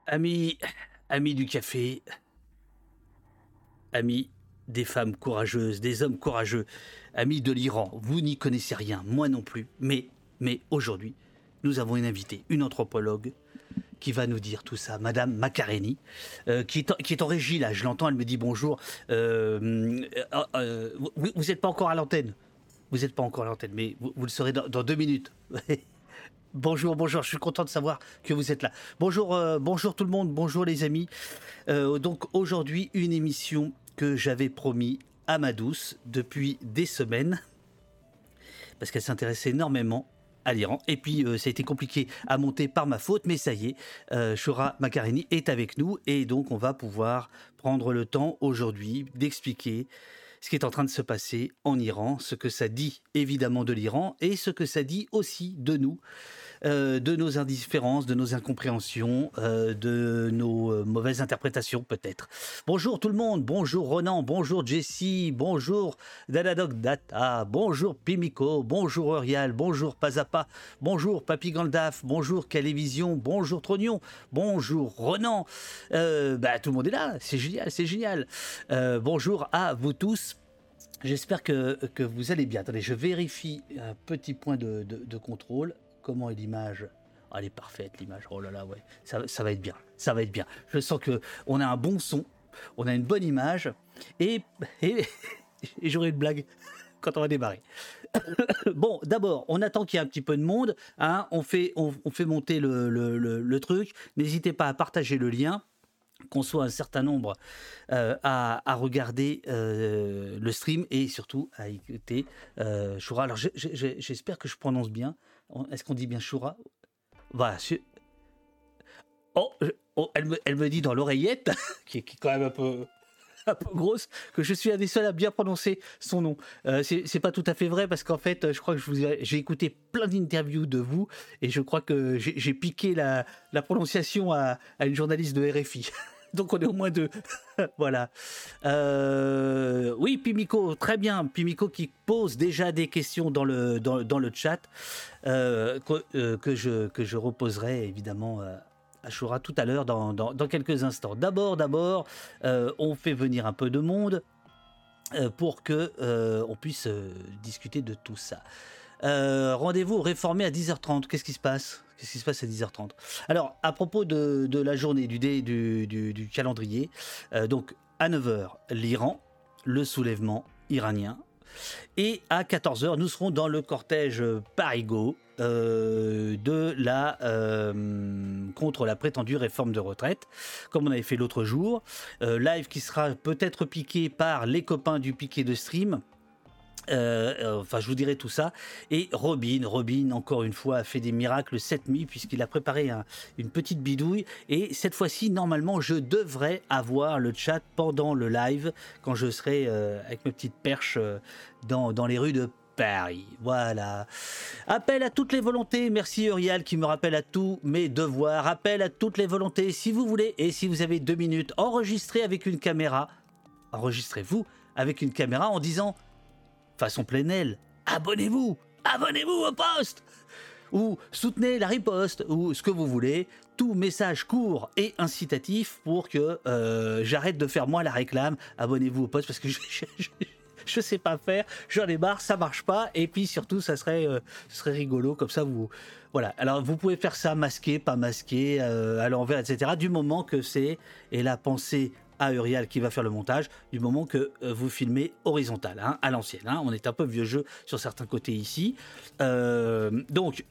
Amis, amis du café, amis des femmes courageuses, des hommes courageux, amis de l'Iran, vous n'y connaissez rien, moi non plus, mais aujourd'hui, nous avons une invitée, une anthropologue, qui va nous dire tout ça, Madame Macareni, qui est en régie là, je l'entends, elle me dit bonjour. Vous n'êtes pas encore à l'antenne, vous n'êtes pas encore à l'antenne, mais vous le serez dans 2 minutes. Bonjour, bonjour, je suis content de savoir que vous êtes là. Bonjour, bonjour tout le monde, bonjour les amis. Donc aujourd'hui, une émission que j'avais promis à ma douce depuis des semaines, parce qu'elle s'intéressait énormément à l'Iran. Et puis, ça a été compliqué à monter par ma faute, mais ça y est, Shoura Makareni est avec nous. Et donc, on va pouvoir prendre le temps aujourd'hui d'expliquer ce qui est en train de se passer en Iran, ce que ça dit évidemment de l'Iran et ce que ça dit aussi de nous, de nos indifférences, de nos incompréhensions, de nos mauvaises interprétations peut-être. Bonjour tout le monde, bonjour Ronan, bonjour Jessie, bonjour Dadadog Data, bonjour Pimiko, bonjour Eurial, bonjour Pazapa, bonjour Papy Gandalf, bonjour Calévision, bonjour Trognon, bonjour Ronan. Tout le monde est là, c'est génial, c'est génial. Bonjour à vous tous. J'espère que vous allez bien. Attendez, je vérifie un petit point de contrôle. Comment est l'image? Elle est parfaite l'image. Oh là là, ouais. Ça va être bien. Ça va être bien. Je sens qu'on a un bon son, on a une bonne image et j'aurai une blague quand on va démarrer. Bon, d'abord, on attend qu'il y ait un petit peu de monde. Hein, on fait monter le truc. N'hésitez pas à partager le lien, qu'on soit un certain nombre à regarder le stream et surtout à écouter Shoura. Alors j'espère que je prononce bien. Est-ce qu'on dit bien Shoura? Voilà. Elle me dit dans l'oreillette, qui est quand même un peu grosse, que je suis un des seuls à bien prononcer son nom. C'est pas tout à fait vrai parce qu'en fait, je crois que j'ai écouté plein d'interviews de vous et je crois que j'ai piqué la prononciation à une journaliste de RFI. Donc on est au moins deux. Voilà. Oui, Pimiko, très bien. Pimiko qui pose déjà des questions dans le chat que je reposerai évidemment à Shoura tout à l'heure dans quelques instants. D'abord, on fait venir un peu de monde pour que on puisse discuter de tout ça. Rendez-vous au Réformé à 10h30. Qu'est-ce qui se passe à 10h30? Alors, à propos de la journée, du calendrier, donc à 9h, l'Iran, le soulèvement iranien. Et à 14h, nous serons dans le cortège Parigo contre la prétendue réforme de retraite, comme on avait fait l'autre jour. Live qui sera peut-être piqué par les copains du piqué de stream. Je vous dirai tout ça. Et Robin, encore une fois, a fait des miracles cette nuit puisqu'il a préparé une petite bidouille. Et cette fois-ci, normalement, je devrais avoir le chat pendant le live quand je serai avec mes petites perches dans les rues de Paris. Voilà. Appel à toutes les volontés. Merci Uriel qui me rappelle à tous mes devoirs. Appel à toutes les volontés. Si vous voulez et si vous avez 2 minutes, enregistrez avec une caméra. Enregistrez-vous avec une caméra en disant façon pleine aile, abonnez-vous au poste, ou soutenez la riposte, ou ce que vous voulez, tout message court et incitatif pour que j'arrête de faire moi la réclame, abonnez-vous au poste, parce que je sais pas faire, j'en ai marre, ça marche pas, et puis surtout ce serait rigolo, comme ça vous... Voilà, alors vous pouvez faire ça masqué, pas masqué, à l'envers, etc., du moment que c'est, et la pensée à Uriel qui va faire le montage, du moment que vous filmez horizontal, hein, à l'ancienne. Hein, on est un peu vieux jeu sur certains côtés ici. Donc,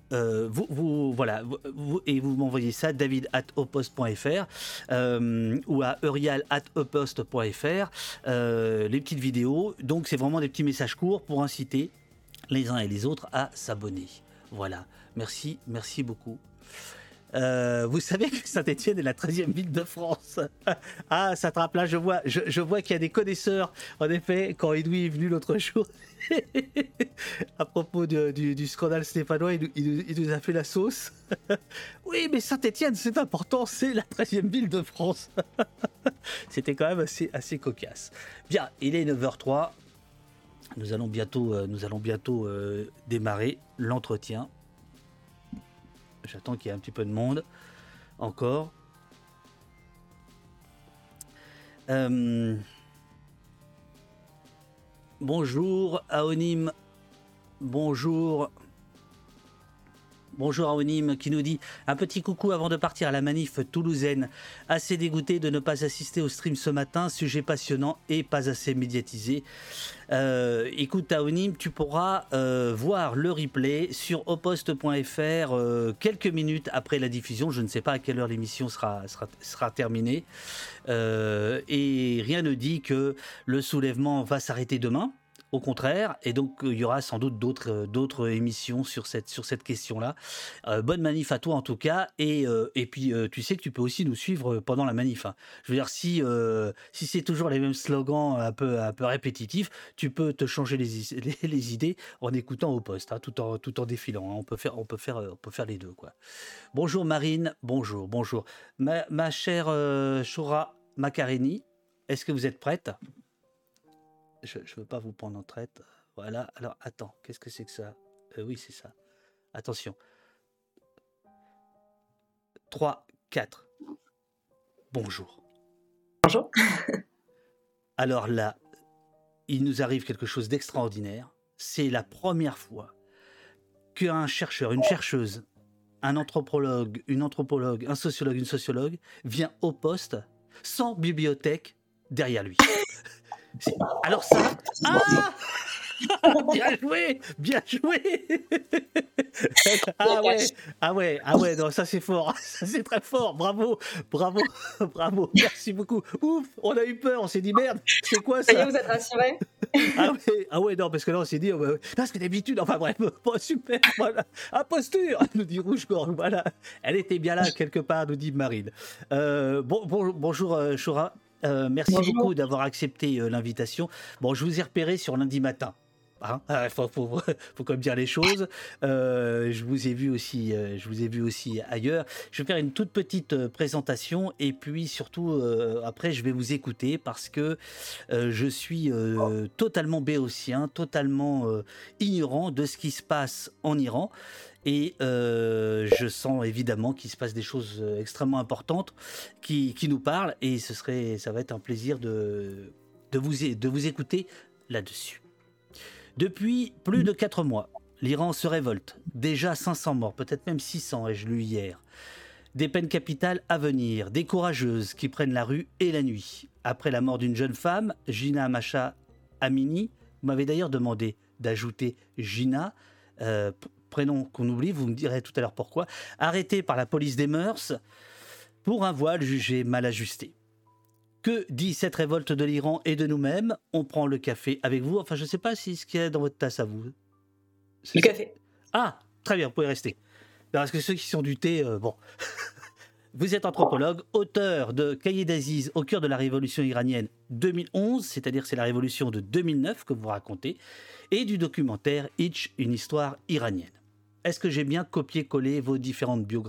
et vous m'envoyez ça, david@opost.fr ou à uriel@opost.fr, les petites vidéos. Donc, c'est vraiment des petits messages courts pour inciter les uns et les autres à s'abonner. Voilà, merci beaucoup. Vous savez que Saint-Étienne est la 13e ville de France. Ah, ça te rappelle là, je vois qu'il y a des connaisseurs. En effet, quand Edoui est venu l'autre jour, à propos du scandale stéphanois, il nous a fait la sauce. Oui, mais Saint-Étienne, c'est important, c'est la 13e ville de France. C'était quand même assez cocasse. Bien, il est 9h03. Nous allons bientôt démarrer l'entretien. J'attends qu'il y ait un petit peu de monde encore. Euh, bonjour, Aonim. Bonjour. Bonjour Aonim qui nous dit un petit coucou avant de partir à la manif toulousaine. Assez dégoûté de ne pas assister au stream ce matin, sujet passionnant et pas assez médiatisé. Écoute Aonim, tu pourras voir le replay sur oposte.fr quelques minutes après la diffusion. Je ne sais pas à quelle heure l'émission sera terminée. Et rien ne dit que le soulèvement va s'arrêter demain. Au contraire, et donc il y aura sans doute d'autres émissions sur cette question-là. Bonne manif à toi en tout cas, et puis tu sais que tu peux aussi nous suivre pendant la manif. Hein. Je veux dire, si c'est toujours les mêmes slogans un peu répétitifs, tu peux te changer les idées en écoutant au poste, hein, tout en défilant. Hein. On peut faire les deux, quoi. Bonjour Marine, bonjour. Ma chère Shura Macarini, est-ce que vous êtes prête ? Je ne veux pas vous prendre en traite. Voilà. Alors, attends. Qu'est-ce que c'est que ça ? Oui, c'est ça. Attention. 3, 4. Bonjour. Bonjour. Alors là, il nous arrive quelque chose d'extraordinaire. C'est la première fois qu'un chercheur, une chercheuse, un anthropologue, une anthropologue, un sociologue, une sociologue vient au poste sans bibliothèque derrière lui. Alors ça... Ah bien joué Ah ouais, non, ça c'est fort, ça c'est très fort, bravo, merci beaucoup. Ouf, on a eu peur, on s'est dit merde, c'est quoi ça ? Ça y est, vous êtes rassurés ? Non, parce que là on s'est dit, non, parce que d'habitude, enfin bref, bon, super, voilà, imposture, nous dit Rouge-Gorge, voilà, elle était bien là quelque part, nous dit Marine. Bonjour Shura. Merci Bonjour. beaucoup d'avoir accepté l'invitation. Bon, je vous ai repéré sur lundi matin. Hein, faut quand même dire les choses. Je vous ai vu aussi ailleurs. Je vais faire une toute petite présentation et puis surtout après je vais vous écouter parce que je suis totalement béotien, totalement ignorant de ce qui se passe en Iran. Et je sens évidemment qu'il se passe des choses extrêmement importantes qui nous parlent et ça va être un plaisir de vous écouter là-dessus. Depuis plus de 4 mois, l'Iran se révolte. Déjà 500 morts, peut-être même 600, ai-je lu hier. Des peines capitales à venir, des courageuses qui prennent la rue et la nuit. Après la mort d'une jeune femme, Gina Masha Amini, vous m'avez d'ailleurs demandé d'ajouter Gina, prénom qu'on oublie, vous me direz tout à l'heure pourquoi, arrêtée par la police des mœurs pour un voile jugé mal ajusté. Que dit cette révolte de l'Iran et de nous-mêmes ? On prend le café avec vous. Enfin, je ne sais pas si ce qu'il y a dans votre tasse à vous. Le café. Ah, très bien, vous pouvez rester. Parce que ceux qui sont du thé, bon. Vous êtes anthropologue, auteur de Cahiers d'Aziz au cœur de la révolution iranienne 2011, c'est-à-dire c'est la révolution de 2009 que vous racontez, et du documentaire Itch, une histoire iranienne. Est-ce que j'ai bien copié-collé vos différentes biographies ?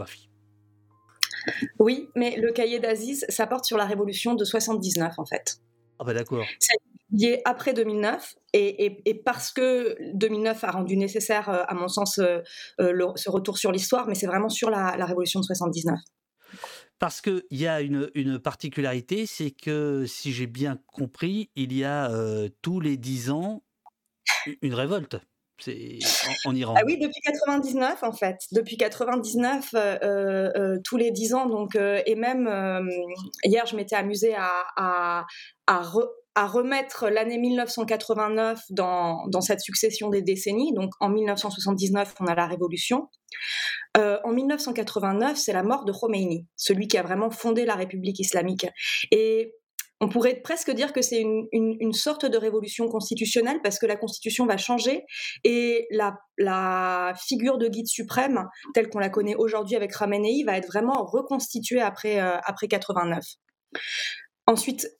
Oui, mais le Cahier d'Aziz, ça porte sur la révolution de 79 en fait. Ah bah d'accord. C'est lié après 2009 et parce que 2009 a rendu nécessaire, à mon sens, ce retour sur l'histoire, mais c'est vraiment sur la révolution de 79. Parce qu'il y a une particularité, c'est que si j'ai bien compris, il y a tous les 10 ans une révolte. C'est en Iran. Ah oui, depuis 99 en fait. Depuis 99, tous les 10 ans. Donc, et même hier, je m'étais amusée à remettre l'année 1989 dans cette succession des décennies. Donc en 1979, on a la Révolution. En 1989, c'est la mort de Khomeini, celui qui a vraiment fondé la République islamique. Et on pourrait presque dire que c'est une sorte de révolution constitutionnelle parce que la constitution va changer et la figure de guide suprême, telle qu'on la connaît aujourd'hui avec Khamenei, va être vraiment reconstituée après 89. Ensuite,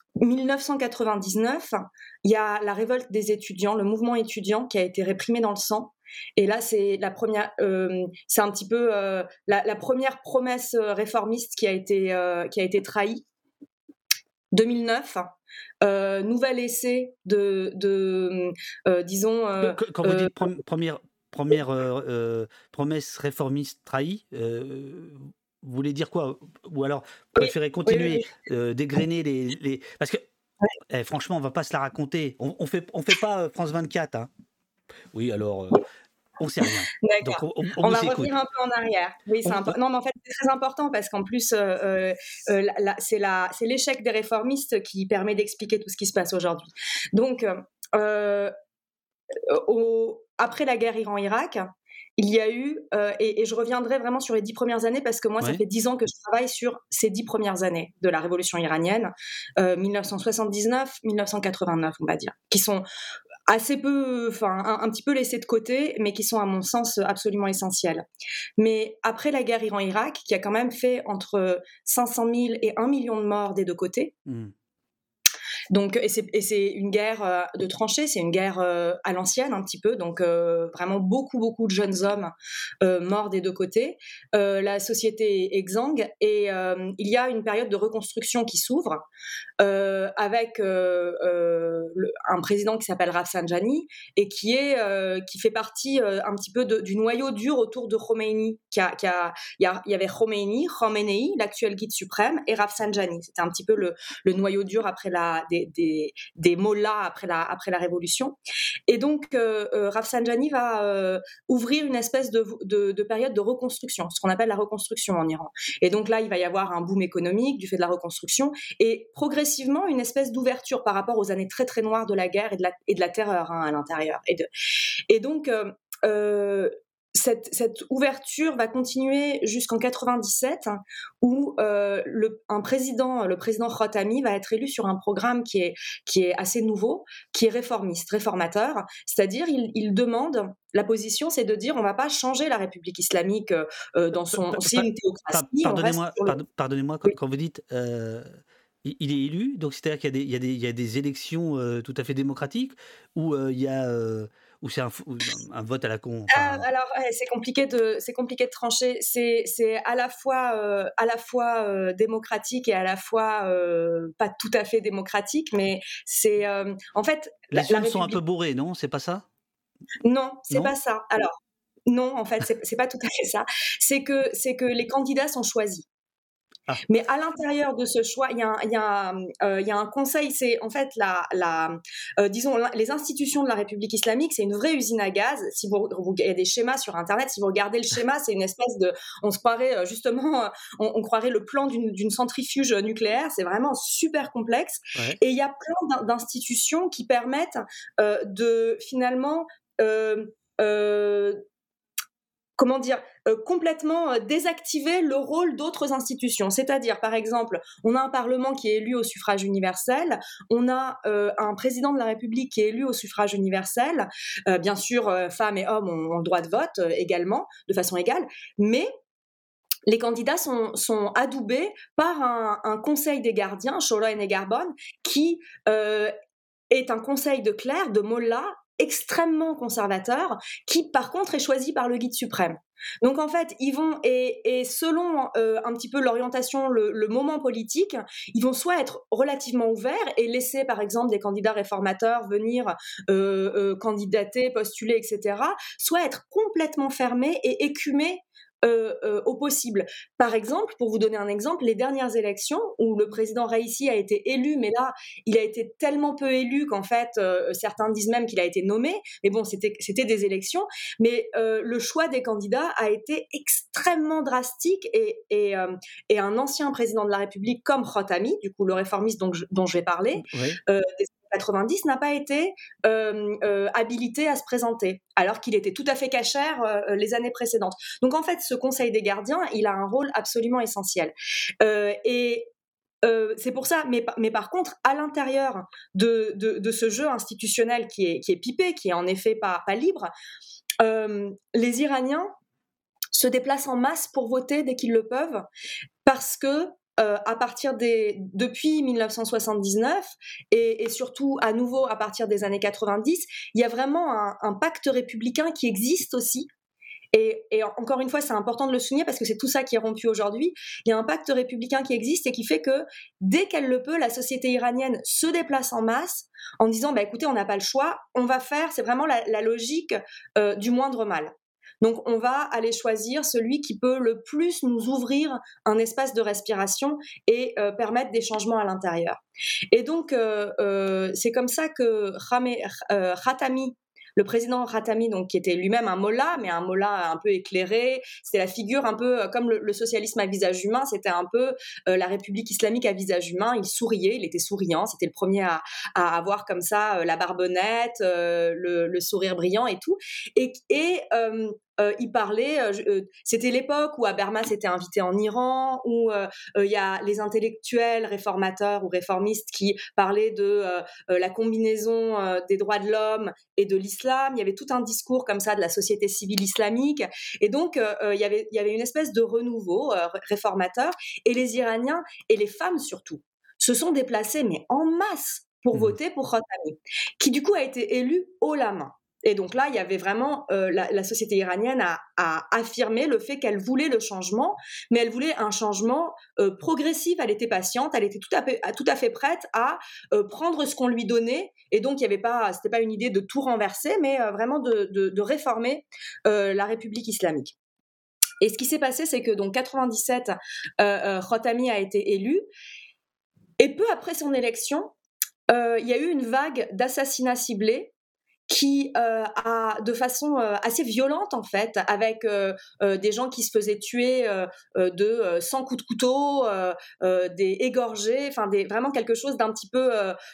1999, il y a la révolte des étudiants, le mouvement étudiant qui a été réprimé dans le sang. Et là, c'est la première, c'est un petit peu la première promesse réformiste qui a été trahie. 2009, nouvel essai disons... Quand vous dites première promesse réformiste trahie, Vous voulez dire quoi? Ou alors, vous Oui, préférez oui, oui, continuer, oui. dégrainer les parce que, franchement, on va pas se la raconter. On fait pas, France 24, hein. Oui, alors, on sait rien. Donc D'accord. on On va vous revenir écoute. un peu en arrière. Oui, On non, mais en fait, c'est très important parce qu'en plus, c'est l'échec des réformistes qui permet d'expliquer tout ce qui se passe aujourd'hui. Donc, après la guerre Iran-Irak, il y a eu, et je reviendrai vraiment sur les 10 premières années parce que moi, ça ouais? fait 10 ans que je travaille sur ces 10 premières années de la révolution iranienne, 1979-1989, on va dire, qui sont assez peu, enfin, un petit peu laissés de côté, mais qui sont, à mon sens, absolument essentiels. Mais après la guerre Iran-Irak, qui a quand même fait entre 500 000 et 1 million de morts des deux côtés, Mmh. donc, et c'est une guerre de tranchées, c'est une guerre à l'ancienne un petit peu, donc vraiment beaucoup de jeunes hommes morts des deux côtés. La société est exsangue et il y a une période de reconstruction qui s'ouvre avec un président qui s'appelle Rafsanjani et qui fait partie un petit peu du noyau dur autour de Khomeini. Il y avait Khomeini, l'actuel guide suprême, et Rafsanjani. C'était un petit peu le noyau dur après des mollahs après la révolution. Et donc Rafsanjani va ouvrir une espèce de période de reconstruction, ce qu'on appelle la reconstruction en Iran. Et donc là, il va y avoir un boom économique du fait de la reconstruction et progressivement une espèce d'ouverture par rapport aux années très très noires de la guerre et de la terreur à l'intérieur. Et donc cette ouverture va continuer jusqu'en 97 où le président Khatami va être élu sur un programme qui est assez nouveau, qui est réformateur, c'est-à-dire il demande, la position c'est de dire on va pas changer la République islamique c'est une théocratie, on reste Pardonnez-moi, sur le... pardonnez-moi Oui. quand vous dites, il est élu, donc c'est-à-dire qu'il y a des élections tout à fait démocratiques, ou ou c'est un vote à la con, enfin. Alors, ouais, c'est compliqué de trancher. C'est à la fois démocratique et à la fois pas tout à fait démocratique, mais c'est en fait Les la urnes sont un peu République. bourrées, non? C'est pas ça? Non, c'est pas Non? ça. Alors non, en fait, c'est pas tout à fait ça. C'est que les candidats sont choisis. Ah, Mais à l'intérieur de ce choix, il y a un conseil. C'est en fait disons, les institutions de la République islamique, c'est une vraie usine à gaz. Si il y a des schémas sur Internet. Si vous regardez le schéma, c'est une espèce de, on se croirait justement, on croirait le plan d'une centrifuge nucléaire. C'est vraiment super complexe. ouais. Et il y a plein d'institutions qui permettent de finalement euh, euh, comment dire, complètement désactiver le rôle d'autres institutions. C'est-à-dire, par exemple, on a un Parlement qui est élu au suffrage universel, on a un président de la République qui est élu au suffrage universel, bien sûr, femmes et hommes ont le droit de vote également, de façon égale, mais les candidats sont adoubés par un conseil des gardiens, Shura et Negarbon, qui est un conseil de clercs, de mollahs, extrêmement conservateur, qui par contre est choisi par le guide suprême. Donc en fait, ils vont, et selon un petit peu l'orientation, le moment politique, ils vont soit être relativement ouverts et laisser par exemple des candidats réformateurs venir candidater, postuler, etc., soit être complètement fermés et écumés au possible. Par exemple, pour vous donner un exemple, les dernières élections où le président Raisi a été élu, mais là, il a été tellement peu élu qu'en fait, certains disent même qu'il a été nommé, mais bon, c'était des élections, mais le choix des candidats a été extrêmement drastique et un ancien président de la République comme Khatami, du coup le réformiste dont je vais parler, Ouais. des années 90 n'a pas été habilité à se présenter, alors qu'il était tout à fait cachère les années précédentes. Donc en fait, ce Conseil des gardiens, il a un rôle absolument essentiel. Et c'est pour ça, mais par contre, à l'intérieur de ce jeu institutionnel qui est pipé, qui est en effet pas libre, les Iraniens se déplacent en masse pour voter dès qu'ils le peuvent, parce que depuis 1979 et surtout à nouveau à partir des années 90, il y a vraiment un pacte républicain qui existe aussi. Et encore une fois, c'est important de le souligner parce que c'est tout ça qui est rompu aujourd'hui. Il y a un pacte républicain qui existe et qui fait que dès qu'elle le peut, la société iranienne se déplace en masse en disant bah, écoutez, on n'a pas le choix, on va faire, c'est vraiment la logique du moindre mal. Donc, on va aller choisir celui qui peut le plus nous ouvrir un espace de respiration et permettre des changements à l'intérieur. Et donc, c'est comme ça que Khatami, le président Khatami, donc, qui était lui-même un mollah, mais un mollah un peu éclairé, c'était la figure un peu comme le socialisme à visage humain, c'était un peu la République islamique à visage humain. Il souriait, il était souriant, c'était le premier à avoir comme ça la barbonnette, le sourire brillant et tout. Et il parlait, c'était l'époque où Habermas était invité en Iran, où il y a les intellectuels réformateurs ou réformistes qui parlaient de la combinaison des droits de l'homme et de l'islam. Il y avait tout un discours comme ça de la société civile islamique. Et donc, il y avait une espèce de renouveau réformateur. Et les Iraniens, et les femmes surtout, se sont déplacés, mais en masse, pour voter pour Khatami, qui du coup a été élu haut la main. Et donc là, il y avait vraiment la société iranienne a affirmé le fait qu'elle voulait le changement, mais elle voulait un changement progressif. Elle était patiente, elle était tout à fait prête à prendre ce qu'on lui donnait. Et donc, c'était pas une idée de tout renverser, mais vraiment de réformer la République islamique. Et ce qui s'est passé, c'est que donc 97, Khatami a été élu, et peu après son élection, il y a eu une vague d'assassinats ciblés qui de façon assez violente en fait, avec des gens qui se faisaient tuer de 100 coups de couteau, des égorgés, enfin vraiment quelque chose d'un petit peu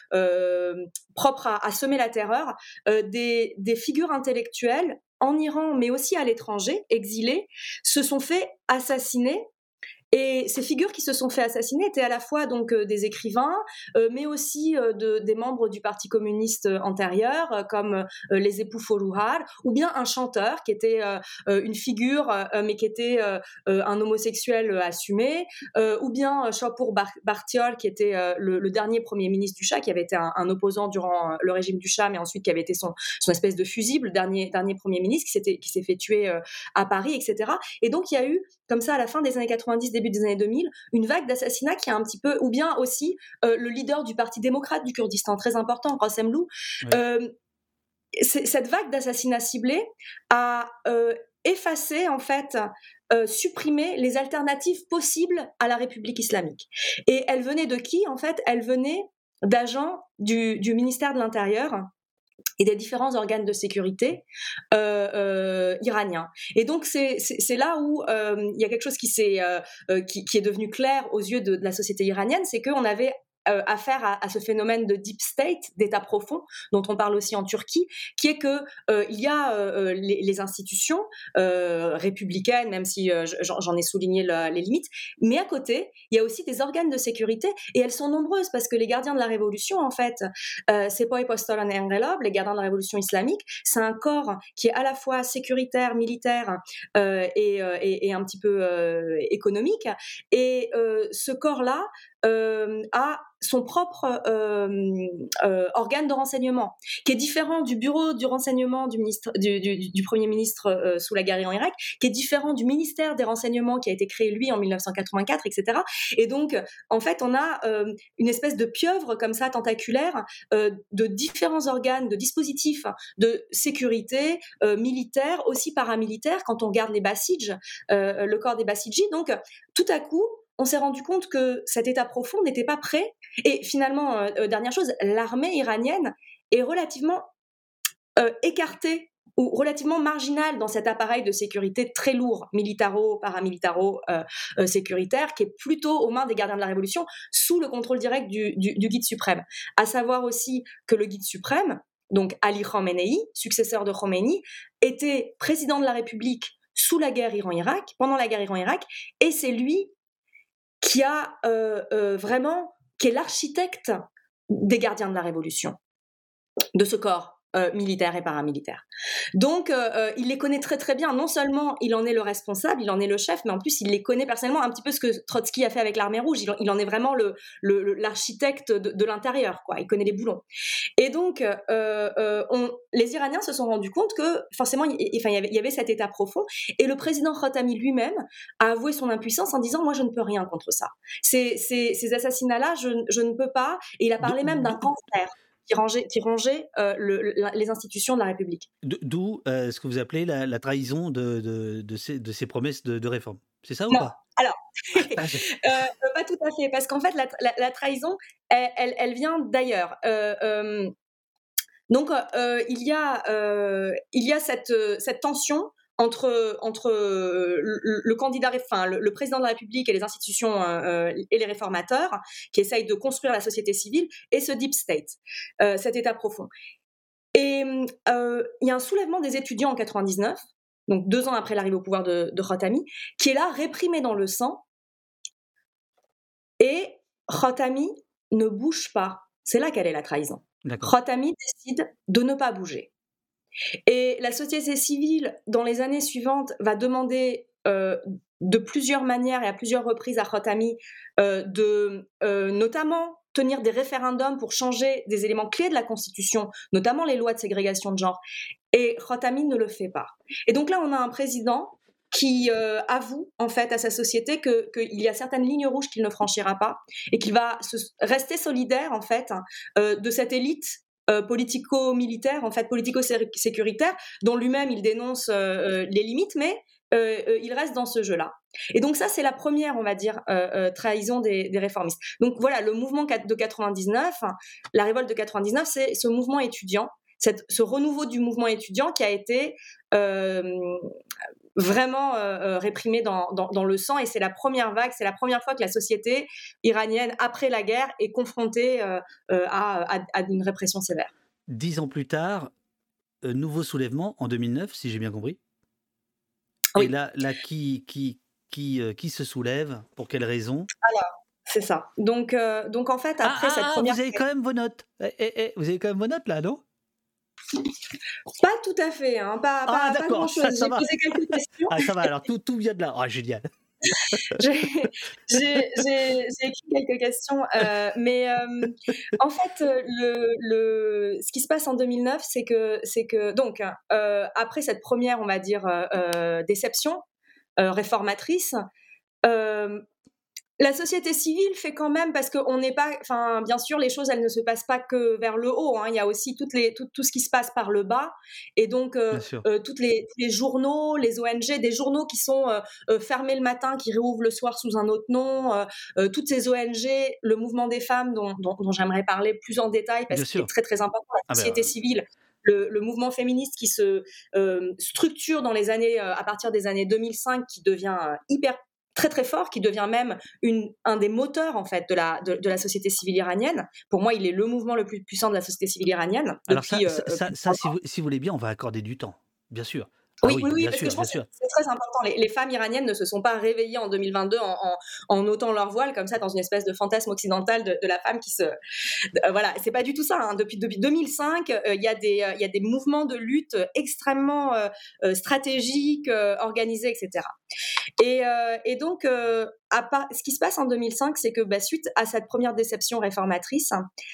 propre à semer la terreur, des figures intellectuelles en Iran, mais aussi à l'étranger, exilées, se sont fait assassiner. Et ces figures qui se sont fait assassiner étaient à la fois donc des écrivains, mais aussi des membres du Parti communiste antérieur, comme les époux Foluhar, ou bien un chanteur qui était une figure, mais qui était un homosexuel assumé, ou bien Shapur Bakhtiar, qui était le dernier premier ministre du Shah, qui avait été un opposant durant le régime du Shah, mais ensuite qui avait été son espèce de fusible, dernier premier ministre, qui s'est fait tuer à Paris, etc. Et donc il y a eu, comme ça, à la fin des années 90, début des années 2000, une vague d'assassinats qui a un petit peu, ou bien aussi le leader du Parti démocrate du Kurdistan, très important, Qassem Louf. Oui. Cette vague d'assassinats ciblés a effacé, en fait, supprimé les alternatives possibles à la République islamique. Et elle venait de qui, en fait? Elle venait d'agents du ministère de l'Intérieur et des différents organes de sécurité iraniens. Et donc c'est là où il y a quelque chose qui est devenu clair aux yeux de la société iranienne, c'est qu'on avait affaire à ce phénomène de deep state, d'état profond, dont on parle aussi en Turquie, qui est que il y a les institutions républicaines, même si j'en ai souligné les limites, mais à côté, il y a aussi des organes de sécurité, et elles sont nombreuses, parce que les gardiens de la révolution, en fait, Sepoy Postolan et Engelab, les gardiens de la révolution islamique, c'est un corps qui est à la fois sécuritaire, militaire et un petit peu économique, et ce corps-là a son propre organe de renseignement, qui est différent du bureau du renseignement du Premier ministre sous la guerre en Irak, qui est différent du ministère des renseignements qui a été créé, lui, en 1984, etc. Et donc, en fait, on a une espèce de pieuvre comme ça, tentaculaire, de différents organes, de dispositifs de sécurité militaire, aussi paramilitaire, quand on regarde les Basij, le corps des Basiji. Donc, tout à coup, on s'est rendu compte que cet état profond n'était pas prêt. Et finalement, dernière chose, l'armée iranienne est relativement écartée ou relativement marginale dans cet appareil de sécurité très lourd, militaro-paramilitaro-sécuritaire, qui est plutôt aux mains des gardiens de la Révolution, sous le contrôle direct du guide suprême. À savoir aussi que le guide suprême, donc Ali Khamenei, successeur de Khomeini, était président de la République sous la guerre Iran-Irak, pendant la guerre Iran-Irak, et c'est lui qui a qui est l'architecte des gardiens de la Révolution, de ce corps militaire et paramilitaire. Donc, il les connaît très très bien. Non seulement il en est le responsable, il en est le chef, mais en plus il les connaît personnellement, un petit peu ce que Trotsky a fait avec l'Armée rouge. Il en est vraiment l'architecte de l'intérieur, quoi. Il connaît les boulons. Et donc, les Iraniens se sont rendus compte que forcément, il y avait cet état profond. Et le président Khatami lui-même a avoué son impuissance en disant: moi, je ne peux rien contre ça. Ces assassinats-là, je ne peux pas. Et il a parlé même d'un cancer. qui rongeait les institutions de la République. D'où ce que vous appelez la trahison de ces promesses de réforme. C'est ça ou Non, pas? alors, Ah, pas tout à fait, parce qu'en fait, la trahison, elle vient d'ailleurs. Donc, il y a cette tension entre le candidat, enfin le président de la République et les institutions et les réformateurs qui essayent de construire la société civile et ce deep state, cet État profond. Et il y a un soulèvement des étudiants en 99, donc 2 ans après l'arrivée au pouvoir de Khatami, qui est là réprimé dans le sang. Et Khatami ne bouge pas. C'est là qu'elle est la trahison. D'accord. Khatami décide de ne pas bouger. Et la société civile, dans les années suivantes, va demander de plusieurs manières et à plusieurs reprises à Khatami de notamment tenir des référendums pour changer des éléments clés de la Constitution, notamment les lois de ségrégation de genre. Et Khatami ne le fait pas. Et donc là, on a un président qui avoue en fait à sa société qu'il y a certaines lignes rouges qu'il ne franchira pas et qu'il va rester solidaire en fait de cette élite politico-militaire, en fait politico-sécuritaire, dont lui-même il dénonce les limites, mais il reste dans ce jeu-là. Et donc ça, c'est la première, on va dire, trahison des réformistes. Donc voilà, le mouvement de 99, la révolte de 99, c'est ce mouvement étudiant, ce renouveau du mouvement étudiant qui a été vraiment réprimé dans le sang, et c'est la première vague, c'est la première fois que la société iranienne, après la guerre, est confrontée à une répression sévère. 10 ans plus tard, nouveau soulèvement en 2009, si j'ai bien compris. Oui. Et là qui se soulève, pour quelle raison? Alors, c'est ça. Donc en fait, après cette première... Vous avez quand même vos notes. Vous avez quand même vos notes là, non? Pas tout à fait, hein, pas grand-chose. J'ai posé quelques questions. Ah, ça va, alors tout vient de là. Ah, génial. J'ai écrit quelques questions, mais en fait, ce qui se passe en 2009, c'est que donc après cette première, on va dire, déception réformatrice, la société civile fait quand même, parce qu'on n'est pas, enfin, bien sûr, les choses, elles ne se passent pas que vers le haut, hein. Il y a aussi tout ce qui se passe par le bas, et donc tous les journaux, les ONG, des journaux qui sont fermés le matin, qui réouvrent le soir sous un autre nom, toutes ces ONG, le mouvement des femmes dont j'aimerais parler plus en détail, parce qu'il est très très important, la société civile. Le mouvement féministe qui se structure dans les années, à partir des années 2005, qui devient très très fort, qui devient même un des moteurs en fait de la société civile iranienne. Pour moi, il est le mouvement le plus puissant de la société civile iranienne. Alors si vous voulez bien, on va accorder du temps, bien sûr. Oui, parce que je pense que c'est très important. Les femmes iraniennes ne se sont pas réveillées en 2022 en ôtant leur voile comme ça, dans une espèce de fantasme occidental de la femme qui se... voilà, c'est pas du tout ça, hein. Depuis 2005, il y a des mouvements de lutte extrêmement stratégiques, organisés, etc. Et donc, ce qui se passe en 2005, c'est que suite à cette première déception réformatrice,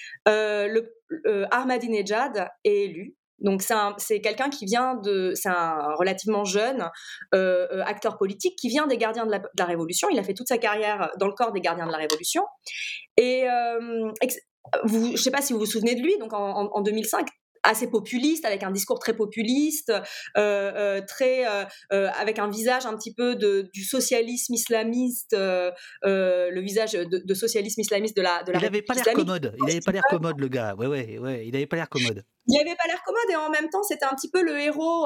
Ahmadinejad est élu. Donc c'est quelqu'un c'est un relativement jeune acteur politique qui vient des Gardiens de la Révolution. Il a fait toute sa carrière dans le corps des Gardiens de la Révolution. Et je ne sais pas si vous vous souvenez de lui. Donc en 2005, assez populiste, avec un discours très populiste, avec un visage un petit peu du socialisme islamiste, le visage de socialisme islamiste de la République islamique. Il n'avait pas l'air commode. Il n'avait pas l'air commode, le gars. Ouais. Il n'avait pas l'air commode. Il n'avait pas l'air commode, et en même temps, c'était un petit peu le héros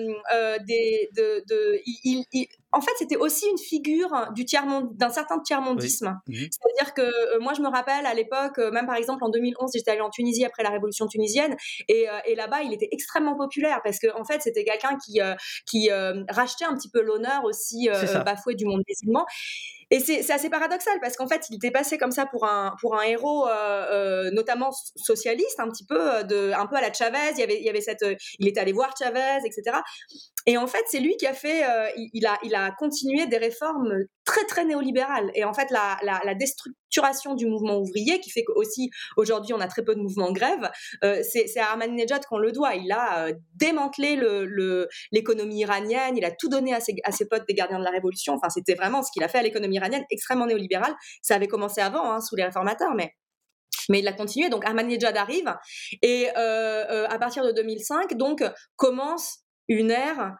en fait, c'était aussi une figure d'un certain tiers-mondisme. Oui. C'est-à-dire que moi, je me rappelle à l'époque, même par exemple en 2011, j'étais allée en Tunisie après la révolution tunisienne, et là-bas, il était extrêmement populaire, parce que en fait, c'était quelqu'un qui rachetait un petit peu l'honneur aussi bafoué du monde musulman. Et c'est assez paradoxal, parce qu'en fait, il était passé comme ça pour un héros, notamment socialiste, un petit peu, un peu à la Chavez. Il était allé voir Chavez, etc. Et en fait, c'est lui qui a fait, il a continué des réformes très très néolibérales. Et en fait, la déstructuration du mouvement ouvrier, qui fait qu'aussi aujourd'hui on a très peu de mouvements de grève, c'est à Ahmadinejad qu'on le doit. Il a démantelé l'économie iranienne, il a tout donné à ses potes des Gardiens de la Révolution. Enfin, c'était vraiment ce qu'il a fait à l'économie iranienne, extrêmement néolibérale. Ça avait commencé avant, hein, sous les réformateurs, mais Mais il a continué. Donc Ahmadinejad arrive et à partir de 2005, donc commence une ère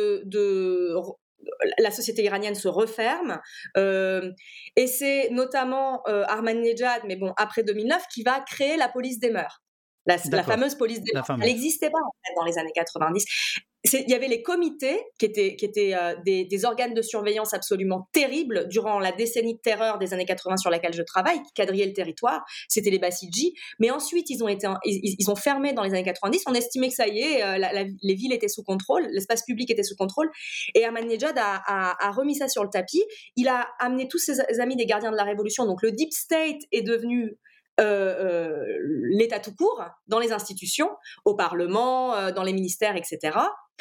la société iranienne se referme et c'est notamment Ahmadinejad, mais bon après 2009, qui va créer la police des mœurs. La fameuse police des mœurs. Elle n'existait pas en fait dans les années 90. Il y avait les comités qui étaient des organes de surveillance absolument terribles durant la décennie de terreur des années 80 sur laquelle je travaille, qui quadrillaient le territoire. C'était les Bassidji. Mais ensuite, ils ont fermé dans les années 90. On estimait que ça y est, les villes étaient sous contrôle, l'espace public était sous contrôle. Et Ahmadinejad a remis ça sur le tapis. Il a amené tous ses amis des gardiens de la Révolution. Donc le Deep State est devenu l'État tout court, dans les institutions, au Parlement, dans les ministères, etc.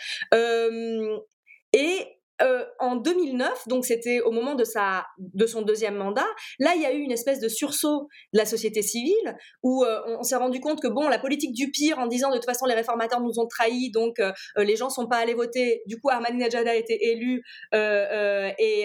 En 2009, donc c'était au moment de son deuxième mandat, là il y a eu une espèce de sursaut de la société civile où on s'est rendu compte que la politique du pire en disant de toute façon les réformateurs nous ont trahis, donc les gens sont pas allés voter, du coup Ahmadinejad a été élu et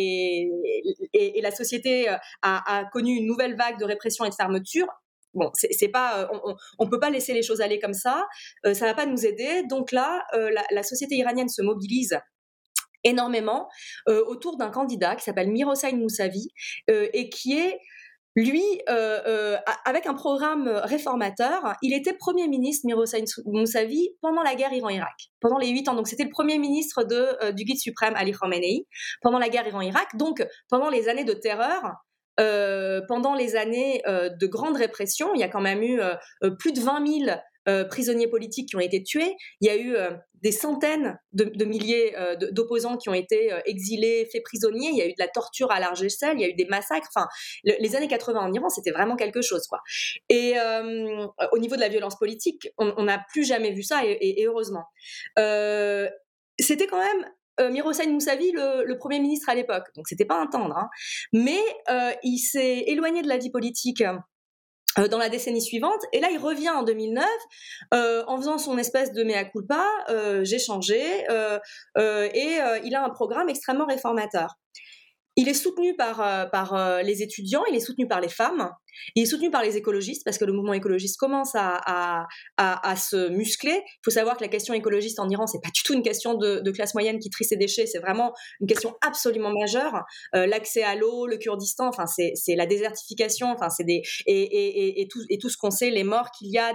la société a connu une nouvelle vague de répression et de fermeture. Bon, c'est pas, on peut pas laisser les choses aller comme ça. Ça va pas nous aider. Donc là, la société iranienne se mobilise énormément autour d'un candidat qui s'appelle Mir Hossein Mousavi et qui est lui, avec un programme réformateur. Il était Premier ministre, Mir Hossein Mousavi, pendant la guerre Iran-Irak, pendant les 8 ans. Donc c'était le Premier ministre du guide suprême Ali Khamenei pendant la guerre Iran-Irak, donc pendant les années de terreur. Pendant les années de grande répression, il y a quand même eu plus de 20 000 prisonniers politiques qui ont été tués. Il y a eu des centaines de milliers d'opposants qui ont été exilés, faits prisonniers. Il y a eu de la torture à large échelle, il y a eu des massacres. Enfin, les années 80 en Iran, c'était vraiment quelque chose, quoi. Et au niveau de la violence politique, on n'a plus jamais vu ça, et heureusement. C'était quand même Mir Hossein Mousavi, le Premier ministre à l'époque. Donc, c'était pas un tendre, hein. Mais il s'est éloigné de la vie politique dans la décennie suivante. Et là, il revient en 2009 en faisant son espèce de mea culpa. J'ai changé. Et il a un programme extrêmement réformateur. Il est soutenu par les étudiants, il est soutenu par les femmes, il est soutenu par les écologistes, parce que le mouvement écologiste commence à se muscler. Il faut savoir que la question écologiste en Iran, c'est pas du tout une question de classe moyenne qui trie ses déchets, c'est vraiment une question absolument majeure. L'accès à l'eau, le Kurdistan, enfin c'est la désertification, enfin c'est et tout ce qu'on sait, les morts qu'il y a,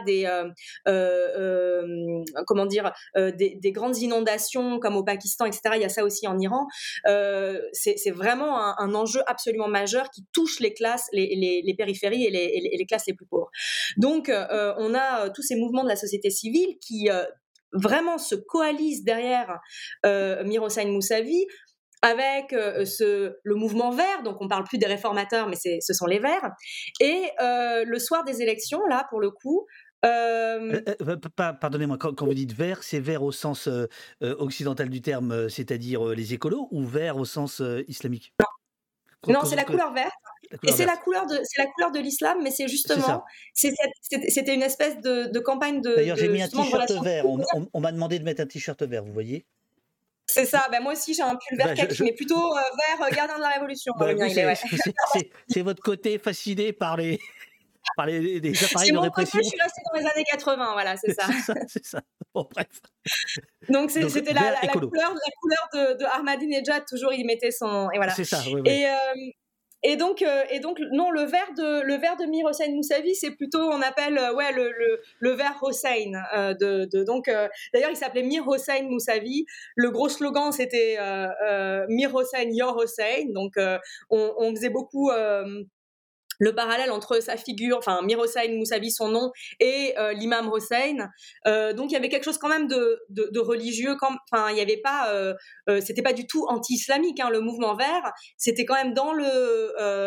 des grandes inondations comme au Pakistan, etc. Il y a ça aussi en Iran. C'est vraiment un enjeu absolument majeur qui touche les classes, les périphéries et les classes les plus pauvres. Donc, on a tous ces mouvements de la société civile qui vraiment se coalisent derrière Mir Hossein Mousavi, avec le mouvement vert. Donc on parle plus des réformateurs, mais ce sont les verts. Et le soir des élections, là, pour le coup, pardonnez-moi, quand vous dites vert, c'est vert au sens occidental du terme, c'est-à-dire les écolos, ou vert au sens islamique? Non, c'est la couleur verte. Et c'est la couleur de l'islam, mais c'est justement, c'était une espèce de campagne de. D'ailleurs, j'ai mis un t-shirt vert. On m'a demandé de mettre un t-shirt vert, vous voyez. C'est ça. Ben moi aussi, j'ai un pull vert mais plutôt vert gardien de la Révolution. C'est votre côté fasciné par les appareils de répression. Je suis restée dans les années 80, voilà, c'est ça. C'est ça. Bon, bref. Donc c'était la couleur de Ahmadinejad, toujours il mettait son. Et voilà. C'est ça, oui. Et donc non, le vert de Mir Hossein Mousavi, c'est plutôt, on appelle le vert Hossein. Donc d'ailleurs il s'appelait Mir Hossein Mousavi. Le gros slogan c'était Mir Hossein Your Hossein. Donc on faisait beaucoup le parallèle entre sa figure, enfin Mir Hossein Mousavi, son nom, et l'imam Hossein. Donc il y avait quelque chose quand même de religieux. Enfin il y avait pas, c'était pas du tout anti-islamique, hein, le mouvement vert. C'était quand même dans le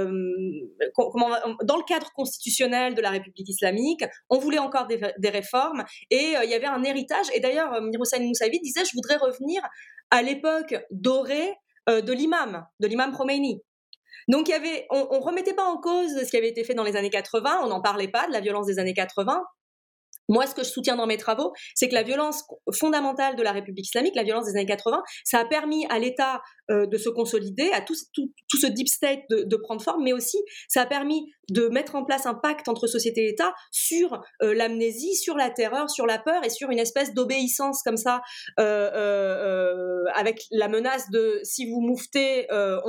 cadre constitutionnel de la République islamique. On voulait encore des réformes et il y avait un héritage. Et d'ailleurs Mir Hossein Mousavi disait: je voudrais revenir à l'époque dorée de l'imam Khomeini. Donc on remettait pas en cause ce qui avait été fait dans les années 80, on n'en parlait pas de la violence des années 80, Moi, ce que je soutiens dans mes travaux, c'est que la violence fondamentale de la République islamique, la violence des années 80, ça a permis à l'État de se consolider, à tout ce deep state de prendre forme, mais aussi ça a permis de mettre en place un pacte entre société et État sur l'amnésie, sur la terreur, sur la peur et sur une espèce d'obéissance comme ça, avec la menace de si vous mouvetez,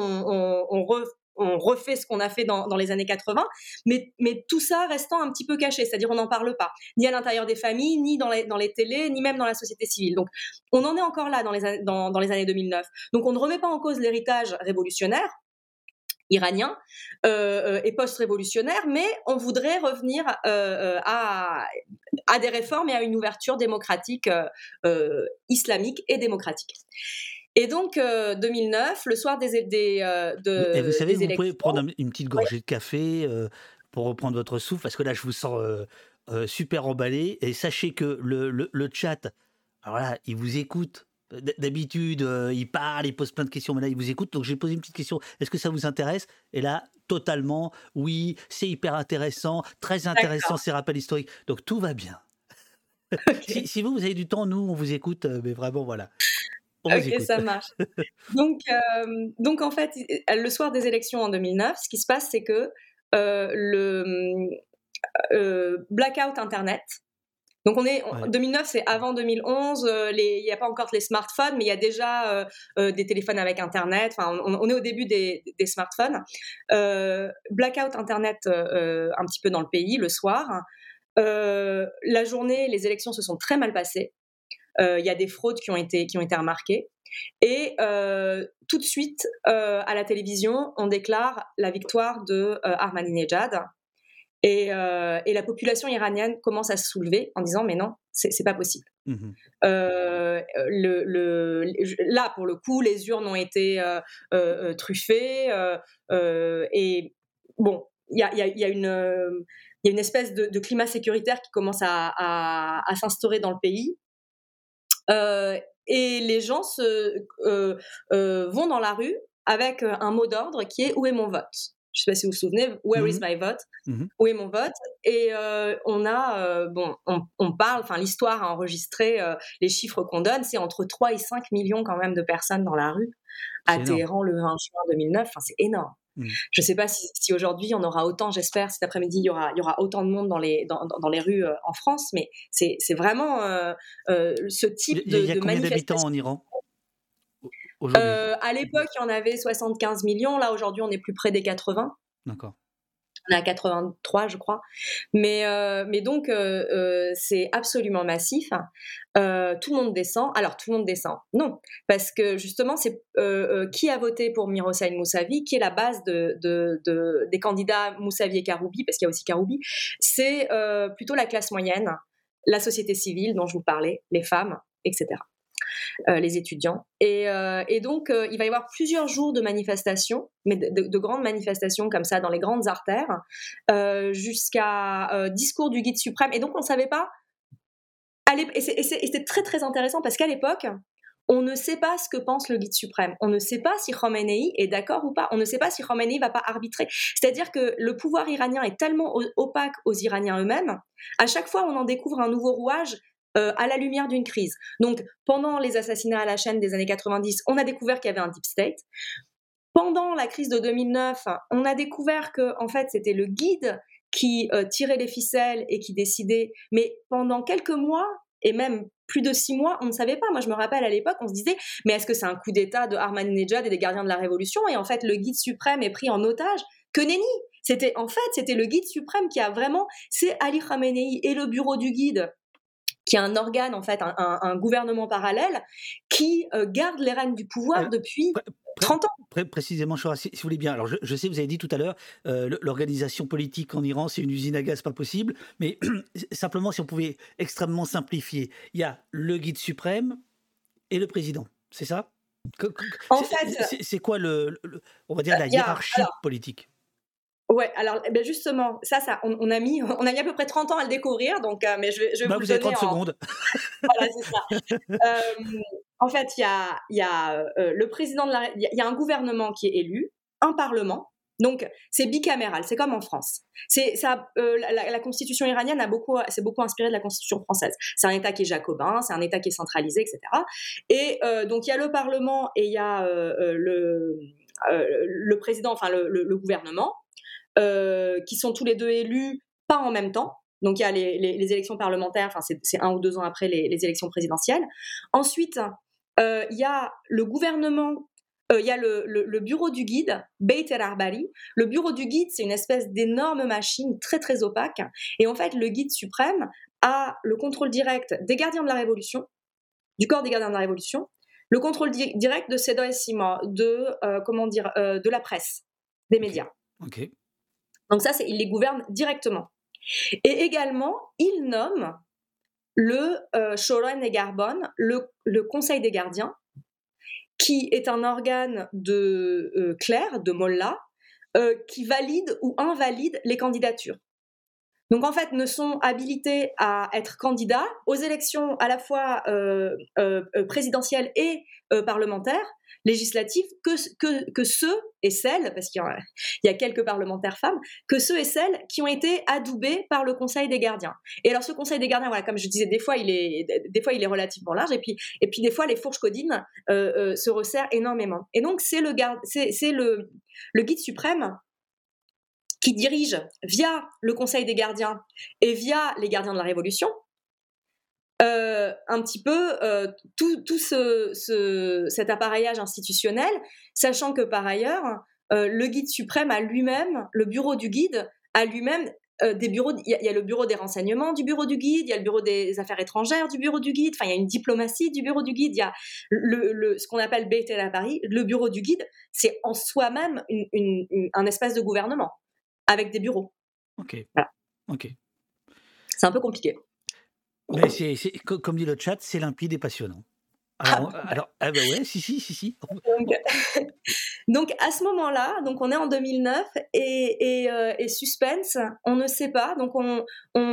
on refait ce qu'on a fait dans les années 80, mais tout ça restant un petit peu caché, c'est-à-dire on n'en parle pas, ni à l'intérieur des familles, ni dans les télés, ni même dans la société civile. Donc on en est encore là dans les années 2009. Donc on ne remet pas en cause l'héritage révolutionnaire iranien et post-révolutionnaire, mais on voudrait revenir à des réformes et à une ouverture démocratique, islamique et démocratique. Et donc, 2009, le soir des Et vous savez, vous élections... pouvez prendre une petite gorgée de café pour reprendre votre souffle, parce que là, je vous sens super emballé. Et sachez que le chat, alors là, il vous écoute. D'habitude, il parle, il pose plein de questions, mais là, il vous écoute. Donc, j'ai posé une petite question. Est-ce que ça vous intéresse? Et là, totalement, oui, c'est hyper intéressant, très intéressant, ces rappels historiques. Donc, tout va bien. Okay. Si vous avez du temps, nous, on vous écoute, mais vraiment, voilà. Ok, ça marche. Donc, en fait, le soir des élections en 2009, ce qui se passe, c'est que le blackout Internet. Donc 2009, c'est avant 2011. Il n'y a pas encore les smartphones, mais il y a déjà des téléphones avec Internet. Enfin, on est au début des smartphones. Blackout Internet un petit peu dans le pays le soir. La journée, les élections se sont très mal passées. Il y a des fraudes qui ont été remarquées. Et tout de suite, à la télévision, on déclare la victoire de Ahmadinejad. Et la population iranienne commence à se soulever en disant mais non, c'est pas possible. Là, pour le coup, les urnes ont été truffées. Et bon, il y a une espèce de climat sécuritaire qui commence à s'instaurer dans le pays. Et les gens vont dans la rue avec un mot d'ordre qui est « Où est mon vote ?» Je ne sais pas si vous vous souvenez, « Where is my vote ?» Où est mon vote? Et on parle, enfin l'histoire a enregistré les chiffres qu'on donne, c'est entre 3 et 5 millions quand même de personnes dans la rue à Téhéran le 20 juin 2009, enfin c'est énorme. Je ne sais pas si aujourd'hui on aura autant, j'espère, cet après-midi il y aura autant de monde dans les rues en France, mais c'est vraiment ce type de manifestation. Il y a combien d'habitants en Iran aujourd'hui? À l'époque, il y en avait 75 millions, là aujourd'hui on est plus près des 80. D'accord. On est à 83, je crois. Mais donc, c'est absolument massif. Tout le monde descend. Alors, tout le monde descend. Non, parce que justement, c'est qui a voté pour Mirosai Moussavi, qui est la base des candidats Moussavi et Karoubi, parce qu'il y a aussi Karoubi. C'est plutôt la classe moyenne, la société civile dont je vous parlais, les femmes, etc. Les étudiants. Et donc, il va y avoir plusieurs jours de manifestations, mais de grandes manifestations comme ça, dans les grandes artères, jusqu'à discours du guide suprême. Et donc, on ne savait pas... Et c'était très, très intéressant, parce qu'à l'époque, on ne sait pas ce que pense le guide suprême. On ne sait pas si Khomeini est d'accord ou pas. On ne sait pas si Khomeini ne va pas arbitrer. C'est-à-dire que le pouvoir iranien est tellement opaque aux Iraniens eux-mêmes, à chaque fois, on en découvre un nouveau rouage à la lumière d'une crise. Donc, pendant les assassinats à la chaîne des années 90, on a découvert qu'il y avait un deep state. Pendant la crise de 2009, on a découvert que, en fait, c'était le guide qui tirait les ficelles et qui décidait. Mais pendant quelques mois, et même plus de 6 mois, on ne savait pas. Moi, je me rappelle à l'époque, on se disait, mais est-ce que c'est un coup d'État de Ahmadinejad et des gardiens de la Révolution? Et en fait, le guide suprême est pris en otage. Que nenni! C'était le guide suprême qui a vraiment... C'est Ali Khamenei et le bureau du guide, qui est un organe, en fait, un gouvernement parallèle, qui garde les rênes du pouvoir depuis 30 ans. Précisément, Chora, si vous voulez bien. Alors, je sais, vous avez dit tout à l'heure, l'organisation politique en Iran, c'est une usine à gaz pas possible, mais simplement, si on pouvait extrêmement simplifier, il y a le guide suprême et le président, c'est ça? En fait, c'est quoi on va dire, la hiérarchie politique? Ouais, alors justement, ça on a mis à peu près 30 ans à le découvrir, donc mais je vais vous le donner. Vous avez 30 secondes. Voilà, c'est ça. En fait, il y a le président il y a un gouvernement qui est élu, un parlement, Donc, c'est bicaméral, c'est comme en France. La constitution iranienne s'est beaucoup inspirée de la constitution française. C'est un État qui est jacobin, c'est un État qui est centralisé, etc. Et donc, il y a le Parlement et il y a le président, enfin le gouvernement, qui sont tous les deux élus, pas en même temps. Donc, il y a les élections parlementaires, enfin, c'est 1 ou 2 ans après les élections présidentielles. Ensuite, il y a le gouvernement. Il y a le bureau du guide, Beit el-Arbari. Le bureau du guide, c'est une espèce d'énorme machine très très opaque. Et en fait, le guide suprême a le contrôle direct des gardiens de la Révolution, du corps des gardiens de la Révolution, le contrôle direct de Seda et Sima, de la presse, des médias. Okay. Donc ça, il les gouverne directement. Et également, il nomme le Shoron et Garbon, le Conseil des gardiens, qui est un organe de clercs, de mollahs, qui valide ou invalide les candidatures. Donc en fait, ne sont habilités à être candidats aux élections à la fois présidentielles et parlementaires, législatives, que ceux et celles, parce qu'il y a quelques parlementaires femmes, que ceux et celles qui ont été adoubés par le Conseil des gardiens. Et alors ce Conseil des gardiens, voilà, comme je disais, des fois il est relativement large, et puis des fois les fourches codines se resserrent énormément. Et donc c'est le guide suprême qui dirige via le Conseil des gardiens et via les gardiens de la Révolution un petit peu tout cet appareillage institutionnel, sachant que par ailleurs, le guide suprême a lui-même, le bureau du guide a lui-même des bureaux. Il y a le bureau des renseignements du bureau du guide, il y a le bureau des affaires étrangères du bureau du guide, enfin il y a une diplomatie du bureau du guide, il y a ce qu'on appelle Beit el-Arbari, le bureau du guide, c'est en soi-même un espace de gouvernement avec des bureaux. Ok. Voilà. Ok. C'est un peu compliqué. Mais comme dit le chat, c'est limpide et passionnant. Alors ouais, si. Donc à ce moment-là, donc on est en 2009 et suspense, on ne sait pas. Donc on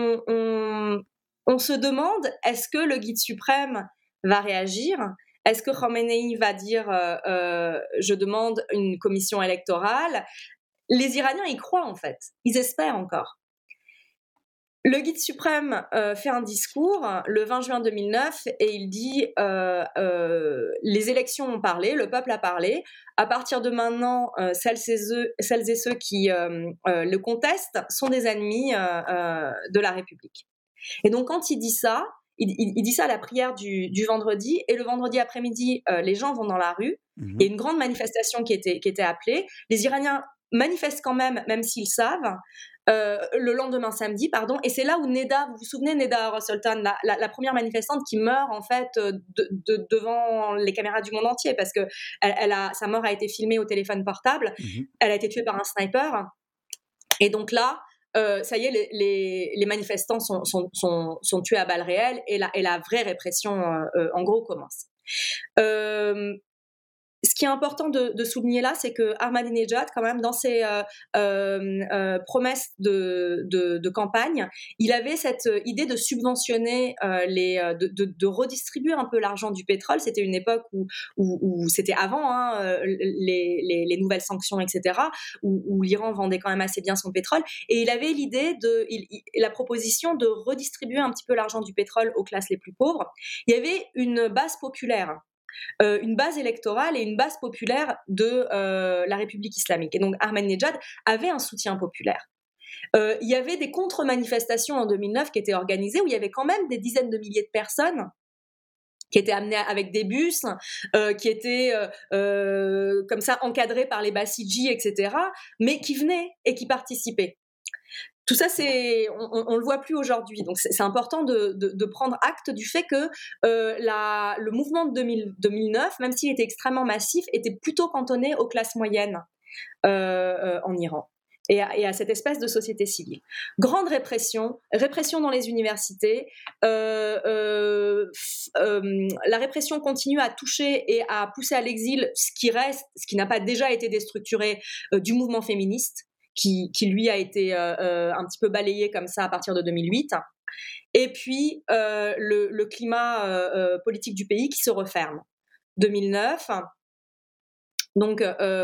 se demande, est-ce que le guide suprême va réagir ? Est-ce que Khamenei va dire je demande une commission électorale ? Les Iraniens y croient en fait, ils espèrent encore. Le guide suprême fait un discours le 20 juin 2009 et il dit les élections ont parlé, le peuple a parlé. À partir de maintenant, celles et ceux qui le contestent sont des ennemis de la République. Et donc quand il dit ça, il dit ça à la prière du vendredi, et le vendredi après-midi, les gens vont dans la rue. Il y a une grande manifestation qui était appelée. Les Iraniens manifestent quand même s'ils savent. Le lendemain samedi, pardon, et c'est là où Neda, vous vous souvenez, Neda Sultan, la première manifestante qui meurt en fait devant les caméras du monde entier, parce que sa mort a été filmée au téléphone portable, elle a été tuée par un sniper, et donc là, ça y est, les manifestants sont tués à balles réelles, et la vraie répression, en gros, commence. Ce qui est important de souligner là, c'est que Ahmadinejad, quand même, dans ses promesses de campagne, il avait cette idée de subventionner de redistribuer un peu l'argent du pétrole. C'était une époque où c'était avant les nouvelles sanctions, etc., où l'Iran vendait quand même assez bien son pétrole. Et il avait l'idée la proposition de redistribuer un petit peu l'argent du pétrole aux classes les plus pauvres. Il y avait une base populaire. Une base électorale et une base populaire de la République islamique. Et donc Ahmadinejad avait un soutien populaire. Il y avait des contre-manifestations en 2009 qui étaient organisées, où il y avait quand même des dizaines de milliers de personnes qui étaient amenées avec des bus, qui étaient comme ça encadrées par les Bassidji, etc., mais qui venaient et qui participaient. Tout ça, on le voit plus aujourd'hui. Donc, c'est important de prendre acte du fait que le mouvement de 2009, même s'il était extrêmement massif, était plutôt cantonné aux classes moyennes en Iran et à cette espèce de société civile. Grande répression dans les universités. La répression continue à toucher et à pousser à l'exil ce qui n'a pas déjà été déstructuré du mouvement féministe, qui lui a été un petit peu balayé comme ça à partir de 2008. Et puis le climat politique du pays qui se referme. 2009, Donc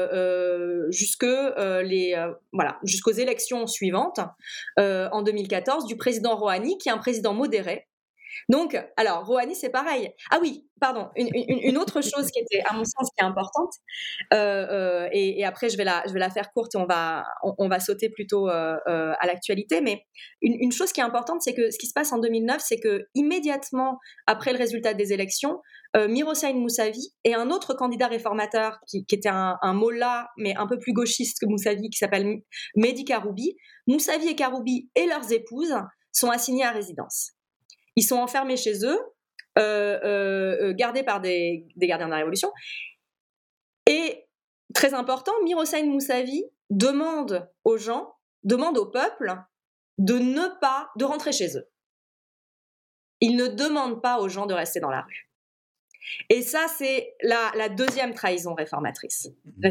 jusqu'aux élections suivantes en 2014 du président Rouhani, qui est un président modéré. Donc, alors, Rouhani, c'est pareil. Ah oui, pardon, une autre chose qui était, à mon sens, qui est importante, et après, je vais la faire courte et on va sauter plutôt à l'actualité, mais une chose qui est importante, c'est que ce qui se passe en 2009, c'est que immédiatement après le résultat des élections, Mir Hossein Mousavi et un autre candidat réformateur qui était un mollah, mais un peu plus gauchiste que Mousavi, qui s'appelle Mehdi Karoubi, Mousavi et Karoubi et leurs épouses sont assignés à résidence. Ils sont enfermés chez eux, gardés par des gardiens de la Révolution. Et, très important, Mir Hossein Mousavi demande au peuple, de rentrer chez eux. Il ne demande pas aux gens de rester dans la rue. Et ça, c'est la deuxième trahison réformiste.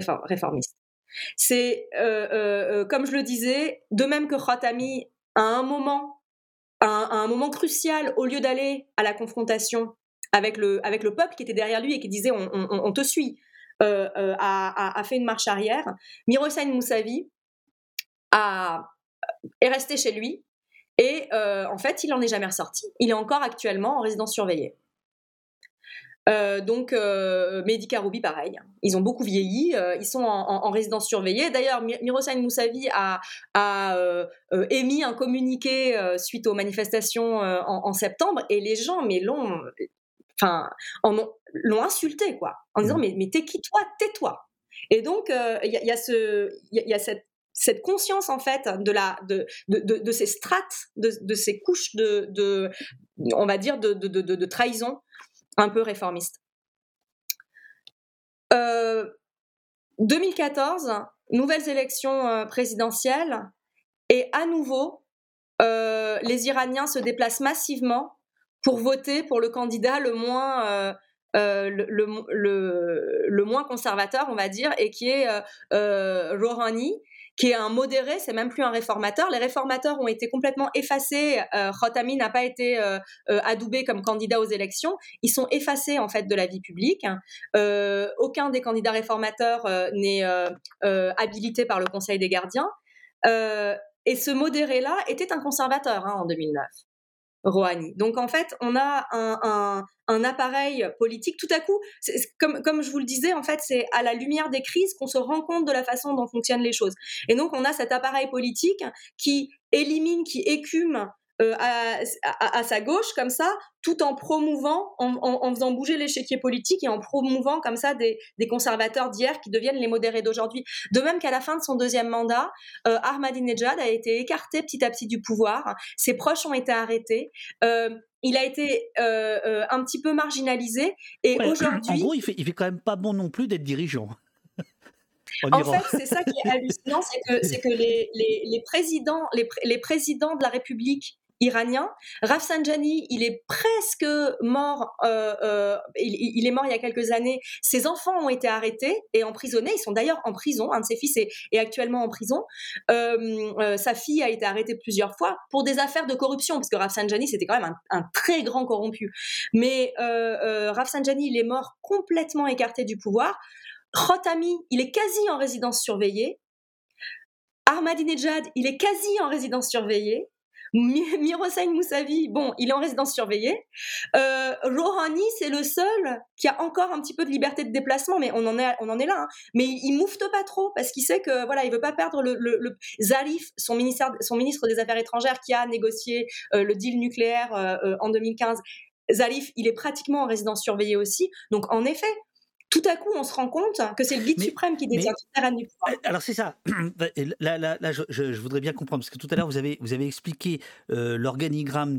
C'est, comme je le disais, de même que Khatami, à un moment crucial, au lieu d'aller à la confrontation avec le peuple qui était derrière lui et qui disait on te suit, a fait une marche arrière, Mir Hossein Mousavi est resté chez lui et en fait il n'en est jamais ressorti. Il est encore actuellement en résidence surveillée. Donc Mehdi Karoubi, pareil. Ils ont beaucoup vieilli. Ils sont en résidence surveillée. D'ailleurs, Mir Hossein Mousavi a émis un communiqué suite aux manifestations en septembre, et les gens, l'ont insulté, quoi, en disant mais t'es qui toi, tais-toi. Et donc il y a cette conscience, en fait, de ces strates, de ces couches on va dire de trahison un peu réformiste. 2014, nouvelles élections présidentielles, et à nouveau, les Iraniens se déplacent massivement pour voter pour le candidat le moins conservateur, on va dire, et qui est Rouhani, qui est un modéré, c'est même plus un réformateur. Les réformateurs ont été complètement effacés. Khatami n'a pas été adoubé comme candidat aux élections. Ils sont effacés, en fait, de la vie publique. Aucun des candidats réformateurs n'est habilité par le Conseil des gardiens. Et ce modéré-là était un conservateur en 2009. Rouhani. Donc en fait, on a un appareil politique. Tout à coup, comme je vous le disais, en fait, c'est à la lumière des crises qu'on se rend compte de la façon dont fonctionnent les choses. Et donc on a cet appareil politique qui élimine, qui écume à sa gauche, comme ça, tout en promouvant, en faisant bouger l'échiquier politique et en promouvant comme ça des conservateurs d'hier qui deviennent les modérés d'aujourd'hui. De même qu'à la fin de son deuxième mandat, Ahmadinejad a été écarté petit à petit du pouvoir, ses proches ont été arrêtés, il a été un petit peu marginalisé, et aujourd'hui... En gros, il fait quand même pas bon non plus d'être dirigeant. En fait, c'est ça qui est hallucinant, c'est que les présidents de la République iranien, Rafsanjani, il est presque mort, il est mort il y a quelques années, ses enfants ont été arrêtés et emprisonnés, ils sont d'ailleurs en prison, un de ses fils est actuellement en prison, sa fille a été arrêtée plusieurs fois pour des affaires de corruption, parce que Rafsanjani, c'était quand même un très grand corrompu, mais Rafsanjani, il est mort complètement écarté du pouvoir. Khatami, il est quasi en résidence surveillée. Ahmadinejad, il est quasi en résidence surveillée. Mir Hossein Mousavi, bon, il est en résidence surveillée. Rouhani, c'est le seul qui a encore un petit peu de liberté de déplacement, mais on en est là. Mais il moufte pas trop parce qu'il sait que voilà, il veut pas perdre le Zarif, son ministre des Affaires étrangères, qui a négocié le deal nucléaire en 2015. Zarif, il est pratiquement en résidence surveillée aussi. Donc en effet, tout à coup, on se rend compte que c'est le guide suprême qui détient toute la règne du pouvoir. Alors c'est ça. Là je voudrais bien comprendre, parce que tout à l'heure vous avez expliqué l'organigramme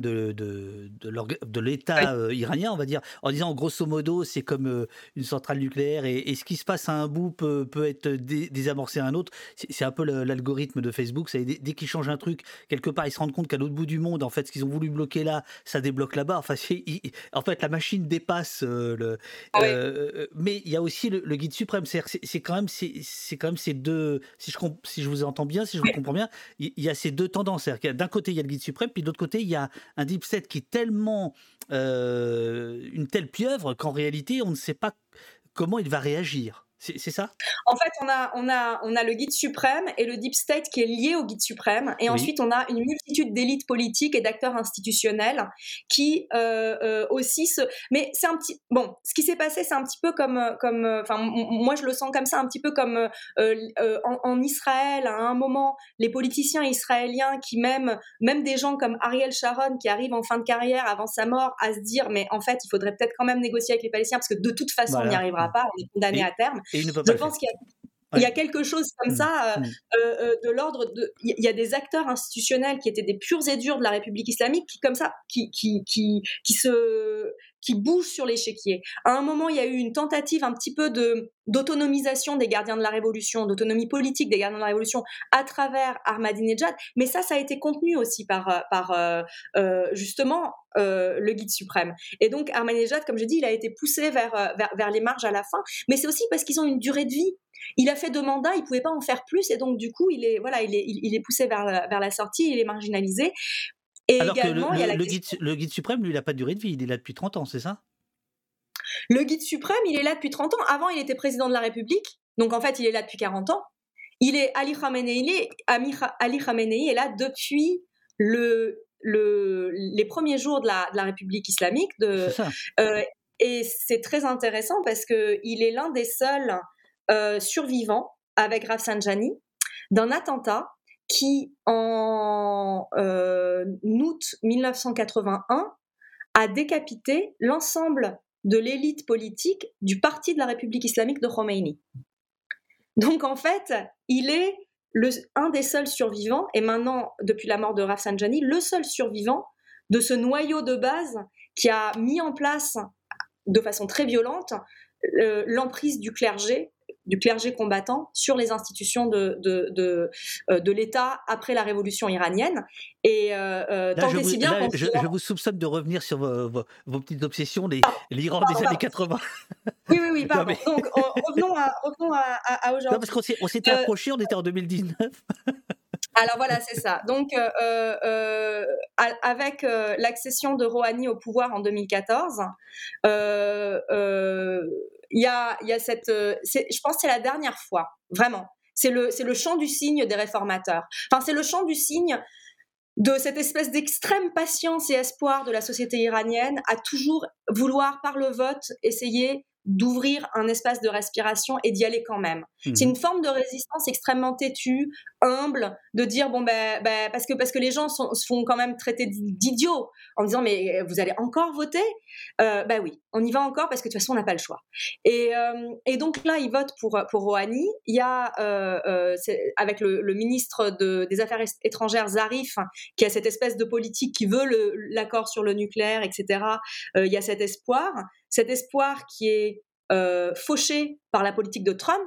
de l'État iranien, on va dire, en disant grosso modo c'est comme une centrale nucléaire, et ce qui se passe à un bout peut être désamorcé à un autre. C'est un peu l'algorithme de Facebook. Dès qu'ils changent un truc quelque part, ils se rendent compte qu'à l'autre bout du monde, en fait, ce qu'ils ont voulu bloquer là, ça débloque là-bas. Enfin, en fait, la machine dépasse mais il y a aussi le guide suprême. C'est quand même ces deux. Si je vous entends bien, si je vous comprends bien, il y a ces deux tendances. C'est-à-dire d'un côté il y a le guide suprême, puis de l'autre côté il y a un deep state qui est tellement une telle pieuvre qu'en réalité on ne sait pas comment il va réagir. C'est ça? En fait, on a le guide suprême et le deep state qui est lié au guide suprême. Et Oui. ensuite, on a une multitude d'élites politiques et d'acteurs institutionnels qui aussi se. Mais c'est un petit. Bon, ce qui s'est passé, c'est un petit peu enfin, moi, je le sens comme ça, un petit peu comme en Israël, à un moment, les politiciens israéliens qui même des gens comme Ariel Sharon qui arrivent en fin de carrière avant sa mort à se dire, mais en fait, il faudrait peut-être quand même négocier avec les Palestiniens parce que de toute façon, on n'y Voilà. arrivera pas, on est condamné à Et terme. et il ne peut Je pas le faire. pense qu'il y a Ouais. quelque chose comme Mmh. ça, Mmh. de l'ordre de. Il y a des acteurs institutionnels qui étaient des purs et durs de la République islamique, qui comme ça, qui bougent sur l'échiquier. À un moment, il y a eu une tentative un petit peu d'autonomisation des gardiens de la Révolution, d'autonomie politique des gardiens de la Révolution à travers Ahmadinejad, mais ça a été contenu aussi par justement le guide suprême. Et donc Ahmadinejad, comme je dis, il a été poussé vers les marges à la fin, mais c'est aussi parce qu'ils ont une durée de vie. Il a fait 2 mandats, il pouvait pas en faire plus, et donc du coup, il est poussé vers la sortie, il est marginalisé. Et Alors que également, il y a la question. le guide suprême, lui, il a pas de durée de vie, il est là depuis 30 ans, c'est ça? Le guide suprême, il est là depuis 30 ans. Avant, il était président de la République, donc en fait, il est là depuis 40 ans. Ali Khamenei est là depuis les premiers jours de la République islamique. C'est ça. Et c'est très intéressant parce qu'il est l'un des seuls survivants, avec Rafsanjani, d'un attentat qui, en août 1981, a décapité l'ensemble de l'élite politique du Parti de la République islamique de Khomeini. Donc en fait, il est un des seuls survivants, et maintenant, depuis la mort de Rafsanjani, le seul survivant de ce noyau de base qui a mis en place de façon très violente l'emprise du clergé combattant sur les institutions de l'État après la révolution iranienne. Et tant et si bien je vous soupçonne de revenir sur vos petites obsessions, l'Iran des années 80. Oui, pardon. Mais... Donc, revenons à aujourd'hui. Non, parce qu'on s'était approché, on était en 2019. Alors voilà, c'est ça. Donc, avec l'accession de Rouhani au pouvoir en 2014, il y a cette. Je pense que c'est la dernière fois, vraiment. C'est le chant du cygne des réformateurs. Enfin, c'est le chant du cygne de cette espèce d'extrême patience et espoir de la société iranienne à toujours vouloir, par le vote, essayer d'ouvrir un espace de respiration et d'y aller quand même. C'est une forme de résistance extrêmement têtue, humble, de dire parce que les gens se font quand même traiter d'idiots en disant mais vous allez encore voter oui, on y va encore parce que de toute façon on n'a pas le choix. Et donc là ils votent pour Rouhani. Il y a avec le ministre des Affaires étrangères Zarif qui a cette espèce de politique qui veut l'accord sur le nucléaire, etc. Il y a cet espoir qui est fauché par la politique de Trump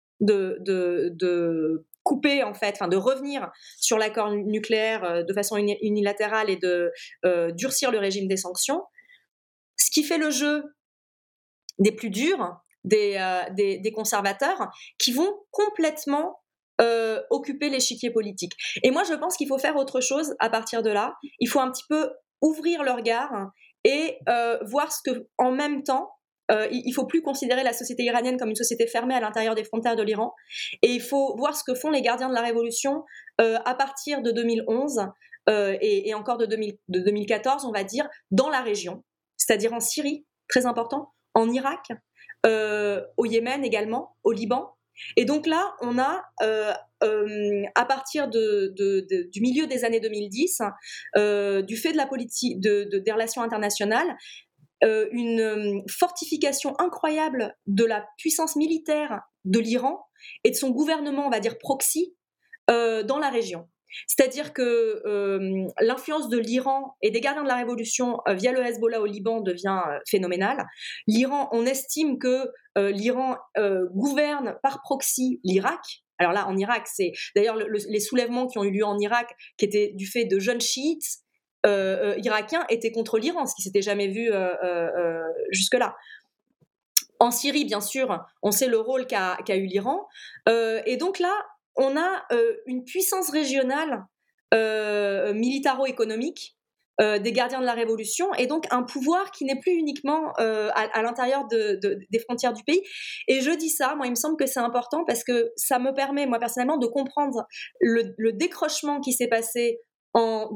de couper en fait, de revenir sur l'accord nucléaire de façon unilatérale et de durcir le régime des sanctions, ce qui fait le jeu des plus durs, des conservateurs qui vont complètement occuper l'échiquier politique. Et moi, je pense qu'il faut faire autre chose à partir de là. Il faut un petit peu ouvrir le regard et voir ce que, en même temps, il ne faut plus considérer la société iranienne comme une société fermée à l'intérieur des frontières de l'Iran. Et il faut voir ce que font les gardiens de la révolution à partir de 2011 et encore de 2014, on va dire, dans la région. C'est-à-dire en Syrie, très important, en Irak, au Yémen également, au Liban. Et donc là, on a, à partir du milieu des années 2010, du fait de la politique des relations internationales, une fortification incroyable de la puissance militaire de l'Iran et de son gouvernement, on va dire proxy, dans la région. C'est-à-dire que l'influence de l'Iran et des gardiens de la révolution via le Hezbollah au Liban devient phénoménale. L'Iran, on estime que l'Iran gouverne par proxy l'Irak. Alors là, en Irak, c'est d'ailleurs les soulèvements qui ont eu lieu en Irak, qui étaient du fait de jeunes chiites irakiens, étaient contre l'Iran, ce qui s'était jamais vu jusque-là. En Syrie, bien sûr, on sait le rôle qu'a eu l'Iran. Et donc là, on a une puissance régionale militaro-économique des gardiens de la Révolution, et donc un pouvoir qui n'est plus uniquement à l'intérieur des frontières du pays. Et je dis ça, moi, il me semble que c'est important parce que ça me permet, moi, personnellement, de comprendre le décrochement qui s'est passé en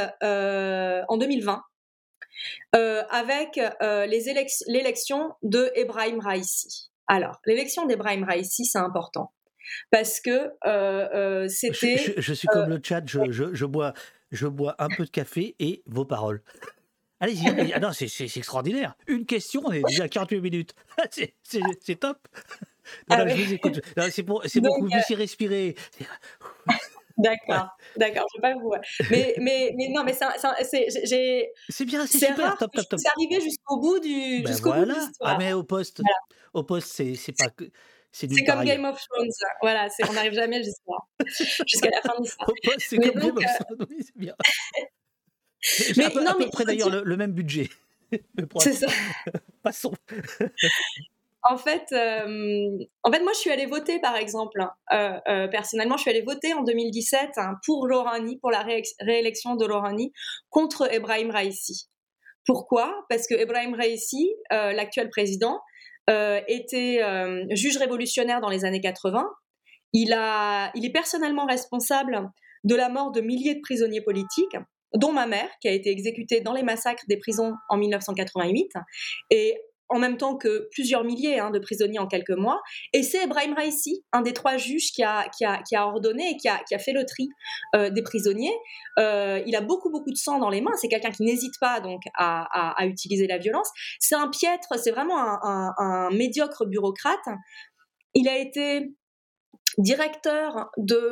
2020 avec l'élection de Ebrahim Raïssi. Alors, l'élection d'Ebrahim Raïssi, c'est important parce que c'était... Je suis comme le chat, je bois un peu de café et vos paroles. Allez-y. Ah non, c'est extraordinaire. Une question, on est déjà à 48 minutes. C'est top. Non, je vous écoute. Non, c'est pour que vous puissiez respirer. D'accord, je vais pas vous. Mais non, mais c'est bien, c'est super, rare top. C'est arrivé jusqu'au bout de l'histoire. Ah mais au poste, c'est pas que c'est comme Game of Thrones. Voilà, on n'arrive jamais jusqu'à la fin de l'histoire. Au poste, c'est comme Game of Thrones. Oui, c'est bien. Mais à peu près d'ailleurs le même budget. C'est ça. Passons. En fait, moi, je suis allée voter, par exemple. Personnellement, je suis allée voter en 2017 pour Rouhani, pour la réélection de Rouhani contre Ebrahim Raïssi. Pourquoi ? Parce que Ebrahim Raïssi, l'actuel président, était juge révolutionnaire dans les années 80. Il est personnellement responsable de la mort de milliers de prisonniers politiques, dont ma mère, qui a été exécutée dans les massacres des prisons en 1988, et en même temps que plusieurs milliers de prisonniers en quelques mois. Et c'est Ebrahim Raïssi, un des 3 juges qui a ordonné et qui a fait le tri des prisonniers. Il a beaucoup de sang dans les mains. C'est quelqu'un qui n'hésite pas donc à utiliser la violence. C'est un piètre, c'est vraiment un médiocre bureaucrate. Il a été directeur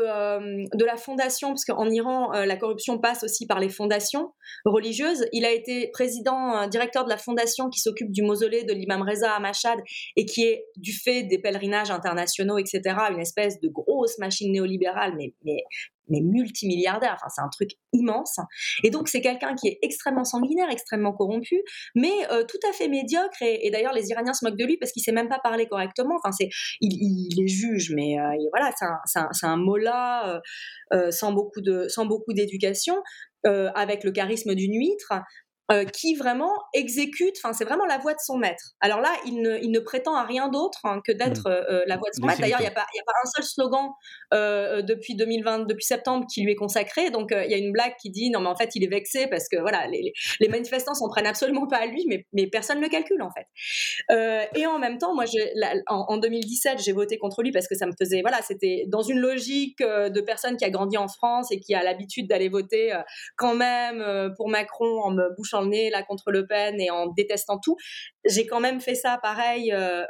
de la fondation, parce qu'en Iran, la corruption passe aussi par les fondations religieuses. Il a été directeur de la fondation qui s'occupe du mausolée de l'imam Reza à Mashhad et qui est, du fait des pèlerinages internationaux, etc., une espèce de grosse machine néolibérale, mais multimilliardaire. Enfin, c'est un truc immense. Et donc, c'est quelqu'un qui est extrêmement sanguinaire, extrêmement corrompu, mais tout à fait médiocre. Et d'ailleurs, les Iraniens se moquent de lui parce qu'il sait même pas parler correctement. Enfin, il est juge, mais voilà, c'est un mollah sans beaucoup d'éducation, avec le charisme d'une huître. Qui vraiment exécute, enfin c'est vraiment la voix de son maître. Alors là, il ne prétend à rien d'autre que d'être la voix de son maître. D'ailleurs, il n'y a pas un seul slogan depuis 2020, depuis septembre, qui lui est consacré. Donc il y a une blague qui dit non mais en fait il est vexé parce que voilà les manifestants s'en prennent absolument pas à lui, mais personne ne le calcule en fait. Et en même temps, moi en 2017, j'ai voté contre lui parce que ça me faisait, voilà, c'était dans une logique de personne qui a grandi en France et qui a l'habitude d'aller voter quand même pour Macron en me bouchant le nez là contre Le Pen et en détestant tout. J'ai quand même fait ça pareil.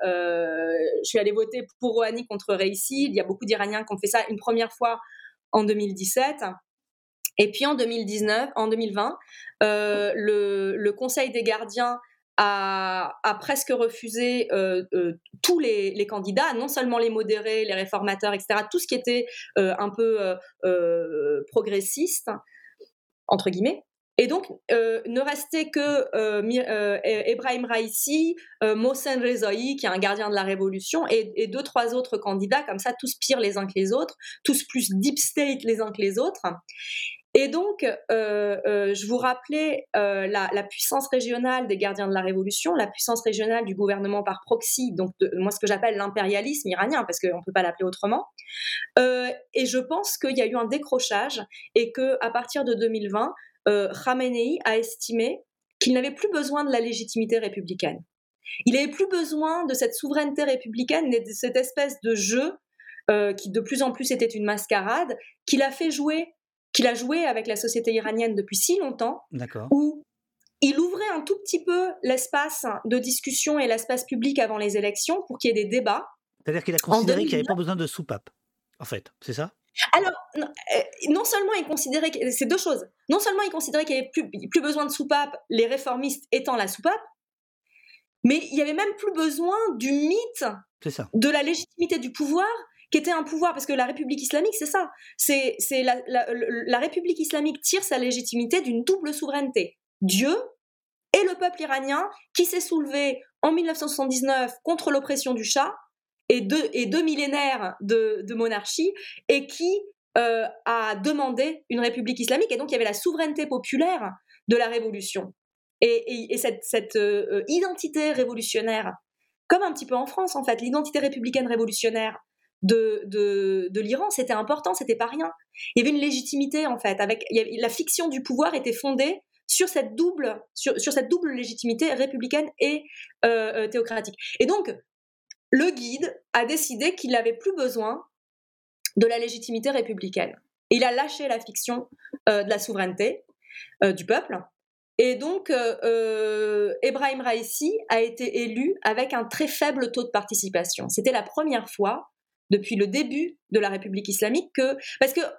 Je suis allée voter pour Rouhani contre Raïssi. Il y a beaucoup d'Iraniens qui ont fait ça une première fois en 2017. Et puis en 2020, le Conseil des gardiens a presque refusé tous les candidats, non seulement les modérés, les réformateurs, etc., tout ce qui était un peu progressiste, entre guillemets. Et donc, ne restait que Ebrahim Raïssi, Mohsen Rezaï, qui est un gardien de la Révolution, et 2-3 autres candidats, comme ça, tous pires les uns que les autres, tous plus deep state les uns que les autres. Et donc, je vous rappelais la puissance régionale des gardiens de la Révolution, la puissance régionale du gouvernement par proxy, donc moi ce que j'appelle l'impérialisme iranien, parce qu'on ne peut pas l'appeler autrement. Et je pense qu'il y a eu un décrochage et qu'à partir de 2020, Khamenei a estimé qu'il n'avait plus besoin de la légitimité républicaine. Il n'avait plus besoin de cette souveraineté républicaine et de cette espèce de jeu qui de plus en plus était une mascarade, qu'il a joué avec la société iranienne depuis si longtemps, où il ouvrait un tout petit peu l'espace de discussion et l'espace public avant les élections pour qu'il y ait des débats. C'est-à-dire qu'il a considéré qu'il n'y avait pas besoin de soupape, en fait, c'est ça ? Alors, non seulement il considérait que c'est 2 choses. Non seulement il considérait qu'il n'y avait plus besoin de soupape, les réformistes étant la soupape, mais il n'y avait même plus besoin du mythe de la légitimité du pouvoir, qui était un pouvoir, parce que la République islamique, c'est ça. C'est la République islamique tire sa légitimité d'une double souveraineté. Dieu et le peuple iranien qui s'est soulevé en 1979 contre l'oppression du Shah et 2 millénaires de monarchie, et qui a demandé une république islamique. Et donc, il y avait la souveraineté populaire de la révolution. Et cette identité révolutionnaire, comme un petit peu en France en fait, l'identité républicaine révolutionnaire de l'Iran, c'était important, c'était pas rien. Il y avait une légitimité en fait, la fiction du pouvoir était fondée sur cette double légitimité républicaine et théocratique. Et donc, le guide a décidé qu'il n'avait plus besoin de la légitimité républicaine. Il a lâché la fiction de la souveraineté du peuple. Et donc, Ebrahim Raïssi a été élu avec un très faible taux de participation. C'était la première fois depuis le début de la République islamique parce que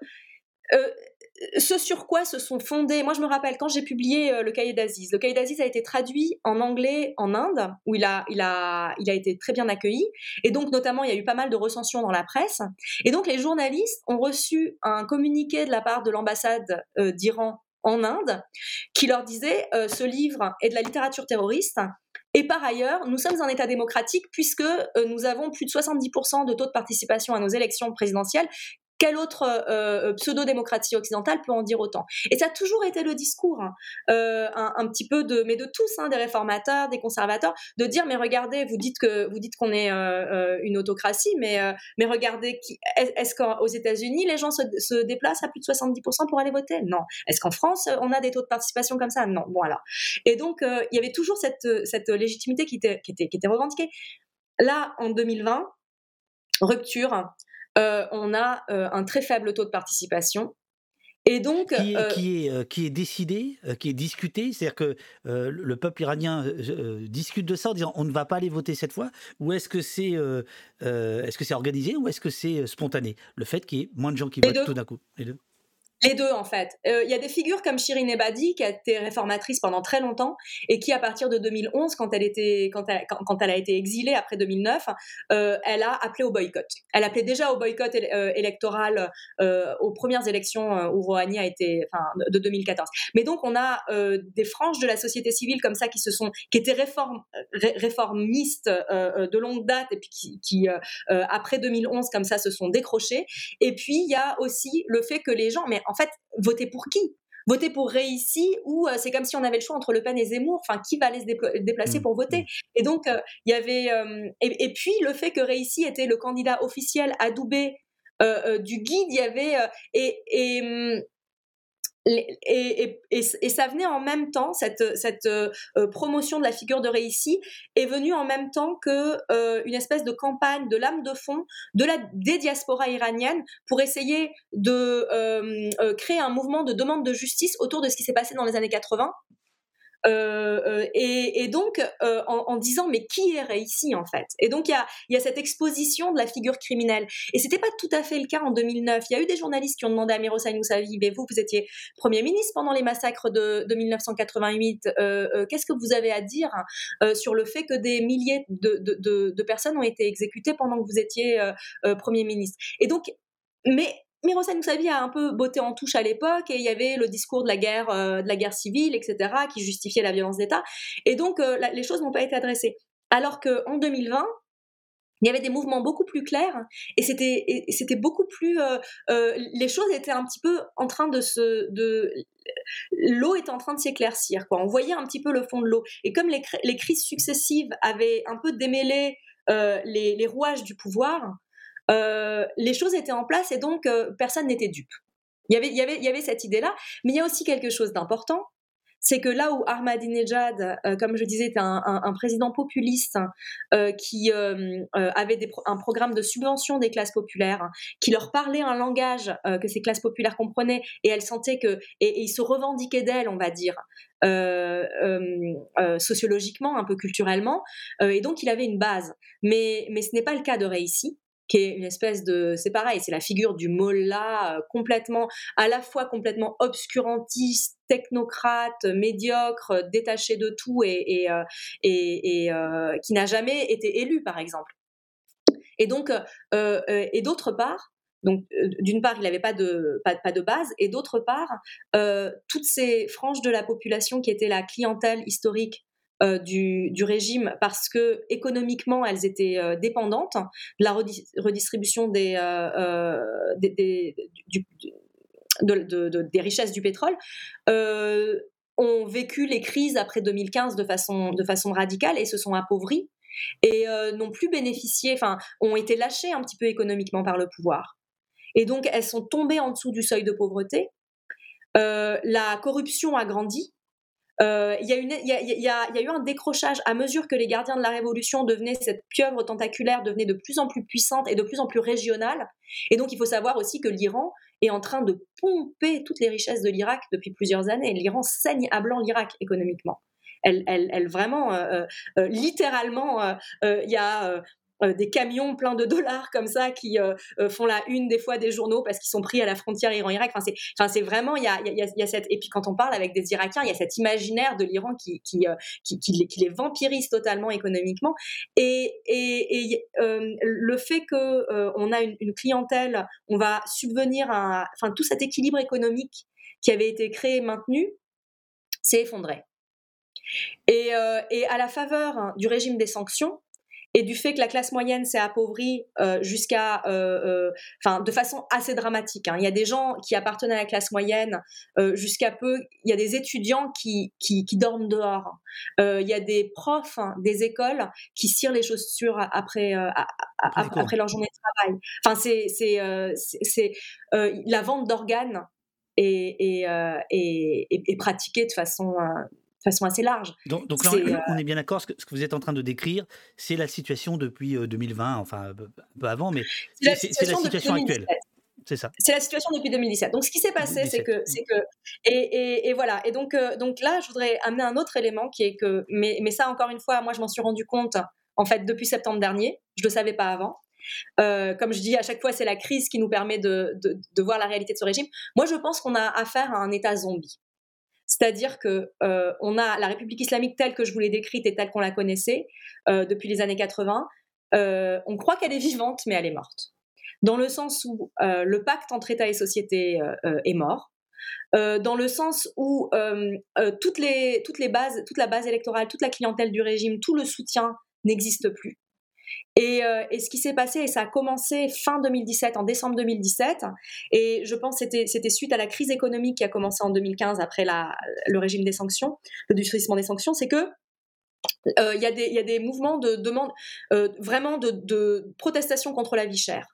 ce sur quoi se sont fondés. Moi, je me rappelle quand j'ai publié le Cahier d'Aziz. Le Cahier d'Aziz a été traduit en anglais en Inde, où il a été très bien accueilli. Et donc, notamment, il y a eu pas mal de recensions dans la presse. Et donc, les journalistes ont reçu un communiqué de la part de l'ambassade d'Iran en Inde qui leur disait ce livre est de la littérature terroriste. Et par ailleurs, nous sommes un État démocratique puisque nous avons plus de 70% de taux de participation à nos élections présidentielles. Quelle autre pseudo-démocratie occidentale peut en dire autant? Et ça a toujours été le discours, un petit peu mais de tous, des réformateurs, des conservateurs, de dire mais regardez, vous dites qu'on est une autocratie, mais regardez, est-ce qu'aux États-Unis les gens se déplacent à plus de 70% pour aller voter? Non. Est-ce qu'en France on a des taux de participation comme ça? Non. Bon alors. Et donc il y avait toujours cette légitimité qui était revendiquée. Là, en 2020, rupture. On a un très faible taux de participation. Et donc, qui est décidé, qui est discuté, c'est-à-dire que le peuple iranien discute de ça en disant on ne va pas aller voter cette fois, ou est-ce que c'est organisé, ou est-ce que c'est spontané, le fait qu'il y ait moins de gens qui votent tout d'un coup? Les deux, en fait. Il y a des figures comme Shirin Ebadi, qui a été réformatrice pendant très longtemps, et qui, à partir de 2011, quand elle a été exilée après 2009, elle a appelé au boycott. Elle appelait déjà au boycott électoral aux premières élections où Rouhani de 2014. Mais donc, on a des franges de la société civile comme ça qui étaient réformistes de longue date, et puis qui après 2011, comme ça, se sont décrochées. Et puis, il y a aussi le fait que les gens, mais en fait, voter pour qui? Voter pour Raïssi, ou c'est comme si on avait le choix entre Le Pen et Zemmour. Enfin, qui va aller se déplacer pour voter? Et donc, il y avait... et puis, le fait que Raïssi était le candidat officiel adoubé du guide, il y avait... Et ça venait en même temps, cette promotion de la figure de Raïssi est venue en même temps que une espèce de campagne de lame de fond des diasporas iraniennes pour essayer de créer un mouvement de demande de justice autour de ce qui s'est passé dans les années 80. Et donc en disant mais qui est Raïssi en fait? Et donc il y a cette exposition de la figure criminelle, et c'était pas tout à fait le cas en 2009. Il y a eu des journalistes qui ont demandé à Mehrosa Mousavi, mais vous étiez Premier ministre pendant les massacres de 1988, qu'est-ce que vous avez à dire sur le fait que des milliers de personnes ont été exécutées pendant que vous étiez Premier ministre? Et donc Mehrosa Mousavi a un peu botté en touche à l'époque, et il y avait le discours de la guerre civile, etc., qui justifiait la violence d'État. Et donc, les choses n'ont pas été adressées. Alors qu'en 2020, il y avait des mouvements beaucoup plus clairs, et c'était beaucoup plus... les choses étaient un petit peu en train l'eau était en train de s'éclaircir, quoi. On voyait un petit peu le fond de l'eau. Et comme les crises successives avaient un peu démêlé les rouages du pouvoir, les choses étaient en place, et donc personne n'était dupe. Il y avait cette idée-là, mais il y a aussi quelque chose d'important, c'est que là où Ahmadinejad, comme je disais, était un président populiste qui avait un programme de subvention des classes populaires, qui leur parlait un langage que ces classes populaires comprenaient, et elles sentaient et ils se revendiquaient d'elles, on va dire, sociologiquement, un peu culturellement, et donc il avait une base. Mais ce n'est pas le cas de Raïssi, qui est une espèce c'est pareil, c'est la figure du mollah, à la fois complètement obscurantiste, technocrate, médiocre, détaché de tout, et qui n'a jamais été élu, par exemple. Et donc, et d'autre part, donc d'une part, il n'avait pas de base, et d'autre part, toutes ces franges de la population qui étaient la clientèle historique du régime, parce que économiquement elles étaient dépendantes de la redistribution des richesses du pétrole, ont vécu les crises après 2015 de façon radicale et se sont appauvris et n'ont plus bénéficié, ont été lâchés un petit peu économiquement par le pouvoir. Et donc, elles sont tombées en dessous du seuil de pauvreté. La corruption a grandi. Il y a eu un décrochage à mesure que les gardiens de la révolution devenaient, cette pieuvre tentaculaire devenait de plus en plus puissante et de plus en plus régionale. Et donc, il faut savoir aussi que l'Iran est en train de pomper toutes les richesses de l'Irak depuis plusieurs années. L'Iran saigne à blanc l'Irak économiquement. Elle vraiment, littéralement, il y a des camions pleins de dollars comme ça qui font la une des fois des journaux parce qu'ils sont pris à la frontière Iran-Irak. C'est vraiment, il y a cette, et puis quand on parle avec des Irakiens, il y a cet imaginaire de l'Iran qui les vampirise totalement économiquement. Et le fait que on a une clientèle, on va subvenir à, tout cet équilibre économique qui avait été créé et maintenu, s'est effondré. Et à la faveur du régime des sanctions et du fait que la classe moyenne s'est appauvrie jusqu'à, de façon assez dramatique. Il y a des gens qui appartenaient à la classe moyenne jusqu'à peu. Il y a des étudiants qui dorment dehors. Il y a des profs des écoles qui cirent les chaussures après leur journée de travail. C'est la vente d'organes est pratiquée de façon assez large. Donc là, on est bien d'accord, ce que vous êtes en train de décrire, c'est la situation depuis 2020, enfin un peu avant, mais c'est la situation actuelle. C'est ça. C'est la situation depuis 2017. Donc, ce qui s'est passé, c'est que et voilà. Et donc là, je voudrais amener un autre élément qui est que, mais ça, encore une fois, moi, je m'en suis rendu compte, en fait, depuis septembre dernier. Je le savais pas avant. Comme je dis à chaque fois, c'est la crise qui nous permet de voir la réalité de ce régime. Moi, je pense qu'on a affaire à un État zombie. C'est-à-dire que on a la République islamique telle que je vous l'ai décrite et telle qu'on la connaissait depuis les années 80. On croit qu'elle est vivante, mais elle est morte. Dans le sens où le pacte entre État et société est mort. Dans le sens où toute la base électorale, toute la clientèle du régime, tout le soutien n'existe plus. Et ce qui s'est passé, et ça a commencé fin 2017, en décembre 2017, et je pense que c'était suite à la crise économique qui a commencé en 2015 après le régime des sanctions, le durcissement des sanctions, c'est que il y a des mouvements de demande, vraiment de protestation contre la vie chère.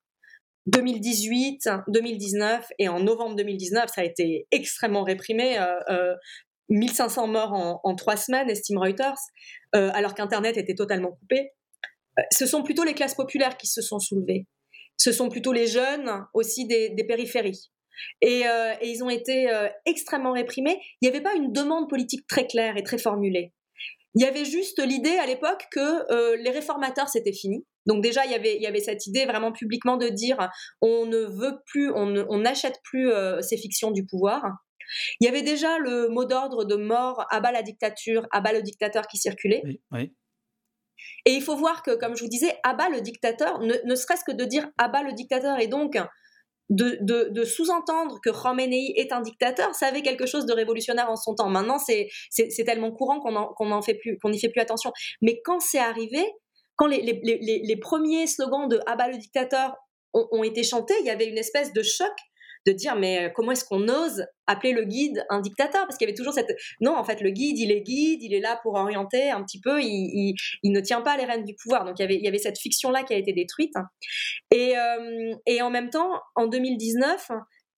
2018, 2019 et en novembre 2019, ça a été extrêmement réprimé. 1500 morts en 3 semaines, estime Reuters, alors qu'Internet était totalement coupé. Ce sont plutôt les classes populaires qui se sont soulevées. Ce sont plutôt les jeunes aussi des périphéries. Et ils ont été extrêmement réprimés. Il n'y avait pas une demande politique très claire et très formulée. Il y avait juste l'idée à l'époque que les réformateurs, c'était fini. Donc déjà, il y avait cette idée vraiment publiquement de dire on ne veut plus, on n'achète plus ces fictions du pouvoir. Il y avait déjà le mot d'ordre de mort, à bas la dictature, à bas le dictateur qui circulait. Oui, oui. Et il faut voir que, comme je vous disais, à bas le dictateur, ne serait-ce que de dire à bas le dictateur et donc de sous-entendre que Khomeini est un dictateur, ça avait quelque chose de révolutionnaire en son temps. Maintenant, c'est tellement courant qu'on n'y fait plus attention. Mais quand c'est arrivé, quand les premiers slogans de à bas le dictateur ont été chantés, il y avait une espèce de choc de dire mais comment est-ce qu'on ose appeler le guide un dictateur, parce qu'il y avait toujours cette non, en fait le guide il est là pour orienter un petit peu, il ne tient pas les rênes du pouvoir. Donc il y avait cette fiction là qui a été détruite et en même temps en 2019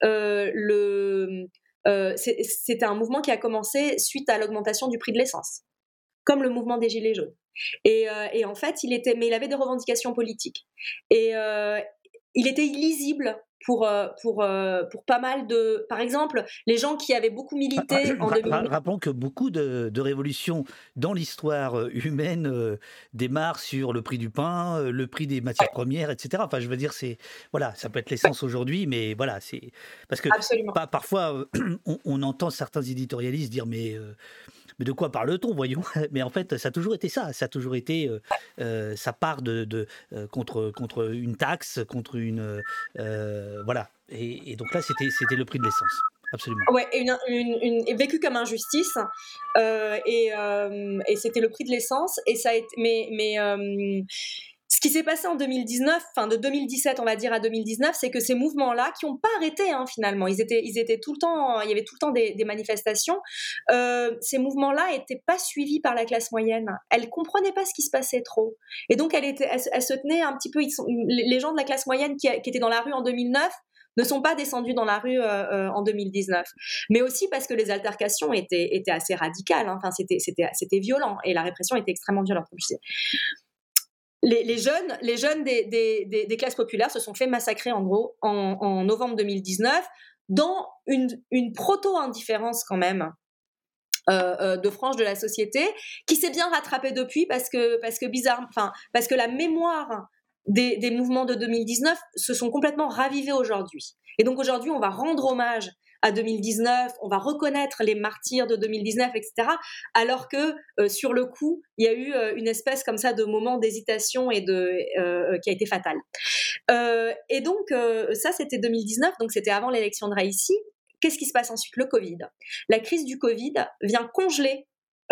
c'était un mouvement qui a commencé suite à l'augmentation du prix de l'essence, comme le mouvement des Gilets jaunes et en fait il avait des revendications politiques et il était illisible pour pas mal de... Par exemple, les gens qui avaient beaucoup milité en 2000... Rappelons que beaucoup de révolutions dans l'histoire humaine démarrent sur le prix du pain, le prix des matières premières, etc. Enfin, je veux dire, voilà, ça peut être l'essence aujourd'hui, mais voilà, c'est... Parce que parfois, on entend certains éditorialistes dire, mais de quoi parle-t-on, voyons? Mais en fait, ça a toujours été ça. Ça a toujours été, ça part contre une taxe, contre une, voilà. Et donc là, c'était le prix de l'essence, absolument. Ouais, et vécu comme injustice, et c'était le prix de l'essence. Et ça a été, mais Ce qui s'est passé en 2019, enfin de 2017 on va dire à 2019, c'est que ces mouvements-là, qui n'ont pas arrêté finalement, ils étaient tout le temps, il y avait tout le temps des manifestations, ces mouvements-là n'étaient pas suivis par la classe moyenne. Elle ne comprenait pas ce qui se passait trop. Et donc elle se tenait un petit peu, les gens de la classe moyenne qui étaient dans la rue en 2009 ne sont pas descendus dans la rue en 2019. Mais aussi parce que les altercations étaient assez radicales, enfin c'était violent et la répression était extrêmement violente, comme je disais. Les jeunes des classes populaires se sont fait massacrer en gros en novembre 2019 dans une proto-indifférence quand même de franges de la société qui s'est bien rattrapée depuis parce que bizarre, enfin parce que la mémoire des mouvements de 2019 se sont complètement ravivés aujourd'hui. Et donc aujourd'hui, on va rendre hommage à 2019, on va reconnaître les martyrs de 2019, etc. Alors que sur le coup, il y a eu une espèce comme ça de moment d'hésitation et qui a été fatal. Et donc ça, c'était 2019, donc c'était avant l'élection de Raïssi. Qu'est-ce qui se passe ensuite? Le Covid. La crise du Covid vient congeler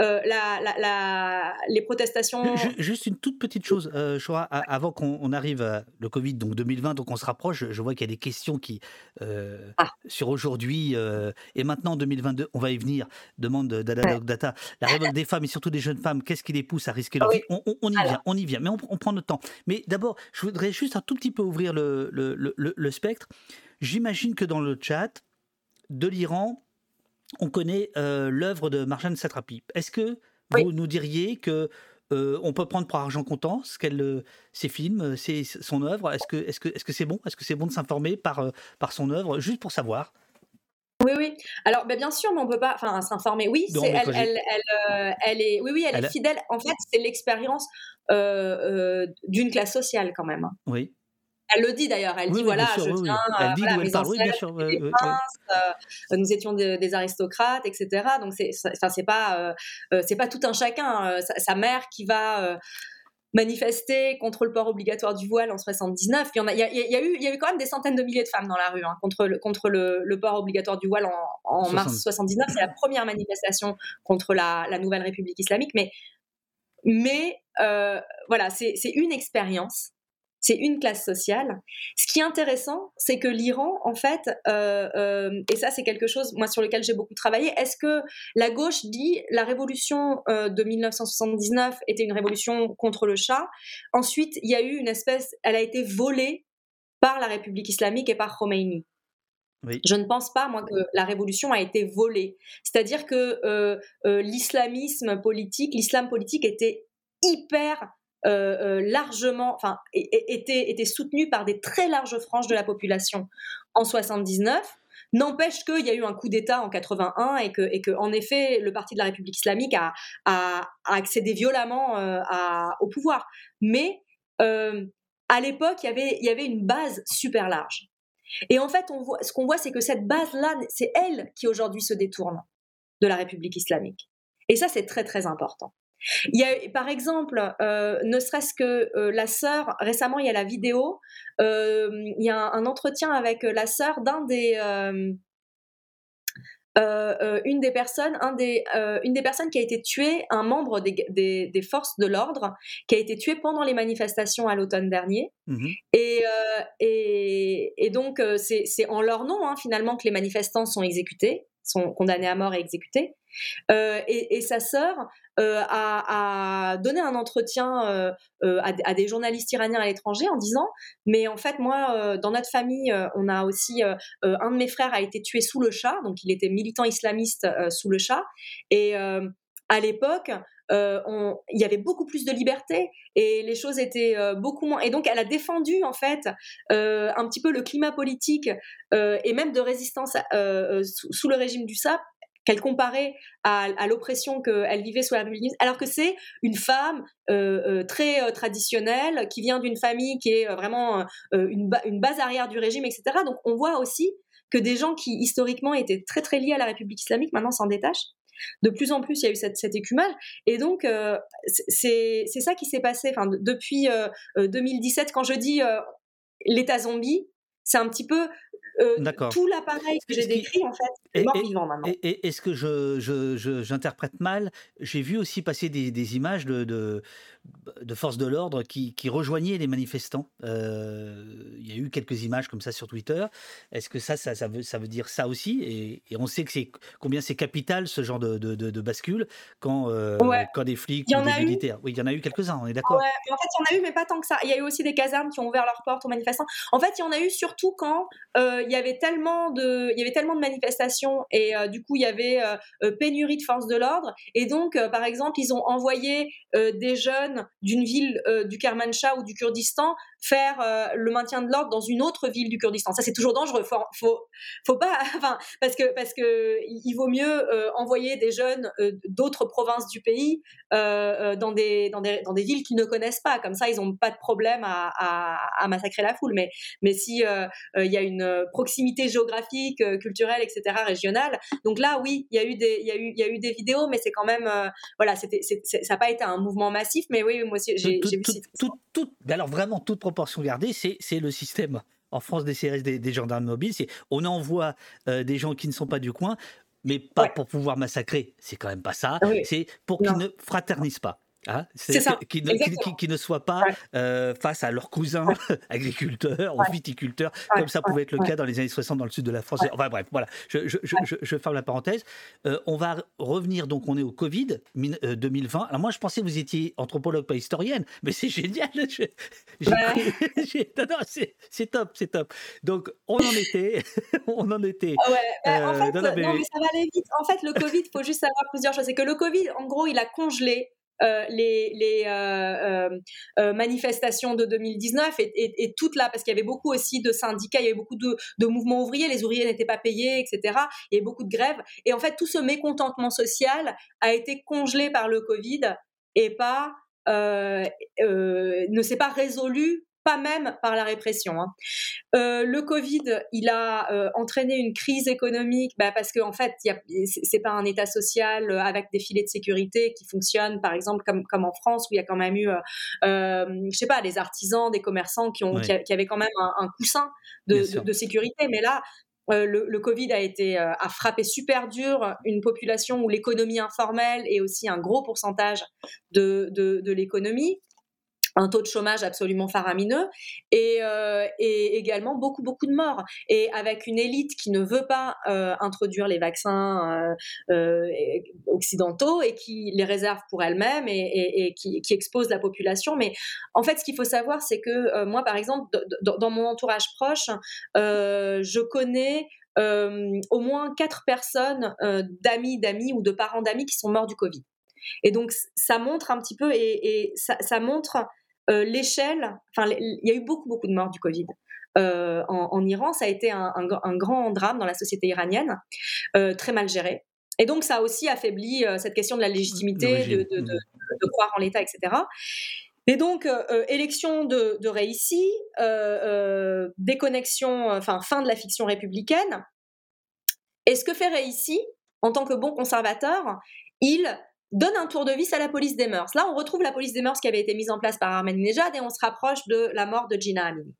les protestations. Juste une toute petite chose, Shoah, avant qu'on arrive à le Covid, donc 2020, donc on se rapproche, je vois qu'il y a des questions qui, sur aujourd'hui et maintenant 2022, on va y venir, demande Data, la révolte des femmes et surtout des jeunes femmes, qu'est-ce qui les pousse à risquer leur vie? On y vient, mais on prend notre temps. Mais d'abord, je voudrais juste un tout petit peu ouvrir le spectre. J'imagine que dans le chat de l'Iran, on connaît l'œuvre de Marjane Satrapi. Est-ce que vous nous diriez que on peut prendre pour argent comptant ses films, son œuvre? Est-ce que c'est bon? Est-ce que c'est bon de s'informer par son œuvre, juste pour savoir? Oui. Alors, bien sûr, mais on peut pas, s'informer. Oui, non, elle est fidèle. En fait, c'est l'expérience d'une classe sociale quand même. Oui. Elle le dit d'ailleurs, elle dit voilà, je viens, elle dit d'où elle mes parle, oui, bien ancêtres sûr. étaient des princes, nous étions des aristocrates, etc. Donc c'est pas tout un chacun. Sa mère qui va manifester contre le port obligatoire du voile en 79. Il y a eu quand même des centaines de milliers de femmes dans la rue contre le port obligatoire du voile en mars 79. C'est la première manifestation contre la nouvelle République islamique. Mais voilà, c'est une expérience. C'est une classe sociale. Ce qui est intéressant, c'est que l'Iran, en fait, et ça c'est quelque chose moi sur lequel j'ai beaucoup travaillé, est-ce que la gauche dit la révolution de 1979 était une révolution contre le Shah? Ensuite, il y a eu une espèce, elle a été volée par la République islamique et par Khomeini. Oui. Je ne pense pas, moi, que la révolution a été volée. C'est-à-dire que l'islam politique était hyper largement, enfin, était soutenu par des très larges franges de la population en 79. N'empêche qu'il y a eu un coup d'État en 81 et que en effet, le Parti de la République islamique a accédé violemment au pouvoir. Mais à l'époque, il y avait une base super large. Et en fait, ce qu'on voit, c'est que cette base-là, c'est elle qui aujourd'hui se détourne de la République islamique. Et ça, c'est très, très important. Il y a, par exemple, ne serait-ce que la sœur, récemment, il y a la vidéo, il y a un entretien avec la sœur une des personnes qui a été tuée, un membre des forces de l'ordre, qui a été tué pendant les manifestations à l'automne dernier. Mmh. Et donc, c'est en leur nom, finalement, que les manifestants sont condamnés à mort et exécutés. Et sa sœur a donné un entretien à des journalistes iraniens à l'étranger en disant « Mais en fait, moi, dans notre famille, on a aussi… un de mes frères a été tué sous le Shah, donc il était militant islamiste sous le Shah. Et à l'époque, il y avait beaucoup plus de liberté et les choses étaient beaucoup moins… Et donc, elle a défendu, en fait, un petit peu le climat politique et même de résistance sous le régime du Shah, qu'elle comparait à l'oppression qu'elle vivait sous la République, alors que c'est une femme très traditionnelle, qui vient d'une famille qui est vraiment une base arrière du régime, etc. Donc on voit aussi que des gens qui historiquement étaient très très liés à la République islamique maintenant s'en détachent. De plus en plus, il y a eu cet écumage. Et donc, c'est ça qui s'est passé depuis 2017. Quand je dis l'État zombie, C'est un petit peu D'accord. tout l'appareil que j'ai décrit, en fait, est mort-vivant maintenant. Est-ce que j'interprète mal? J'ai vu aussi passer des images de forces de l'ordre qui rejoignaient les manifestants. Il y a eu quelques images comme ça sur Twitter. Est-ce que ça veut dire ça aussi? Et on sait combien c'est capital ce genre de bascule Ouais, quand des flics il y ou en des a eu. militaires. Oui, il y en a eu quelques-uns, on est Ouais, d'accord? mais en fait, il y en a eu, mais pas tant que ça. Il y a eu aussi des casernes qui ont ouvert leurs portes aux manifestants. En fait, il y en a eu surtout quand il y avait tellement de manifestations et du coup, il y avait pénurie de forces de l'ordre. Et donc, par exemple, ils ont envoyé des jeunes d'une ville du Kermanshah ou du Kurdistan faire le maintien de l'ordre dans une autre ville du Kurdistan. Ça, c'est toujours dangereux. Faut pas, enfin, parce que il vaut mieux envoyer des jeunes d'autres provinces du pays dans des villes qu'ils ne connaissent pas. Comme ça, ils n'ont pas de problème à massacrer la foule. Mais si il y a une proximité géographique, culturelle, etc., régionale, donc là, oui, il y a eu des vidéos, mais c'est quand même, voilà, ça n'a pas été un mouvement massif, mais oui, moi aussi, j'ai vu ces Mais alors vraiment, toute proportion gardée, c'est le système en France des CRS, des gendarmes mobiles. On envoie des gens qui ne sont pas du coin, mais pas Ouais, pour pouvoir massacrer. C'est quand même pas ça. oui, C'est pour qu'ils non, ne fraternisent pas. Hein, c'est ça, exactement. qui ne soient pas Ouais, face à leurs cousins ouais, agriculteurs ou ouais, viticulteurs, ouais, comme ça ouais, pouvait être le ouais, cas dans les années 60 dans le sud de la France. ouais, Enfin bref, voilà, ouais. je ferme la parenthèse. On va revenir, donc on est au Covid 2020. Alors moi je pensais que vous étiez anthropologue, pas historienne, mais c'est génial. J'ai Bah, cru. Non, non, c'est top, c'est top. Donc on en était, on en était ouais, en dans la fait, non, mais BV. ça va aller vite. En fait, le Covid, il faut juste savoir plusieurs choses. C'est que le Covid, en gros, il a congelé les manifestations de 2019 et toutes là, parce qu'il y avait beaucoup aussi de syndicats, il y avait beaucoup de mouvements ouvriers, les ouvriers n'étaient pas payés, etc. Il y avait beaucoup de grèves. Et en fait, tout ce mécontentement social a été congelé par le Covid et pas, ne s'est pas résolu, pas même par la répression. Hein. Le Covid, il a entraîné une crise économique parce qu'en fait, c'est pas un État social avec des filets de sécurité qui fonctionnent, par exemple, comme en France, où il y a quand même eu, je sais pas, des artisans, des commerçants Oui, qui avaient quand même un coussin bien sûr. de sécurité. Mais là, le Covid a frappé super dur une population où l'économie informelle est aussi un gros pourcentage de l'économie, un taux de chômage absolument faramineux et également beaucoup de morts et avec une élite qui ne veut pas introduire les vaccins occidentaux et qui les réserve pour elle-même et qui expose la population. Mais en fait, ce qu'il faut savoir, c'est que moi, par exemple, dans mon entourage proche, je connais au moins 4 personnes d'amis ou de parents d'amis qui sont morts du Covid. Et donc, ça montre un petit peu, et ça montre l'échelle. Enfin, il y a eu beaucoup de morts du Covid. En Iran, ça a été un grand drame dans la société iranienne, très mal géré. Et donc, ça a aussi affaibli cette question de la Le légitimité, régime. de croire en l'État, etc. Et donc, élection de Reissi, déconnexion, enfin, fin de la fiction républicaine. Et ce que fait Reissi, en tant que bon conservateur, il donne un tour de vis à la police des mœurs. Là, on retrouve la police des mœurs qui avait été mise en place par Ahmadinejad et on se rapproche de la mort de Gina Amini.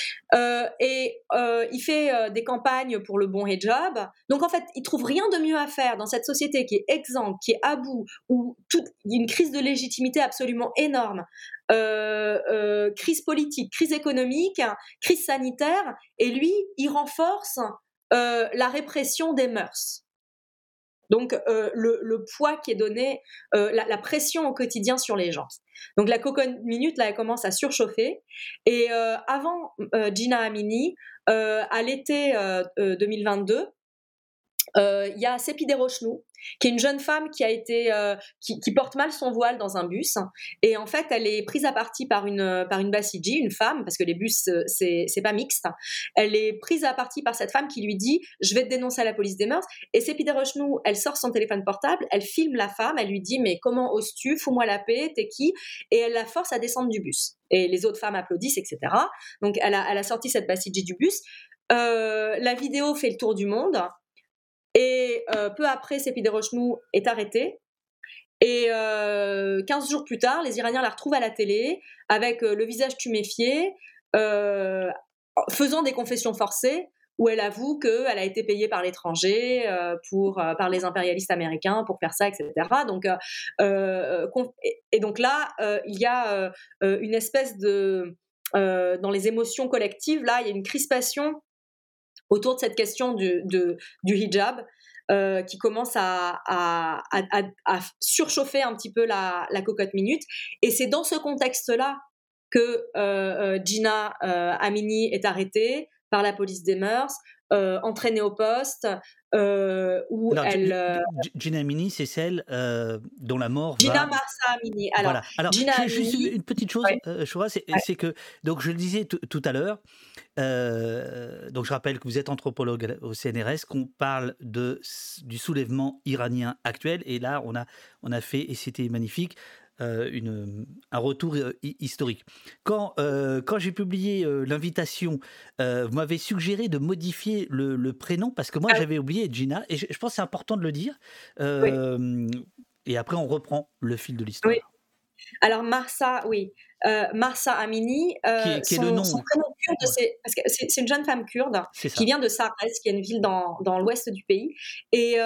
Il fait des campagnes pour le bon hijab. Donc, en fait, il trouve rien de mieux à faire dans cette société qui est exsangue, qui est à bout, où il y a une crise de légitimité absolument énorme. Crise politique, crise économique, crise sanitaire, et lui, il renforce la répression des mœurs. Donc le poids qui est donné, la pression au quotidien sur les gens. Donc la cocotte minute, là, elle commence à surchauffer. Et avant Gina Amini, à l'été 2022, il y a Sepideh Rochnou, qui est une jeune femme qui porte mal son voile dans un bus. Et en fait, elle est prise à partie par une Basiji, une femme, parce que les bus, c'est pas mixte. Elle est prise à partie par cette femme qui lui dit « Je vais te dénoncer à la police des mœurs ». Et Sepideh Rochnou, elle sort son téléphone portable, elle filme la femme, elle lui dit « Mais comment oses-tu ? Fous-moi la paix, t'es qui ?» Et elle la force à descendre du bus. Et les autres femmes applaudissent, etc. Donc, elle a sorti cette Basiji du bus. La vidéo fait le tour du monde. Et peu après, Sepideh Rochnou est arrêtée. Et 15 jours plus tard, les Iraniens la retrouvent à la télé avec le visage tuméfié, faisant des confessions forcées où elle avoue qu'elle a été payée par l'étranger, par les impérialistes américains pour faire ça, etc. Donc, et donc là, il y a une espèce de... dans les émotions collectives, là, il y a une crispation autour de cette question du hijab, qui commence à surchauffer un petit peu la cocotte minute. Et c'est dans ce contexte-là que Gina Amini est arrêtée par la police des mœurs, entraînée au poste, où Alors, elle... Gina Amini, c'est celle dont la mort Gina va... Mahsa Amini. Alors, Voilà. Alors, Gina juste Amini... une petite chose, Ouais, Shoah, ouais. c'est que, donc je le disais tout à l'heure, donc je rappelle que vous êtes anthropologue au CNRS, qu'on parle du soulèvement iranien actuel, et là on a fait, et c'était magnifique, un retour historique. Quand j'ai publié l'invitation, vous m'avez suggéré de modifier le prénom, parce que moi Ah j'avais oublié Gina, et je pense que c'est important de le dire, oui, et après on reprend le fil de oui. l'histoire. Alors Mahsa, oui, Mahsa Amini, Qui est le son nom. prénom kurde, Ouais, parce que c'est une jeune femme kurde c'est qui ça. vient de Sares, qui est une ville dans l'ouest du pays. Et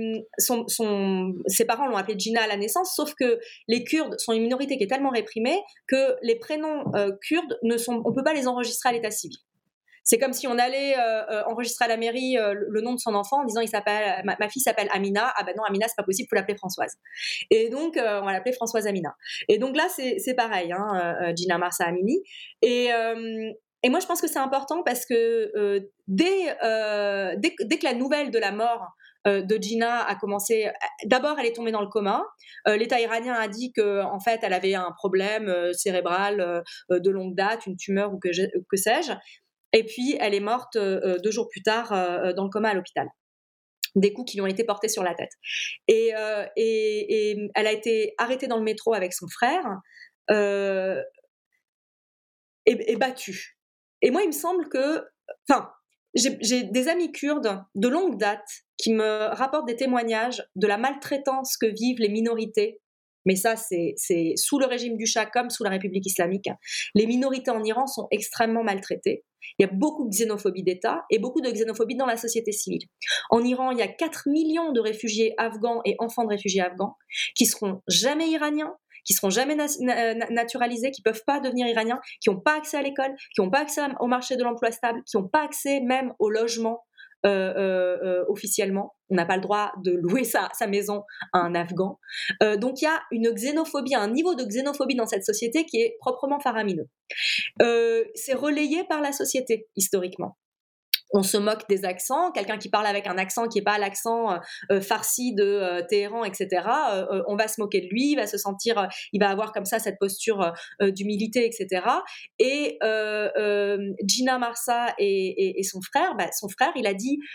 ses parents l'ont appelée Gina à la naissance, sauf que les Kurdes sont une minorité qui est tellement réprimée que les prénoms kurdes on peut pas les enregistrer à l'état civil. C'est comme si on allait enregistrer à la mairie le nom de son enfant en disant ma fille s'appelle Amina. Ah ben non, Amina, c'est pas possible, faut l'appeler Françoise. Et donc on va l'appeler Françoise Amina. Et donc là c'est pareil, hein, Gina Mahsa Amini. Et moi je pense que c'est important parce que dès que la nouvelle de la mort de Gina a commencé. D'abord, elle est tombée dans le coma. L'État iranien a dit que, en fait, elle avait un problème cérébral de longue date, une tumeur ou que sais-je. Et puis, elle est morte 2 jours plus tard dans le coma à l'hôpital. Des coups qui lui ont été portés sur la tête. Et elle a été arrêtée dans le métro avec son frère euh, et battue. Et moi, il me semble que... Enfin, j'ai des amis kurdes de longue date qui me rapportent des témoignages de la maltraitance que vivent les minorités. Mais ça, c'est sous le régime du Shah comme sous la République islamique. Les minorités en Iran sont extrêmement maltraitées. Il y a beaucoup de xénophobie d'État et beaucoup de xénophobie dans la société civile. En Iran, il y a 4 millions de réfugiés afghans et enfants de réfugiés afghans qui seront jamais iraniens, qui seront jamais naturalisés, qui peuvent pas devenir iraniens, qui n'ont pas accès à l'école, qui n'ont pas accès au marché de l'emploi stable, qui n'ont pas accès même au logement officiellement. On n'a pas le droit de louer sa maison à un Afghan. Donc il y a une xénophobie, un niveau de xénophobie dans cette société qui est proprement faramineux. C'est relayé par la société historiquement. On se moque des accents. Quelqu'un qui parle avec un accent qui n'est pas l'accent farci de Téhéran, etc., on va se moquer de lui, il va se sentir, il va avoir comme ça cette posture d'humilité, etc. Et Gina Mahsa et son frère, il a dit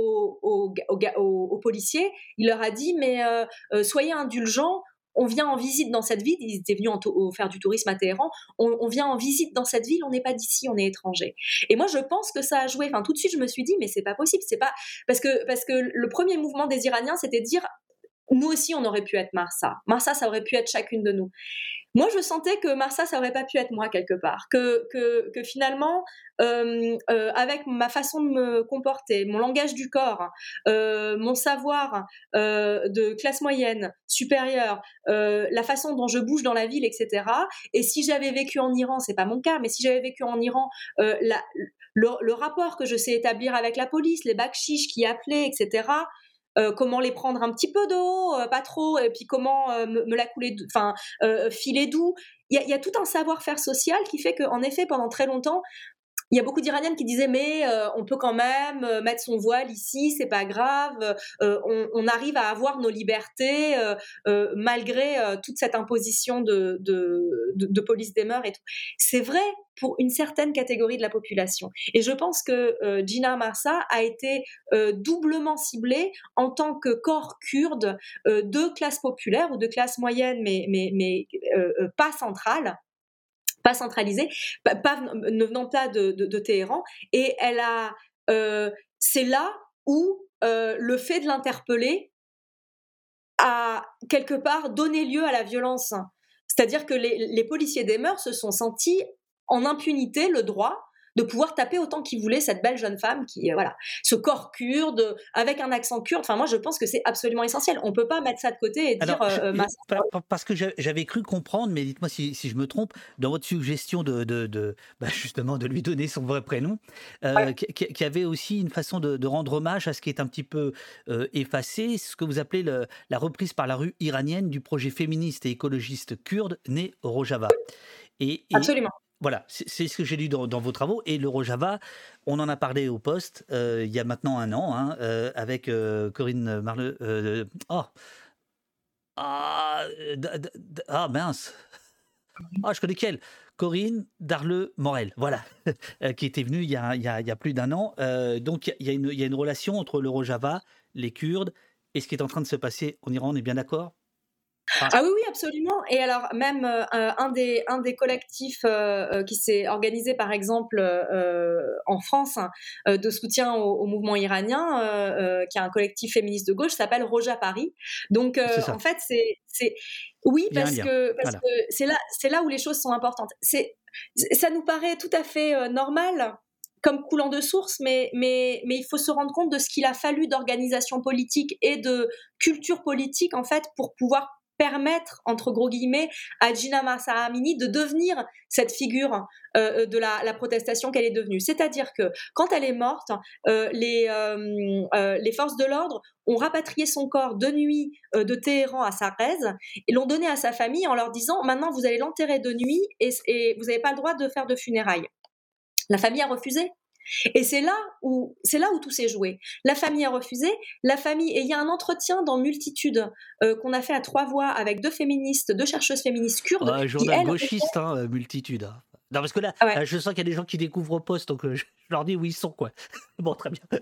aux policiers, il leur a dit, mais soyez indulgents, on vient en visite dans cette ville, ils étaient venus faire du tourisme à Téhéran, on vient en visite dans cette ville, on n'est pas d'ici, on est étranger. Et moi, je pense que ça a joué. Enfin, tout de suite, je me suis dit, mais c'est pas possible, c'est pas parce que le premier mouvement des Iraniens, c'était de dire, nous aussi, on aurait pu être Marsa. Marsa, ça aurait pu être chacune de nous. Moi, je sentais que Marsa, ça aurait pas pu être moi quelque part. Que finalement, avec ma façon de me comporter, mon langage du corps, mon savoir de classe moyenne, supérieure, la façon dont je bouge dans la ville, etc. Et si j'avais vécu en Iran, c'est pas mon cas, mais si j'avais vécu en Iran, le rapport que je sais établir avec la police, les bakshish qui appelaient, etc. Comment les prendre un petit peu de haut, pas trop, et puis comment me la couler, enfin filer doux. Il y a tout un savoir-faire social qui fait qu'en effet, pendant très longtemps, il y a beaucoup d'Iraniennes qui disaient mais on peut quand même mettre son voile ici, c'est pas grave, on arrive à avoir nos libertés malgré toute cette imposition de police des mœurs et tout. C'est vrai pour une certaine catégorie de la population. Et je pense que Gina Mahsa a été doublement ciblée en tant que corps kurde de classe populaire ou de classe moyenne, mais pas centrale, pas centralisée, ne venant pas de Téhéran. Et c'est là où le fait de l'interpeller a quelque part donné lieu à la violence. C'est-à-dire que les policiers des mœurs se sont sentis en impunité le droit de pouvoir taper autant qu'il voulait cette belle jeune femme qui, voilà, ce corps kurde, avec un accent kurde. Enfin, moi, je pense que c'est absolument essentiel. On ne peut pas mettre ça de côté et dire... Alors, parce que j'avais cru comprendre, mais dites-moi si je me trompe, dans votre suggestion justement de lui donner son vrai prénom, qu'il y avait aussi une façon de rendre hommage à ce qui est un petit peu effacé, ce que vous appelez la reprise par la rue iranienne du projet féministe et écologiste kurde né au Rojava. Absolument. Voilà, c'est ce que j'ai lu dans vos travaux. Et le Rojava, on en a parlé au Poste il y a maintenant un an, hein, avec Corinne Marle. Mince. Je connais qu'elle. Corinne Darle-Morel, voilà, qui était venue il y a plus d'un an. Donc il y a une relation entre le Rojava, les Kurdes, et ce qui est en train de se passer en Iran, on est bien d'accord ? Ah oui, oui, absolument. Et alors, même un des collectifs qui s'est organisé, par exemple, en France, de soutien au mouvement iranien, qui est un collectif féministe de gauche, s'appelle Roja Paris. Donc, en fait, c'est... Oui, parce que c'est là où les choses sont importantes. Ça nous paraît tout à fait normal, comme coulant de source, mais il faut se rendre compte de ce qu'il a fallu d'organisation politique et de culture politique, en fait, pour pouvoir permettre, entre gros guillemets, à Jina Mahsa Amini de devenir cette figure de la protestation qu'elle est devenue. C'est-à-dire que quand elle est morte, les forces de l'ordre ont rapatrié son corps de nuit de Téhéran à Sarez et l'ont donné à sa famille en leur disant « Maintenant, vous allez l'enterrer de nuit et vous n'avez pas le droit de faire de funérailles ». La famille a refusé. Et c'est là où tout s'est joué. La famille a refusé. Et il y a un entretien dans Multitude qu'on a fait à 3 voix avec 2 chercheuses féministes kurdes. Journal gauchiste, Multitude. Non, parce que là, je sens qu'il y a des gens qui découvrent au Poste, donc je leur dis où ils sont, quoi. Bon, très bien.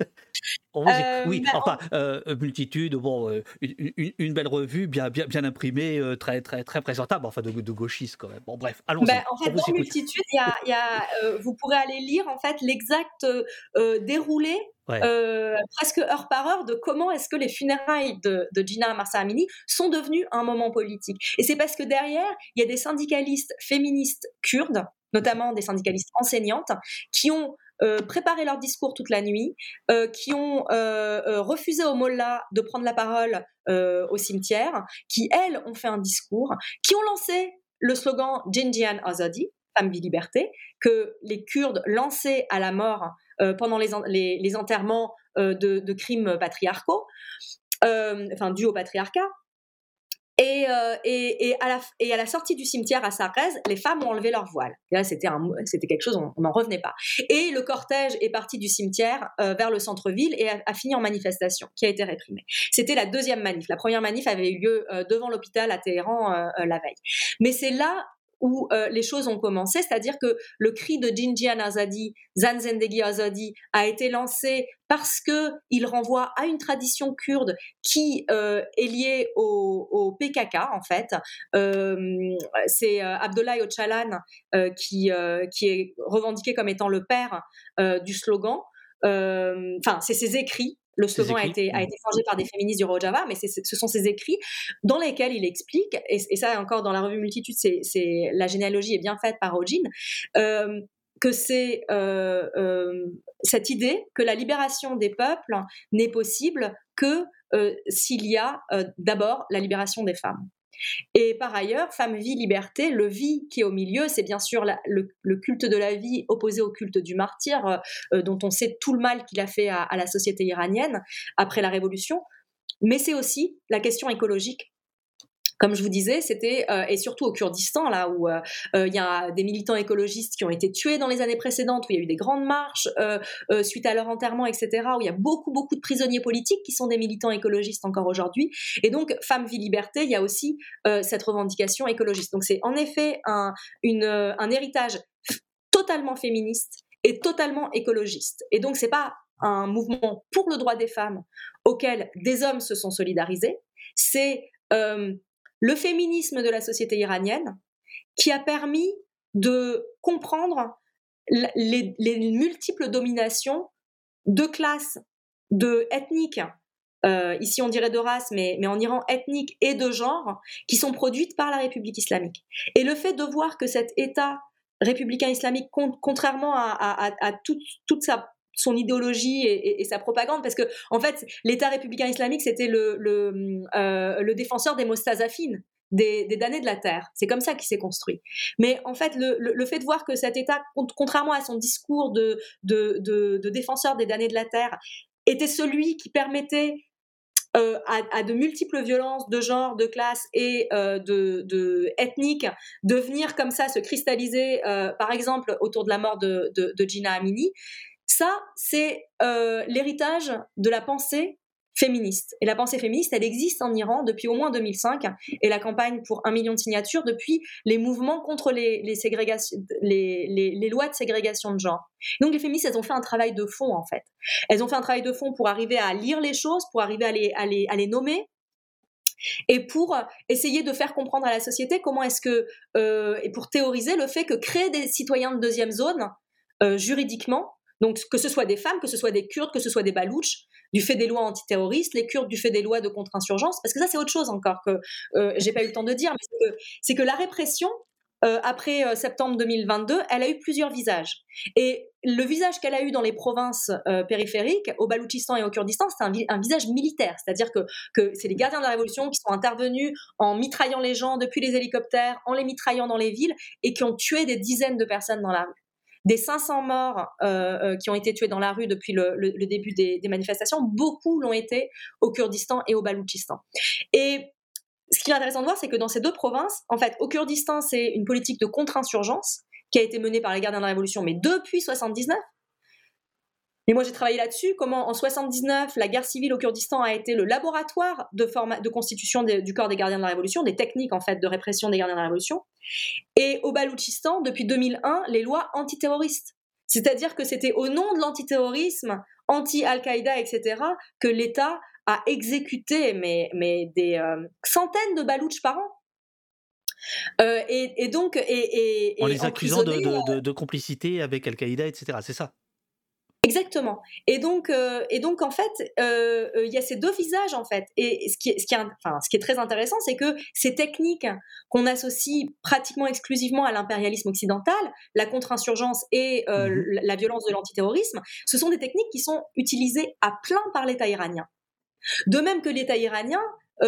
Multitude, une belle revue, bien imprimée, très, très, très présentable, enfin de gauchiste quand même. Bon, bref, allons-y. En fait, dans Multitude, vous pourrez aller lire en fait l'exact déroulé, presque heure par heure, de comment est-ce que les funérailles de Jina Mahsa Amini sont devenues un moment politique. Et c'est parce que derrière, il y a des syndicalistes féministes kurdes, notamment des syndicalistes enseignantes, qui ont préparé leur discours toute la nuit, qui ont refusé aux mollahs de prendre la parole au cimetière, qui, elles, ont fait un discours, qui ont lancé le slogan « Jinjian Azadi », femme, vie, liberté, que les Kurdes lançaient à la mort pendant les enterrements de crimes patriarcaux, dus au patriarcat. Et à la sortie du cimetière à Sarez, les femmes ont enlevé leur voile. Et là, c'était quelque chose, on n'en revenait pas. Et le cortège est parti du cimetière vers le centre-ville et a fini en manifestation, qui a été réprimée. C'était la deuxième manif. La première manif avait eu lieu devant l'hôpital à Téhéran la veille. Mais c'est là où les choses ont commencé, c'est-à-dire que le cri de Jinjian Azadi, Zan Zendegi Azadi, a été lancé parce qu'il renvoie à une tradition kurde qui est liée au PKK, en fait. C'est Abdollah Öcalan qui est revendiqué comme étant le père du slogan. C'est ses écrits. Le slogan a été forgé par des féministes du Rojava, mais ce sont ses écrits dans lesquels il explique, et ça encore dans la revue Multitude, la généalogie est bien faite par Ojin, que c'est cette idée que la libération des peuples n'est possible que s'il y a d'abord la libération des femmes. Et par ailleurs, femme, vie, liberté, le vie qui est au milieu, c'est bien sûr le culte de la vie opposé au culte du martyr, dont on sait tout le mal qu'il a fait à la société iranienne après la révolution, mais c'est aussi la question écologique. Comme je vous disais, c'était, et surtout au Kurdistan, là où il y a des militants écologistes qui ont été tués dans les années précédentes, où il y a eu des grandes marches suite à leur enterrement, etc., où il y a beaucoup, beaucoup de prisonniers politiques qui sont des militants écologistes encore aujourd'hui. Et donc, femme, vie, liberté, il y a aussi cette revendication écologiste. Donc, c'est en effet un héritage totalement féministe et totalement écologiste. Et donc, c'est pas un mouvement pour le droit des femmes auquel des hommes se sont solidarisés, c'est le féminisme de la société iranienne qui a permis de comprendre les multiples dominations de classes, ethniques, ici on dirait de race, mais en Iran ethnique et de genre, qui sont produites par la République islamique. Et le fait de voir que cet État républicain islamique, contrairement à toute son idéologie et sa propagande, parce que en fait, l'État républicain islamique, c'était le défenseur des mostazafines, des damnés de la terre. C'est comme ça qu'il s'est construit. Mais en fait, le fait de voir que cet État, contrairement à son discours de défenseur des damnés de la terre, était celui qui permettait à de multiples violences de genre, de classe et de ethniques de venir comme ça se cristalliser, par exemple autour de la mort de Gina Amini. Ça, c'est l'héritage de la pensée féministe. Et la pensée féministe, elle existe en Iran depuis au moins 2005, et la campagne pour 1 million de signatures depuis les mouvements contre les lois de ségrégation de genre. Donc les féministes, elles ont fait un travail de fond, en fait. Elles ont fait un travail de fond pour arriver à lire les choses, pour arriver à les nommer, et pour essayer de faire comprendre à la société comment est-ce que, et pour théoriser le fait que créer des citoyens de deuxième zone, juridiquement, donc que ce soit des femmes, que ce soit des Kurdes, que ce soit des Baloutches, du fait des lois antiterroristes, les Kurdes du fait des lois de contre-insurgence, parce que ça c'est autre chose encore que j'ai pas eu le temps de dire, mais c'est que la répression après septembre 2022, elle a eu plusieurs visages. Et le visage qu'elle a eu dans les provinces périphériques, au Baloutchistan et au Kurdistan, c'est un visage militaire, c'est-à-dire que c'est les gardiens de la révolution qui sont intervenus en mitraillant les gens depuis les hélicoptères, en les mitraillant dans les villes, et qui ont tué des dizaines de personnes dans la rue. Des 500 morts qui ont été tués dans la rue depuis le début des manifestations, beaucoup l'ont été au Kurdistan et au Baloutchistan. Et ce qui est intéressant de voir, c'est que dans ces deux provinces, en fait, au Kurdistan, c'est une politique de contre-insurgence qui a été menée par les gardiens de la révolution, mais depuis 79. Et moi, j'ai travaillé là-dessus, comment en 79, la guerre civile au Kurdistan a été le laboratoire de constitution du corps des gardiens de la révolution, des techniques en fait de répression des gardiens de la révolution. Et au Baloutchistan, depuis 2001, les lois antiterroristes. C'est-à-dire que c'était au nom de l'antiterrorisme, anti-Al-Qaïda, etc., que l'État a exécuté des centaines de Baloutches par an. En les accusant de complicité avec Al-Qaïda, etc. C'est ça. Exactement. Et donc en fait, il y a ces deux visages en fait. Et ce qui est très intéressant, c'est que ces techniques qu'on associe pratiquement exclusivement à l'impérialisme occidental, la contre-insurgence et la violence de l'antiterrorisme, ce sont des techniques qui sont utilisées à plein par l'État iranien. De même que l'État iranien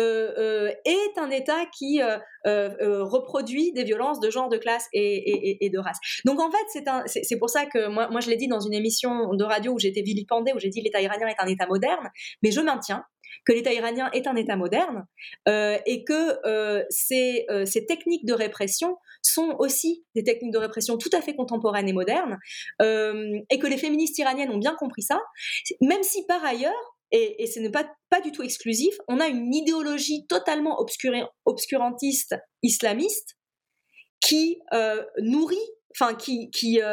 est un État qui reproduit des violences de genre, de classe et de race. Donc en fait, c'est pour ça que moi je l'ai dit dans une émission de radio où j'ai été vilipendée, où j'ai dit l'État iranien est un État moderne, mais je maintiens que l'État iranien est un État moderne et que ces techniques de répression sont aussi des techniques de répression tout à fait contemporaines et modernes et que les féministes iraniennes ont bien compris ça, même si par ailleurs, et ce n'est pas du tout exclusif, on a une idéologie totalement obscurantiste islamiste qui nourrit, enfin qui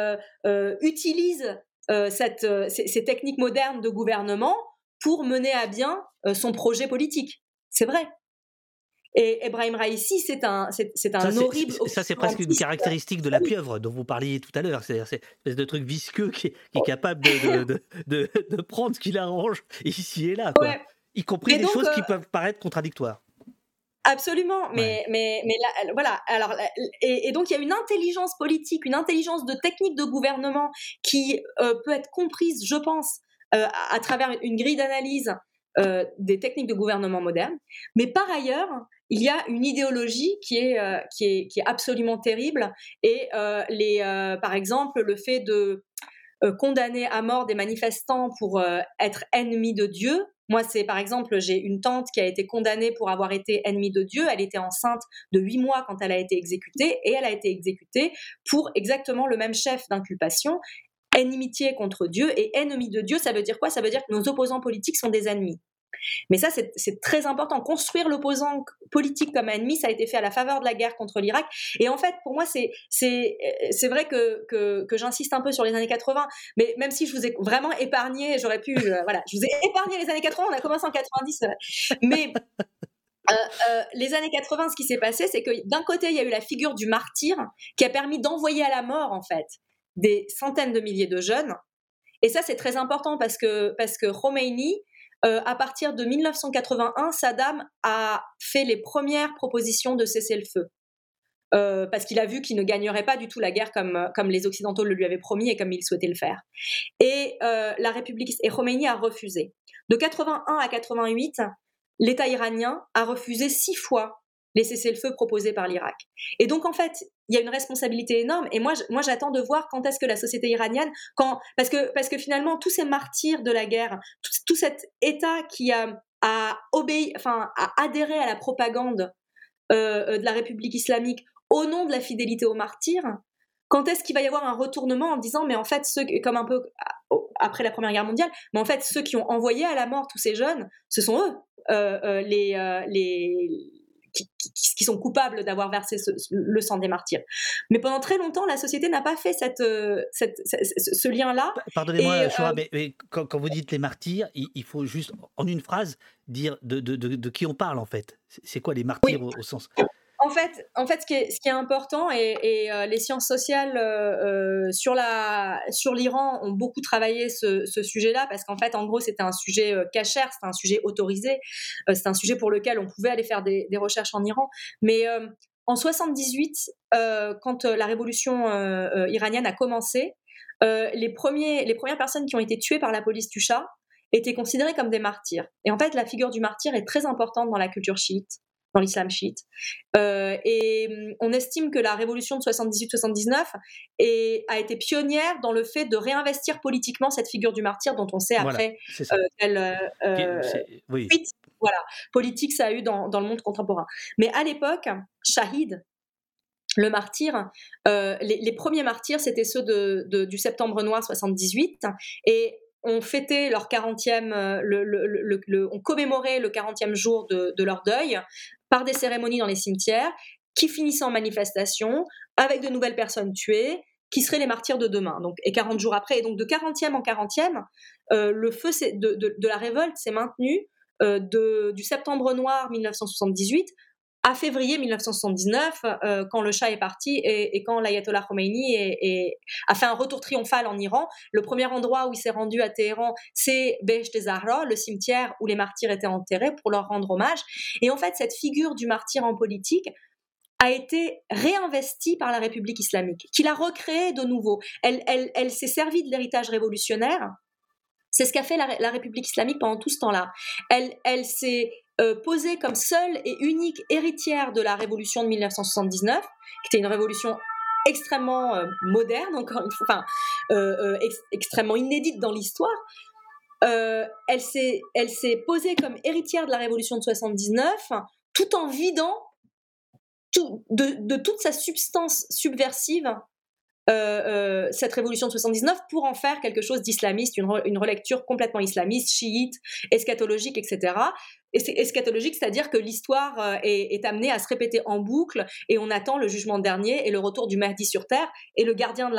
utilise ces techniques modernes de gouvernement pour mener à bien son projet politique. C'est vrai. Et Ebrahim Raïssi, c'est un horrible... Ça, c'est presque une caractéristique de la pieuvre dont vous parliez tout à l'heure. C'est-à-dire, c'est une espèce de truc visqueux qui est capable de prendre ce qui l'arrange ici et là, quoi. Ouais. Y compris des choses qui peuvent paraître contradictoires. Absolument, mais là, voilà. Alors, et donc il y a une intelligence politique, une intelligence de technique de gouvernement qui peut être comprise, je pense, à travers une grille d'analyse des techniques de gouvernement modernes. Mais par ailleurs, il y a une idéologie qui est absolument terrible. Et par exemple, le fait de condamner à mort des manifestants pour être ennemis de Dieu. Moi, par exemple, j'ai une tante qui a été condamnée pour avoir été ennemie de Dieu. Elle était enceinte de 8 mois quand elle a été exécutée, et elle a été exécutée pour exactement le même chef d'inculpation, inimitié contre Dieu. Et ennemi de Dieu, ça veut dire quoi ? Ça veut dire que nos opposants politiques sont des ennemis. Mais ça, c'est très important. Construire l'opposant politique comme ennemi, ça a été fait à la faveur de la guerre contre l'Irak. Et en fait, pour moi, c'est vrai que j'insiste un peu sur les années 80, mais même si je vous ai vraiment épargné, j'aurais pu... voilà, je vous ai épargné les années 80, on a commencé en 90. Mais les années 80, ce qui s'est passé, c'est que d'un côté, il y a eu la figure du martyr qui a permis d'envoyer à la mort, en fait, des centaines de milliers de jeunes. Et ça, c'est très important parce que Khomeini... à partir de 1981, Saddam a fait les premières propositions de cessez-le-feu. parce qu'il a vu qu'il ne gagnerait pas du tout la guerre comme les Occidentaux le lui avaient promis et comme il souhaitait le faire. Et la République et Khomeini a refusé. De 81 à 88, l'État iranien a refusé 6 fois les cessez-le-feu proposés par l'Irak. Et donc, en fait, il y a une responsabilité énorme. Et moi j'attends de voir quand est-ce que la société iranienne, parce que finalement, tous ces martyrs de la guerre, tout cet État qui a adhéré à la propagande de la République islamique au nom de la fidélité aux martyrs, quand est-ce qu'il va y avoir un retournement en disant, mais en fait, comme un peu après la Première Guerre mondiale, mais en fait, ceux qui ont envoyé à la mort tous ces jeunes, ce sont eux, qui sont coupables d'avoir versé le sang des martyrs. Mais pendant très longtemps, la société n'a pas fait ce lien-là. Pardonnez-moi, Choura, mais quand vous dites les martyrs, il faut juste, en une phrase, dire de qui on parle, en fait. C'est quoi les martyrs au sens... En fait, ce qui est important, et les sciences sociales sur l'Iran ont beaucoup travaillé ce sujet-là, parce qu'en fait, en gros, c'était un sujet cachère, c'était un sujet autorisé, c'était un sujet pour lequel on pouvait aller faire des recherches en Iran. Mais en 78, quand la révolution iranienne a commencé, les premières personnes qui ont été tuées par la police du Shah étaient considérées comme des martyrs. Et en fait, la figure du martyr est très importante dans la culture chiite, dans l'islam chiite. Et on estime que la révolution de 78-79 a été pionnière dans le fait de réinvestir politiquement cette figure du martyr, dont on sait après quelle suite politique ça a eu dans le monde contemporain. Mais à l'époque, Shahid, le martyr, les premiers martyrs, c'était ceux du Septembre Noir 78, et on fêtait leur 40e, on commémorait le 40e jour de leur deuil par des cérémonies dans les cimetières qui finissaient en manifestation avec de nouvelles personnes tuées qui seraient les martyrs de demain. Donc, et 40 jours après, et donc de 40e en 40e, le feu de la révolte s'est maintenu du Septembre Noir 1978 à février 1979, quand le Shah est parti et quand l'ayatollah Khomeini a fait un retour triomphal en Iran. Le premier endroit où il s'est rendu à Téhéran, c'est Behesht-e-Zahra, le cimetière où les martyrs étaient enterrés, pour leur rendre hommage. Et en fait, cette figure du martyr en politique a été réinvestie par la République islamique, qui l'a recréée de nouveau. Elle s'est servie de l'héritage révolutionnaire. C'est ce qu'a fait la République islamique pendant tout ce temps-là. Elle s'est posée comme seule et unique héritière de la révolution de 1979, qui était une révolution extrêmement moderne, encore une fois, extrêmement inédite dans l'histoire. Elle s'est posée comme héritière de la révolution de 79, tout en vidant de toute sa substance subversive cette révolution de 79 pour en faire quelque chose d'islamiste, une relecture complètement islamiste, chiite, eschatologique, etc. Eschatologique, c'est-à-dire que l'histoire est amenée à se répéter en boucle et on attend le jugement dernier et le retour du Mahdi sur terre, et le gardien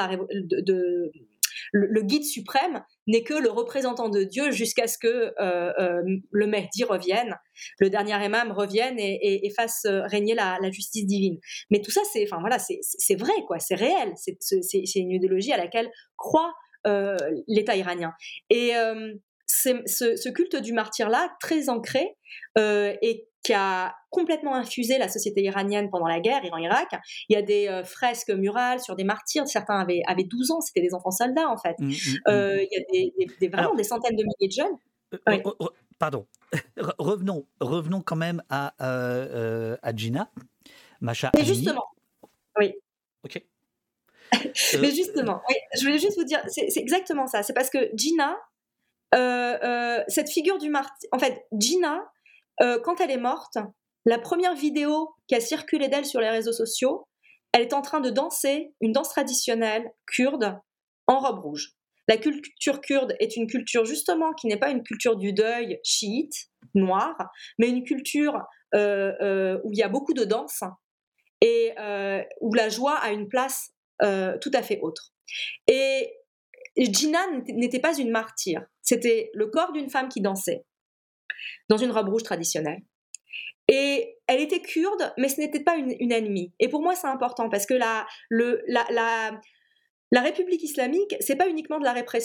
le guide suprême n'est que le représentant de Dieu jusqu'à ce que le Mahdi revienne, le dernier imam revienne et fasse régner la justice divine. Mais tout ça, c'est vrai, quoi, c'est réel, c'est une idéologie à laquelle croit l'État iranien. Et ce culte du martyr-là, très ancré, et qui a complètement infusé la société iranienne pendant la guerre, Iran-Irak. Il y a des fresques murales sur des martyrs. Certains avaient 12 ans, c'était des enfants soldats, en fait. Il y a vraiment des centaines de milliers de jeunes. Pardon. Revenons quand même à Jina, Masha Amini. Mais justement, oui. Ok. Mais justement, oui, je voulais juste vous dire, c'est exactement ça. C'est parce que Jina, cette figure du martyr, en fait, Jina, quand elle est morte, la première vidéo qui a circulé d'elle sur les réseaux sociaux, elle est en train de danser une danse traditionnelle kurde en robe rouge. La culture kurde est une culture justement qui n'est pas une culture du deuil chiite, noire, mais une culture où il y a beaucoup de danse et où la joie a une place tout à fait autre. Et Jina n'était pas une martyre, c'était le corps d'une femme qui dansait dans une robe rouge traditionnelle. Et elle était kurde, mais ce n'était pas une ennemie. Et pour moi, c'est important parce que la République islamique, c'est pas uniquement de la répression.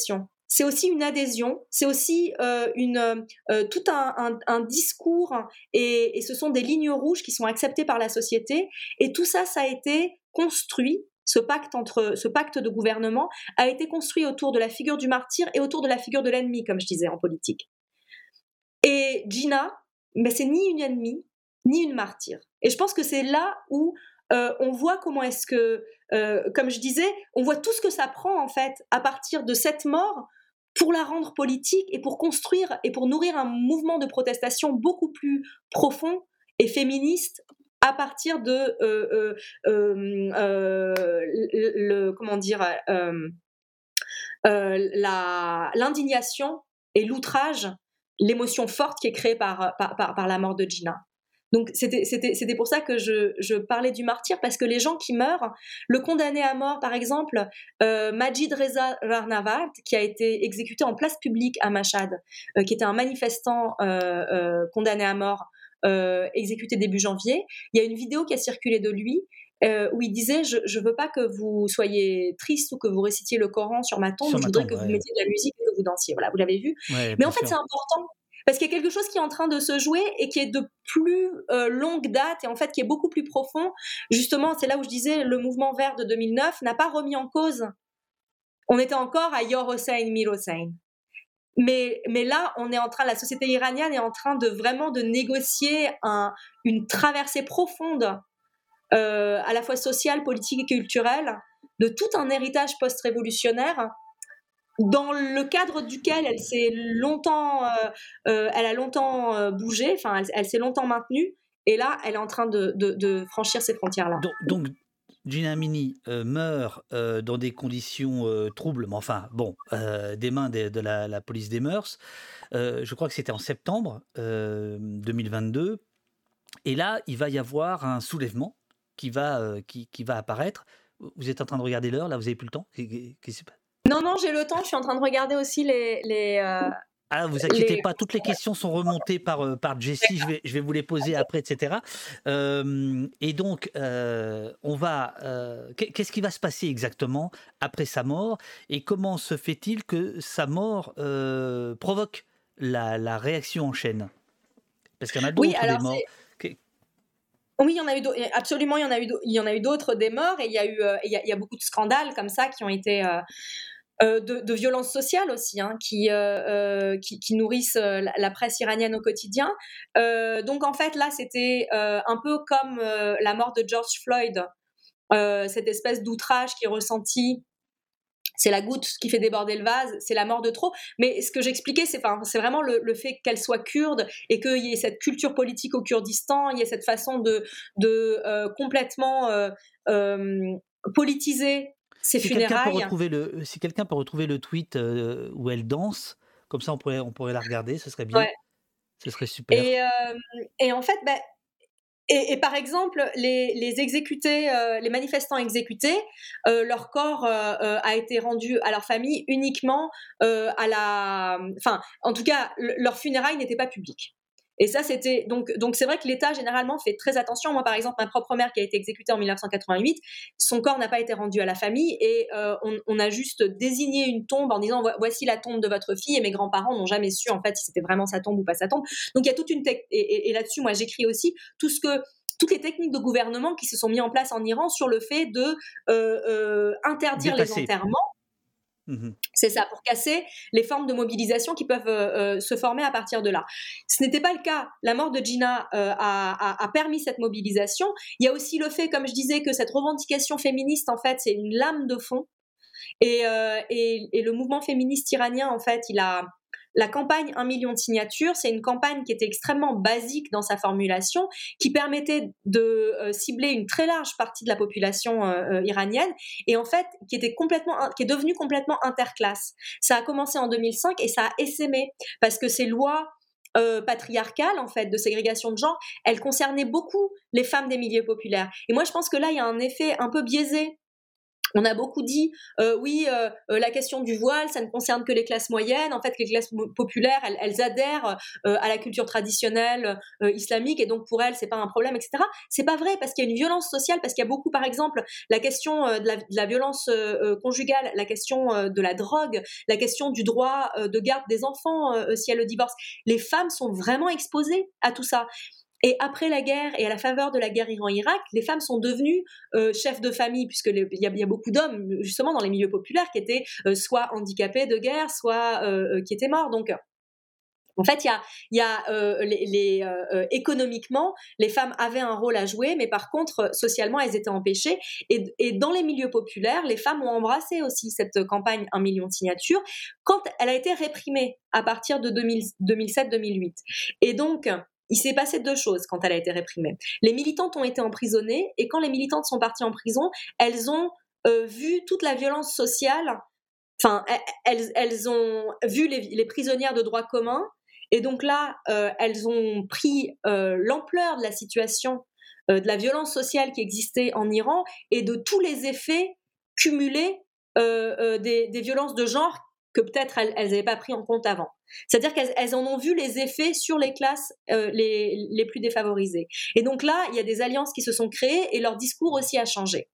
c'est aussi une adhésion, c'est aussi tout un discours et ce sont des lignes rouges qui sont acceptées par la société. Et tout ça, ça a été construit. Ce pacte de gouvernement a été construit autour de la figure du martyr et autour de la figure de l'ennemi, comme je disais en politique. Et Gina, mais c'est ni une ennemie, ni une martyre. Et je pense que c'est là où on voit comment est-ce que, comme je disais, on voit tout ce que ça prend en fait à partir de cette mort pour la rendre politique et pour construire et pour nourrir un mouvement de protestation beaucoup plus profond et féministe à partir de l'indignation et l'outrage, l'émotion forte qui est créée par la mort de Gina. Donc c'était pour ça que je parlais du martyr, parce que les gens qui meurent, le condamné à mort, par exemple, Majid Reza Rahnavard, qui a été exécuté en place publique à Mashhad, qui était un manifestant condamné à mort, exécuté début janvier. Il y a une vidéo qui a circulé de lui où il disait je veux pas que vous soyez triste ou que vous récitiez le Coran sur ma tombe, je voudrais que vous mettiez de la musique et que vous dansiez. Voilà, vous l'avez vu. Ouais, mais en fait, c'est important. Parce qu'il y a quelque chose qui est en train de se jouer et qui est de plus longue date et en fait qui est beaucoup plus profond. Justement, c'est là où je disais le mouvement vert de 2009 n'a pas remis en cause. On était encore à Yor Hossein, Mir Hossein. Mais là, la société iranienne est en train de vraiment de négocier une traversée profonde, à la fois sociale, politique et culturelle, de tout un héritage post-révolutionnaire, dans le cadre duquel elle a longtemps bougé, enfin elle s'est longtemps maintenue, et là elle est en train de franchir ces frontières-là. Donc Gina Amini meurt dans des conditions troubles, mais enfin bon, des mains de la police des mœurs. Je crois que c'était en septembre 2022, et là il va y avoir un soulèvement qui va apparaître. Vous êtes en train de regarder l'heure, là vous avez plus le temps. Non, j'ai le temps, je suis en train de regarder aussi les Ah, vous inquiétez pas, toutes les questions sont remontées par Jessie, je vais vous les poser après, etc. Et donc, qu'est-ce qui va se passer exactement après sa mort, et comment se fait-il que sa mort provoque la réaction en chaîne? Parce qu'il y en a d'autres des morts. Oui, il y en a eu absolument, il y en a eu d'autres des morts, et il y a beaucoup de scandales comme ça qui ont été de violences sociales aussi, hein, qui nourrissent la presse iranienne au quotidien. Donc en fait là, c'était un peu comme la mort de George Floyd, cette espèce d'outrage qui est ressenti. C'est la goutte qui fait déborder le vase, c'est la mort de trop. Mais ce que j'expliquais, c'est vraiment le fait qu'elle soit kurde et qu'il y ait cette culture politique au Kurdistan, il y ait cette façon de complètement politiser ces funérailles. Si quelqu'un peut retrouver le tweet où elle danse, comme ça on pourrait la regarder, ce serait bien. Ouais. Ce serait super. Et en fait, et par exemple, les exécutés, les manifestants exécutés, leur corps a été rendu à leur famille uniquement en tout cas, leurs funérailles n'étaient pas publiques. Et ça, c'était donc c'est vrai que l'État généralement fait très attention. Moi, par exemple, ma propre mère qui a été exécutée en 1988, son corps n'a pas été rendu à la famille, et on a juste désigné une tombe en disant voici la tombe de votre fille, et mes grands-parents n'ont jamais su en fait si c'était vraiment sa tombe ou pas sa tombe. Donc il y a toute une et là-dessus, moi j'écris aussi toutes les techniques de gouvernement qui se sont mises en place en Iran sur le fait de interdire les enterrements. C'est ça, pour casser les formes de mobilisation qui peuvent se former à partir de là. Ce n'était pas le cas. La mort de Gina a permis cette mobilisation. Il y a aussi le fait, comme je disais, que cette revendication féministe, en fait, c'est une lame de fond. Et le mouvement féministe iranien, en fait, la campagne 1 million de signatures, c'est une campagne qui était extrêmement basique dans sa formulation, qui permettait de cibler une très large partie de la population iranienne, et en fait, qui est devenue complètement interclasse. Ça a commencé en 2005 et ça a essaimé, parce que ces lois patriarcales, en fait, de ségrégation de genre, elles concernaient beaucoup les femmes des milieux populaires. Et moi, je pense que là, il y a un effet un peu biaisé On a beaucoup dit, la question du voile, ça ne concerne que les classes moyennes. En fait, les classes populaires, elles adhèrent à la culture traditionnelle islamique, et donc pour elles, c'est pas un problème, etc. C'est pas vrai, parce qu'il y a une violence sociale, parce qu'il y a beaucoup, par exemple, la question de la violence conjugale, la question de la drogue, la question du droit de garde des enfants si elles le divorcent. Les femmes sont vraiment exposées à tout ça. Et après la guerre et à la faveur de la guerre Iran-Irak, les femmes sont devenues chefs de famille, puisque il y a beaucoup d'hommes justement dans les milieux populaires qui étaient soit handicapés de guerre, soit qui étaient morts. Donc en fait, économiquement, les femmes avaient un rôle à jouer, mais par contre, socialement, elles étaient empêchées. Et dans les milieux populaires, les femmes ont embrassé aussi cette campagne 1 million de signatures quand elle a été réprimée à partir de 2007-2008. Et donc, il s'est passé 2 choses quand elle a été réprimée. Les militantes ont été emprisonnées, et quand les militantes sont parties en prison, elles ont vu toute la violence sociale. Enfin, elles ont vu les prisonnières de droit commun, et donc là, elles ont pris l'ampleur de la situation, de la violence sociale qui existait en Iran, et de tous les effets cumulés des violences de genre que peut-être elles n'avaient pas pris en compte avant. C'est-à-dire qu'elles en ont vu les effets sur les classes les plus défavorisées. Et donc là, il y a des alliances qui se sont créées, et leur discours aussi a changé.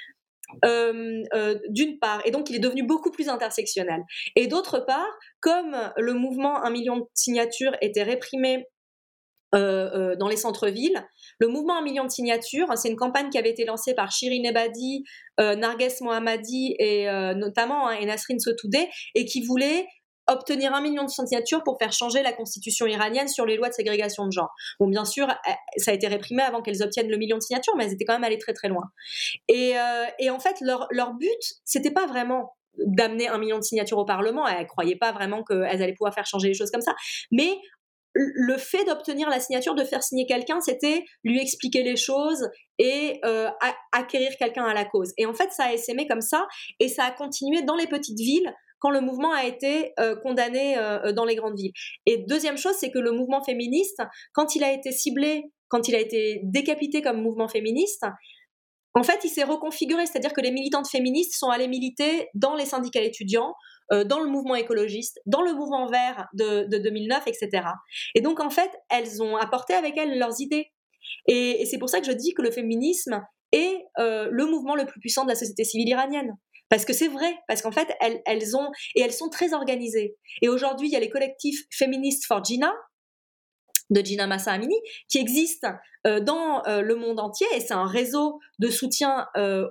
D'une part, et donc il est devenu beaucoup plus intersectionnel. Et d'autre part, comme le mouvement 1 million de signatures était réprimé dans les centres-villes, le mouvement 1 million de signatures, c'est une campagne qui avait été lancée par Shirin Ebadi, Narges Mohammadi et notamment et Nasrin Sotoudeh, et qui voulait obtenir 1 million de signatures pour faire changer la constitution iranienne sur les lois de ségrégation de genre. Bon, bien sûr, ça a été réprimé avant qu'elles obtiennent le million de signatures, mais elles étaient quand même allées très très loin. Et en fait, leur but, c'était pas vraiment d'amener 1 million de signatures au Parlement. Elles croyaient pas vraiment qu'elles allaient pouvoir faire changer les choses comme ça. Mais le fait d'obtenir la signature, de faire signer quelqu'un, c'était lui expliquer les choses et acquérir quelqu'un à la cause. Et en fait, ça a essaimé comme ça, et ça a continué dans les petites villes quand le mouvement a été condamné dans les grandes villes. Et deuxième chose, c'est que le mouvement féministe, quand il a été ciblé, quand il a été décapité comme mouvement féministe, en fait, il s'est reconfiguré, c'est-à-dire que les militantes féministes sont allées militer dans les syndicats étudiants, dans le mouvement écologiste, dans le mouvement vert de 2009, etc. Et donc, en fait, elles ont apporté avec elles leurs idées. Et c'est pour ça que je dis que le féminisme est le mouvement le plus puissant de la société civile iranienne. Parce que c'est vrai, parce qu'en fait, elles sont très organisées. Et aujourd'hui, il y a les collectifs féministes for Jina, de Jina Mahsa Amini, qui existe dans le monde entier, et c'est un réseau de soutien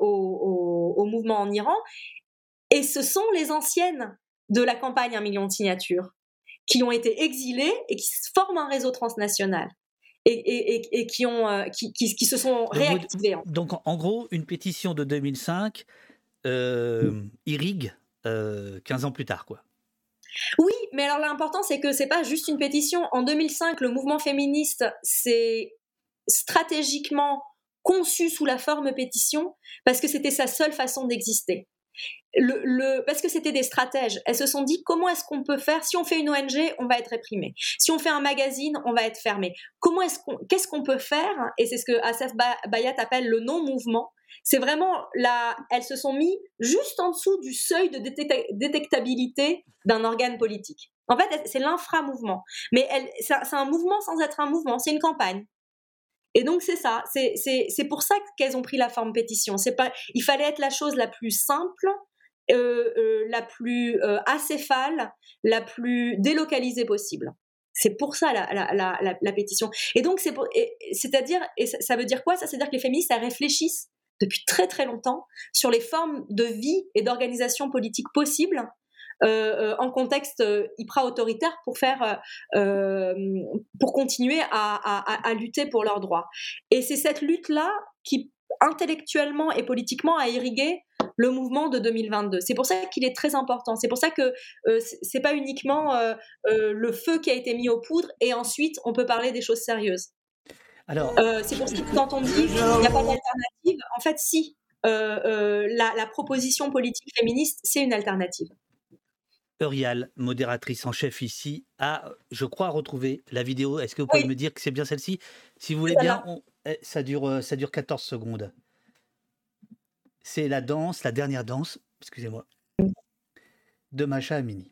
au mouvement en Iran. Et ce sont les anciennes de la campagne 1 million de signatures qui ont été exilées et qui forment un réseau transnational et qui se sont réactivées. Donc, en gros, une pétition de 2005 irrigue 15 ans plus tard, quoi. Oui, mais alors l'important, c'est que c'est pas juste une pétition. En 2005, le mouvement féministe s'est stratégiquement conçu sous la forme pétition parce que c'était sa seule façon d'exister. Parce que c'était des stratèges. Elles se sont dit, comment est-ce qu'on peut faire? Si on fait une ONG, on va être réprimé. Si on fait un magazine, on va être fermé. Qu'est-ce qu'on peut faire? Et c'est ce que Asef Bayat appelle le non-mouvement. C'est vraiment elles se sont mis juste en dessous du seuil de détectabilité d'un organe politique. En fait, c'est l'inframouvement. Mais c'est un mouvement sans être un mouvement. C'est une campagne. Et donc c'est ça. C'est pour ça qu'elles ont pris la forme pétition. Il fallait être la chose la plus simple, la plus acéphale, la plus délocalisée possible. C'est pour ça la pétition. Et donc c'est-à-dire, et ça veut dire quoi? Ça veut dire que les féministes, elles réfléchissent depuis très très longtemps sur les formes de vie et d'organisation politique possibles en contexte hyper autoritaire pour continuer à lutter pour leurs droits. Et c'est cette lutte-là qui intellectuellement et politiquement a irrigué le mouvement de 2022. C'est pour ça qu'il est très important. C'est pour ça que c'est pas uniquement le feu qui a été mis aux poudres et ensuite on peut parler des choses sérieuses. Alors, c'est pour ça que quand on dit qu'il n'y a pas d'alternative, en fait, si. La proposition politique féministe, c'est une alternative. Eurial, modératrice en chef ici, a, je crois, retrouvé la vidéo. Est-ce que vous pouvez me dire que c'est bien celle-ci? Si vous voulez bien, ça dure 14 secondes. c'est la dernière danse, excusez-moi, de Masha Amini.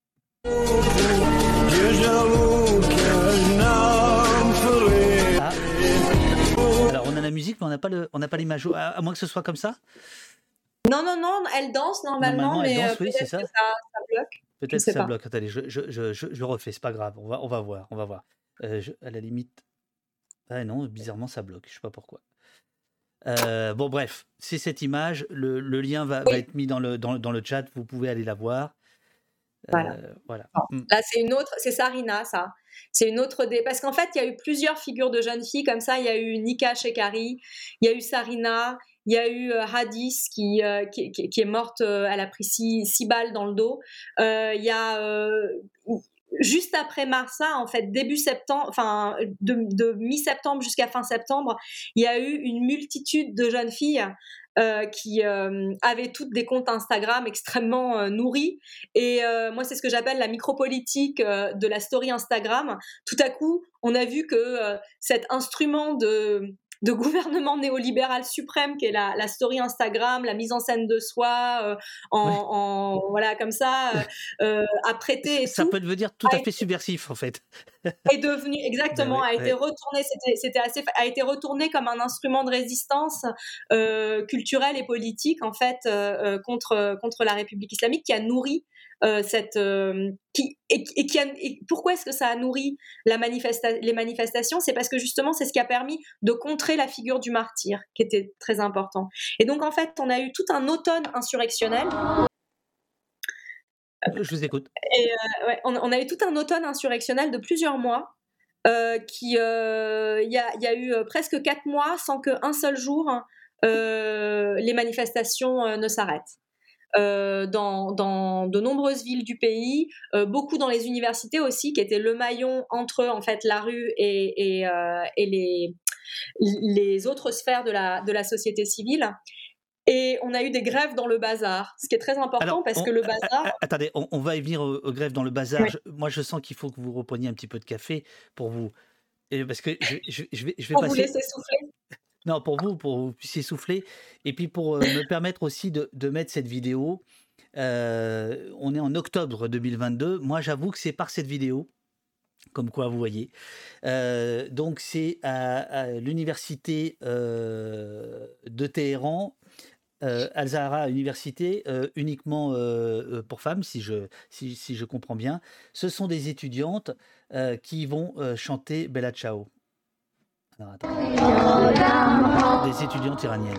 Alors on a la musique, mais on n'a pas l'image, à moins que ce soit comme ça. Non, elle danse normalement, mais elle danse, oui, c'est ça. ça bloque. Peut-être que ça bloque. Attendez, je refais, c'est pas grave, on va voir. À la limite, ah non, bizarrement ça bloque, je sais pas pourquoi. Bon bref, c'est cette image, le lien va être mis dans le chat, vous pouvez aller la voir. Voilà. Là, c'est Sarina, ça. C'est une autre parce qu'en fait, il y a eu plusieurs figures de jeunes filles comme ça. Il y a eu Nika Shekari, il y a eu Sarina, il y a eu Hadis qui est morte. Elle a pris 6 balles dans le dos. Il y a juste après Marsa, en fait, début septembre, enfin de mi-septembre jusqu'à fin septembre, il y a eu une multitude de jeunes filles qui avaient toutes des comptes Instagram extrêmement nourris. Et moi, c'est ce que j'appelle la micropolitique de la story Instagram. Tout à coup, on a vu que cet instrument de gouvernement néolibéral suprême qui est la story Instagram, la mise en scène de soi, voilà, comme ça, à prêter et ça tout. peut devenir tout à fait subversif, en fait. Est devenu, exactement, a été retourné, a été retourné comme un instrument de résistance culturelle et politique, en fait, contre la République islamique, qui a nourri pourquoi est-ce que ça a nourri les manifestations? C'est parce que justement, c'est ce qui a permis de contrer la figure du martyr, qui était très important. Et donc, en fait, on a eu tout un automne insurrectionnel. Je vous écoute. Et on a eu tout un automne insurrectionnel de plusieurs mois. Il y a eu presque 4 mois sans qu'un seul jour les manifestations ne s'arrêtent. Dans de nombreuses villes du pays, beaucoup dans les universités aussi, qui étaient le maillon entre en fait la rue et les autres sphères de la société civile. Et on a eu des grèves dans le bazar, ce qui est très important. Alors, que le bazar... Attendez, on va y venir aux grèves dans le bazar. Moi, je sens qu'il faut que vous repreniez un petit peu de café pour vous... Parce que je vais pour vous laisser souffler. Non, pour que vous puissiez souffler. Et puis pour me permettre aussi de mettre cette vidéo. On est en octobre 2022. Moi, j'avoue que c'est par cette vidéo. Comme quoi, vous voyez. Donc, c'est à l'université de Téhéran, Al-Zahra Université, uniquement pour femmes, si je comprends bien. Ce sont des étudiantes qui vont chanter Bella Ciao. Alors, attends. Des étudiantes iraniennes.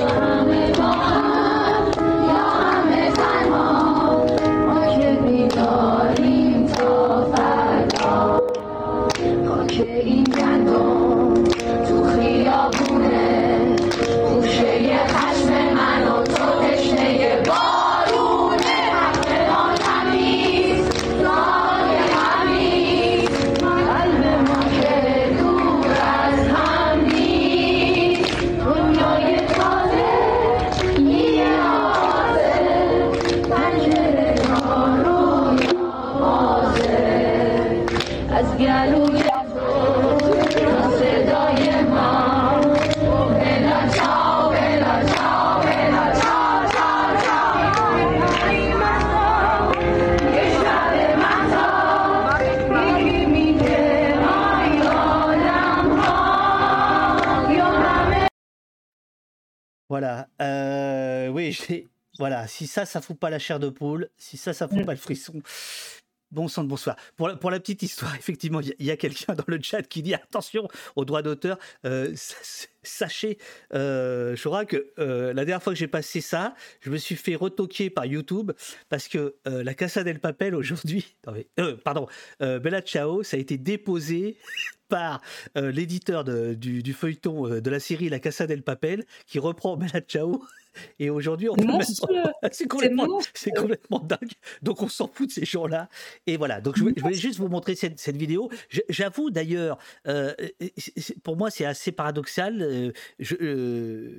Voilà, voilà, si ça fout pas la chair de poule, si ça fout pas le frisson, bon sang de bonsoir. Pour la petite histoire, effectivement, il y a quelqu'un dans le chat qui dit attention aux droits d'auteur. Sachez, Chora, que la dernière fois que j'ai passé ça, je me suis fait retoquer par YouTube parce que la Casa del Papel aujourd'hui, Bella Ciao, ça a été déposé par l'éditeur du feuilleton de la série La Casa del Papel qui reprend Bella Ciao. Et aujourd'hui, on peut même pas... c'est complètement dingue. Donc, on s'en fout de ces gens-là. Et voilà. Donc, je voulais juste vous montrer cette vidéo. J'avoue d'ailleurs, pour moi, c'est assez paradoxal.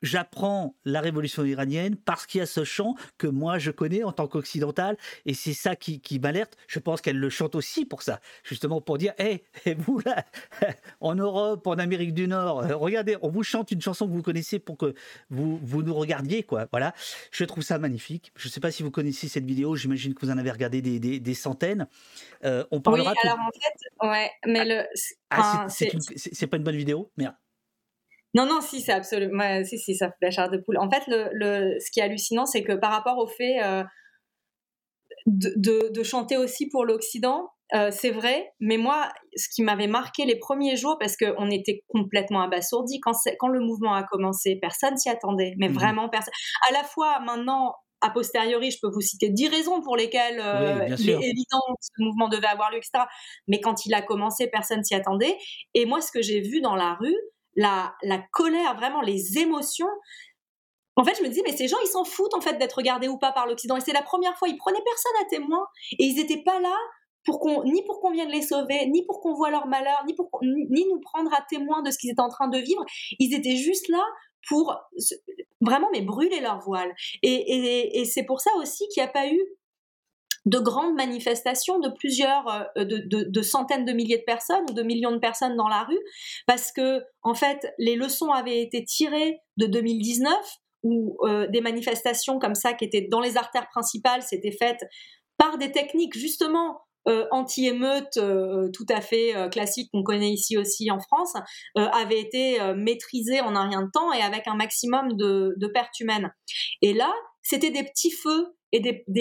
j'apprends la révolution iranienne parce qu'il y a ce chant que moi je connais en tant qu'occidental, et c'est ça qui m'alerte. Je pense qu'elle le chante aussi pour ça, justement pour dire, hé, vous là, en Europe, en Amérique du Nord, regardez, on vous chante une chanson que vous connaissez pour que vous nous regardiez, quoi. Voilà, je trouve ça magnifique. Je ne sais pas si vous connaissez cette vidéo, j'imagine que vous en avez regardé des centaines. On Oui, parlera tout... alors en fait, ouais, mais c'est pas une bonne vidéo, merde. Non, non, si, c'est absolument, ouais, si, ça fait la chair de poule. En fait, ce qui est hallucinant, c'est que par rapport au fait de chanter aussi pour l'Occident, c'est vrai, mais moi, ce qui m'avait marqué les premiers jours, parce qu'on était complètement abasourdis quand le mouvement a commencé, personne s'y attendait, mais vraiment personne. À la fois, maintenant, a posteriori, je peux vous citer 10 raisons pour lesquelles Oui, bien il est sûr. évident que ce mouvement devait avoir lieu, etc. Mais quand il a commencé, personne s'y attendait. Et moi, ce que j'ai vu dans la rue, la colère, vraiment les émotions. En fait, je me disais, mais ces gens, ils s'en foutent en fait d'être regardés ou pas par l'Occident. Et c'est la première fois, ils prenaient personne à témoin. Et ils n'étaient pas là ni pour qu'on vienne les sauver, ni pour qu'on voit leur malheur, ni nous prendre à témoin de ce qu'ils étaient en train de vivre. Ils étaient juste là pour vraiment mais brûler leur voile. Et c'est pour ça aussi qu'il n'y a pas eu de grandes manifestations de plusieurs de centaines de milliers de personnes ou de millions de personnes dans la rue, parce que en fait les leçons avaient été tirées de 2019 où des manifestations comme ça qui étaient dans les artères principales s'étaient faites par des techniques justement anti-émeutes tout à fait classiques qu'on connaît ici aussi en France, avaient été maîtrisées en un rien de temps et avec un maximum de pertes humaines. Et là, c'était des petits feux et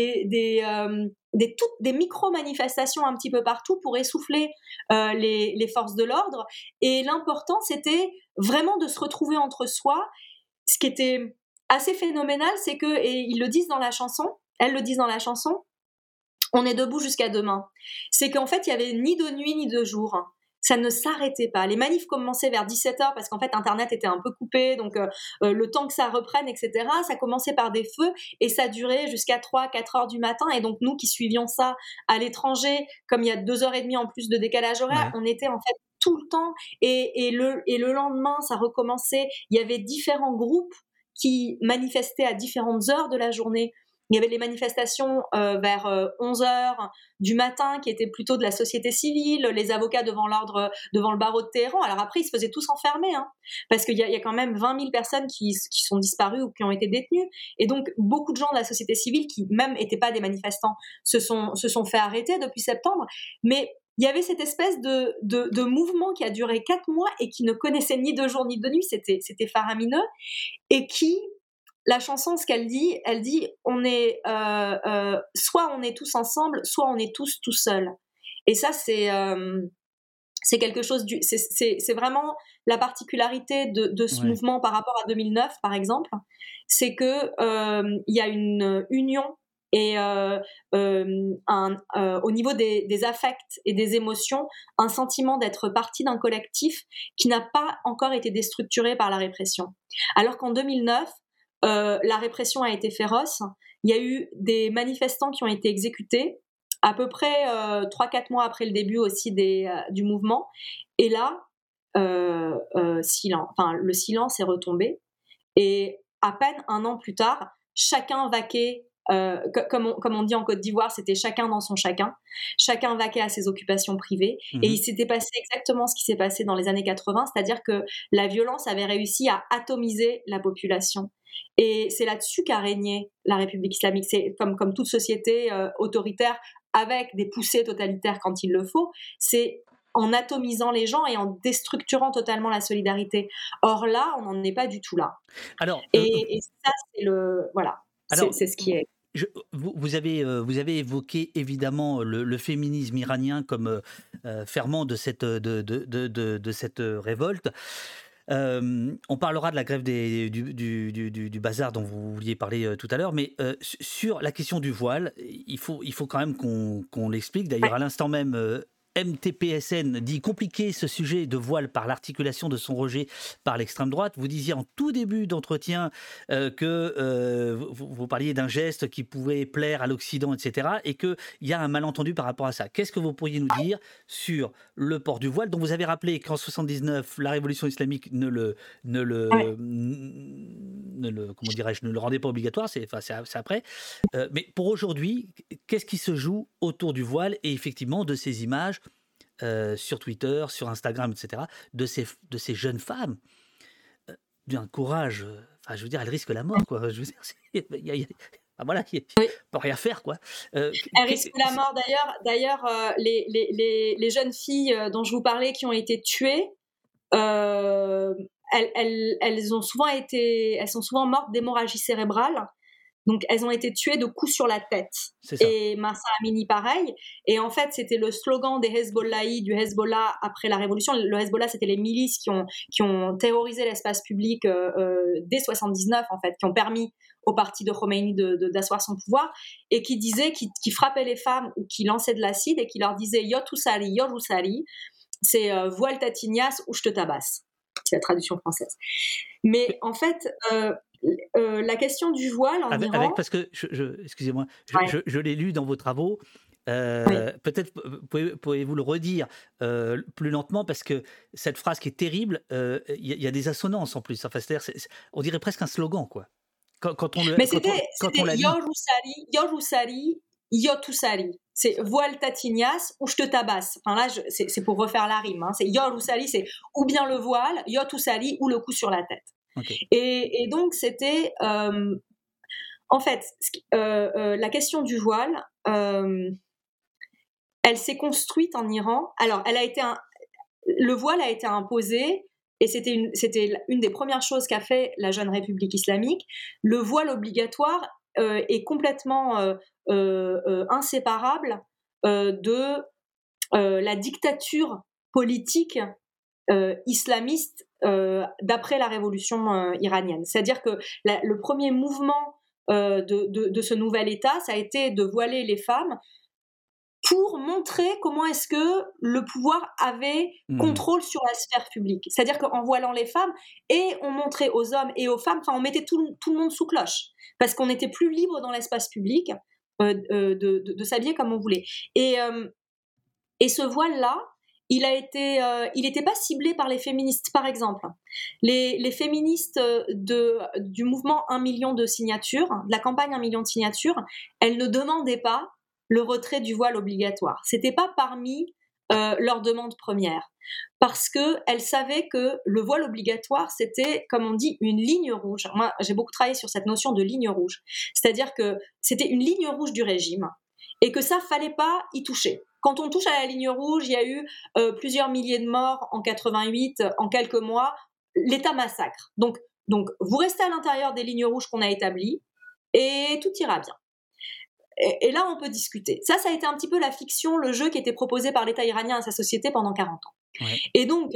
des micro-manifestations un petit peu partout pour essouffler les forces de l'ordre. Et l'important, c'était vraiment de se retrouver entre soi. Ce qui était assez phénoménal, c'est que, et ils le disent dans la chanson, elles le disent dans la chanson, on est debout jusqu'à demain. C'est qu'en fait, il y avait ni de nuit ni de jour. Ça ne s'arrêtait pas. Les manifs commençaient vers 17h parce qu'en fait, Internet était un peu coupé, donc le temps que ça reprenne, etc., ça commençait par des feux et ça durait jusqu'à 3-4 heures du matin. Et donc, nous qui suivions ça à l'étranger, comme il y a 2h30 en plus de décalage horaire, on était en fait tout le temps. Et le lendemain, ça recommençait. Il y avait différents groupes qui manifestaient à différentes heures de la journée. Il y avait les manifestations vers 11h du matin qui étaient plutôt de la société civile, les avocats devant le barreau de Téhéran. Alors après, ils se faisaient tous enfermer, parce qu'il y a quand même 20 000 personnes qui sont disparues ou qui ont été détenues. Et donc, beaucoup de gens de la société civile, qui même n'étaient pas des manifestants, se sont fait arrêter depuis septembre. Mais il y avait cette espèce de mouvement qui a duré 4 mois et qui ne connaissait ni de jour ni de nuit. C'était faramineux. Et qui... La chanson, ce qu'elle dit, on est soit on est tous ensemble, soit on est tous tout seuls. Et ça, c'est quelque chose c'est vraiment la particularité de ce mouvement par rapport à 2009, par exemple, c'est que il y a une union et au niveau des affects et des émotions, un sentiment d'être partie d'un collectif qui n'a pas encore été déstructuré par la répression. Alors qu'en 2009, la répression a été féroce. Il y a eu des manifestants qui ont été exécutés, à peu près 3-4 mois après le début aussi du mouvement. Et là, le silence est retombé. Et à peine un an plus tard, chacun vaquait, comme on dit en Côte d'Ivoire, c'était chacun dans son chacun. Chacun vaquait à ses occupations privées. Et il s'était passé exactement ce qui s'est passé dans les années 80, c'est-à-dire que la violence avait réussi à atomiser la population. Et c'est là-dessus qu'a régné la République islamique. C'est comme toute société autoritaire avec des poussées totalitaires quand il le faut, c'est en atomisant les gens et en déstructurant totalement la solidarité. Or là, on n'en est pas du tout là. Alors, et ça, c'est voilà. Alors, c'est ce qui est. Vous avez évoqué évidemment le féminisme iranien comme ferment de cette révolte. On parlera de la grève du bazar dont vous vouliez parler tout à l'heure, mais sur la question du voile, il faut quand même qu'on l'explique. D'ailleurs, à l'instant même, MTPSN dit compliquer ce sujet de voile par l'articulation de son rejet par l'extrême droite. Vous disiez en tout début d'entretien que vous parliez d'un geste qui pouvait plaire à l'Occident, etc. et qu'il y a un malentendu par rapport à ça. Qu'est-ce que vous pourriez nous dire sur le port du voile, dont vous avez rappelé qu'en 79, la révolution islamique ne comment dirais-je, ne le rendait pas obligatoire, c'est après. Mais pour aujourd'hui, qu'est-ce qui se joue autour du voile et effectivement de ces images sur Twitter, sur Instagram, etc., de ces jeunes femmes d'un courage, enfin, je veux dire, elles risquent la mort, quoi. Je veux dire, voilà, il ne Oui. peut rien faire, quoi. Elles risquent la mort. D'ailleurs, les jeunes filles dont je vous parlais qui ont été tuées, elles sont souvent mortes d'hémorragie cérébrale. Donc, elles ont été tuées de coups sur la tête. Et Mahsa Amini, pareil. Et en fait, c'était le slogan du Hezbollah après la révolution. Le Hezbollah, c'était les milices qui ont terrorisé l'espace public dès 79, en fait, qui ont permis au parti de Khomeini d'asseoir son pouvoir, et qui disaient, qui frappaient les femmes ou qui lançaient de l'acide et qui leur disaient « Yotusali, Yorusali », c'est « voile ta tignasse ou je te tabasse ». C'est la traduction française. Mais en fait... la question du voile en Iran... parce que, excusez-moi, je l'ai lu dans vos travaux, oui. Peut-être pouvez-vous le redire plus lentement, parce que cette phrase qui est terrible, il y a des assonances en plus. Enfin, c'est-à-dire, on dirait presque un slogan, quoi. Quand on la lit. Yorusari, Yotusari. C'est voile ta tignasse ou je te tabasse. Enfin là, c'est pour refaire la rime. Hein. C'est Yorusari, c'est ou bien le voile, Yotusari ou le coup sur la tête. Okay. Et donc, c'était... en fait, la question du voile, elle s'est construite en Iran. Alors, le voile a été imposé, et c'était une des premières choses qu'a fait la jeune République islamique. Le voile obligatoire est complètement inséparable de la dictature politique islamiste d'après la révolution iranienne. C'est-à-dire que le premier mouvement de ce nouvel État, ça a été de voiler les femmes pour montrer comment est-ce que le pouvoir avait contrôle sur la sphère publique. C'est-à-dire qu'en voilant les femmes, et on montrait aux hommes et aux femmes, enfin on mettait tout le monde sous cloche, parce qu'on était plus libre dans l'espace public de s'habiller comme on voulait. Et ce voile-là, il n'était pas ciblé par les féministes, par exemple. Les féministes du mouvement 1 million de signatures, de la campagne 1 million de signatures, elles ne demandaient pas le retrait du voile obligatoire. C'était pas parmi leurs demandes premières, parce qu'elles savaient que le voile obligatoire, c'était, comme on dit, une ligne rouge. Moi, j'ai beaucoup travaillé sur cette notion de ligne rouge. C'est-à-dire que c'était une ligne rouge du régime, et que ça, fallait pas y toucher. Quand on touche à la ligne rouge, il y a eu plusieurs milliers de morts en 88, en quelques mois. L'État massacre. Donc, vous restez à l'intérieur des lignes rouges qu'on a établies et tout ira bien. Et là, on peut discuter. Ça a été un petit peu la fiction, le jeu qui était proposé par l'État iranien à sa société pendant 40 ans. Ouais. Et donc,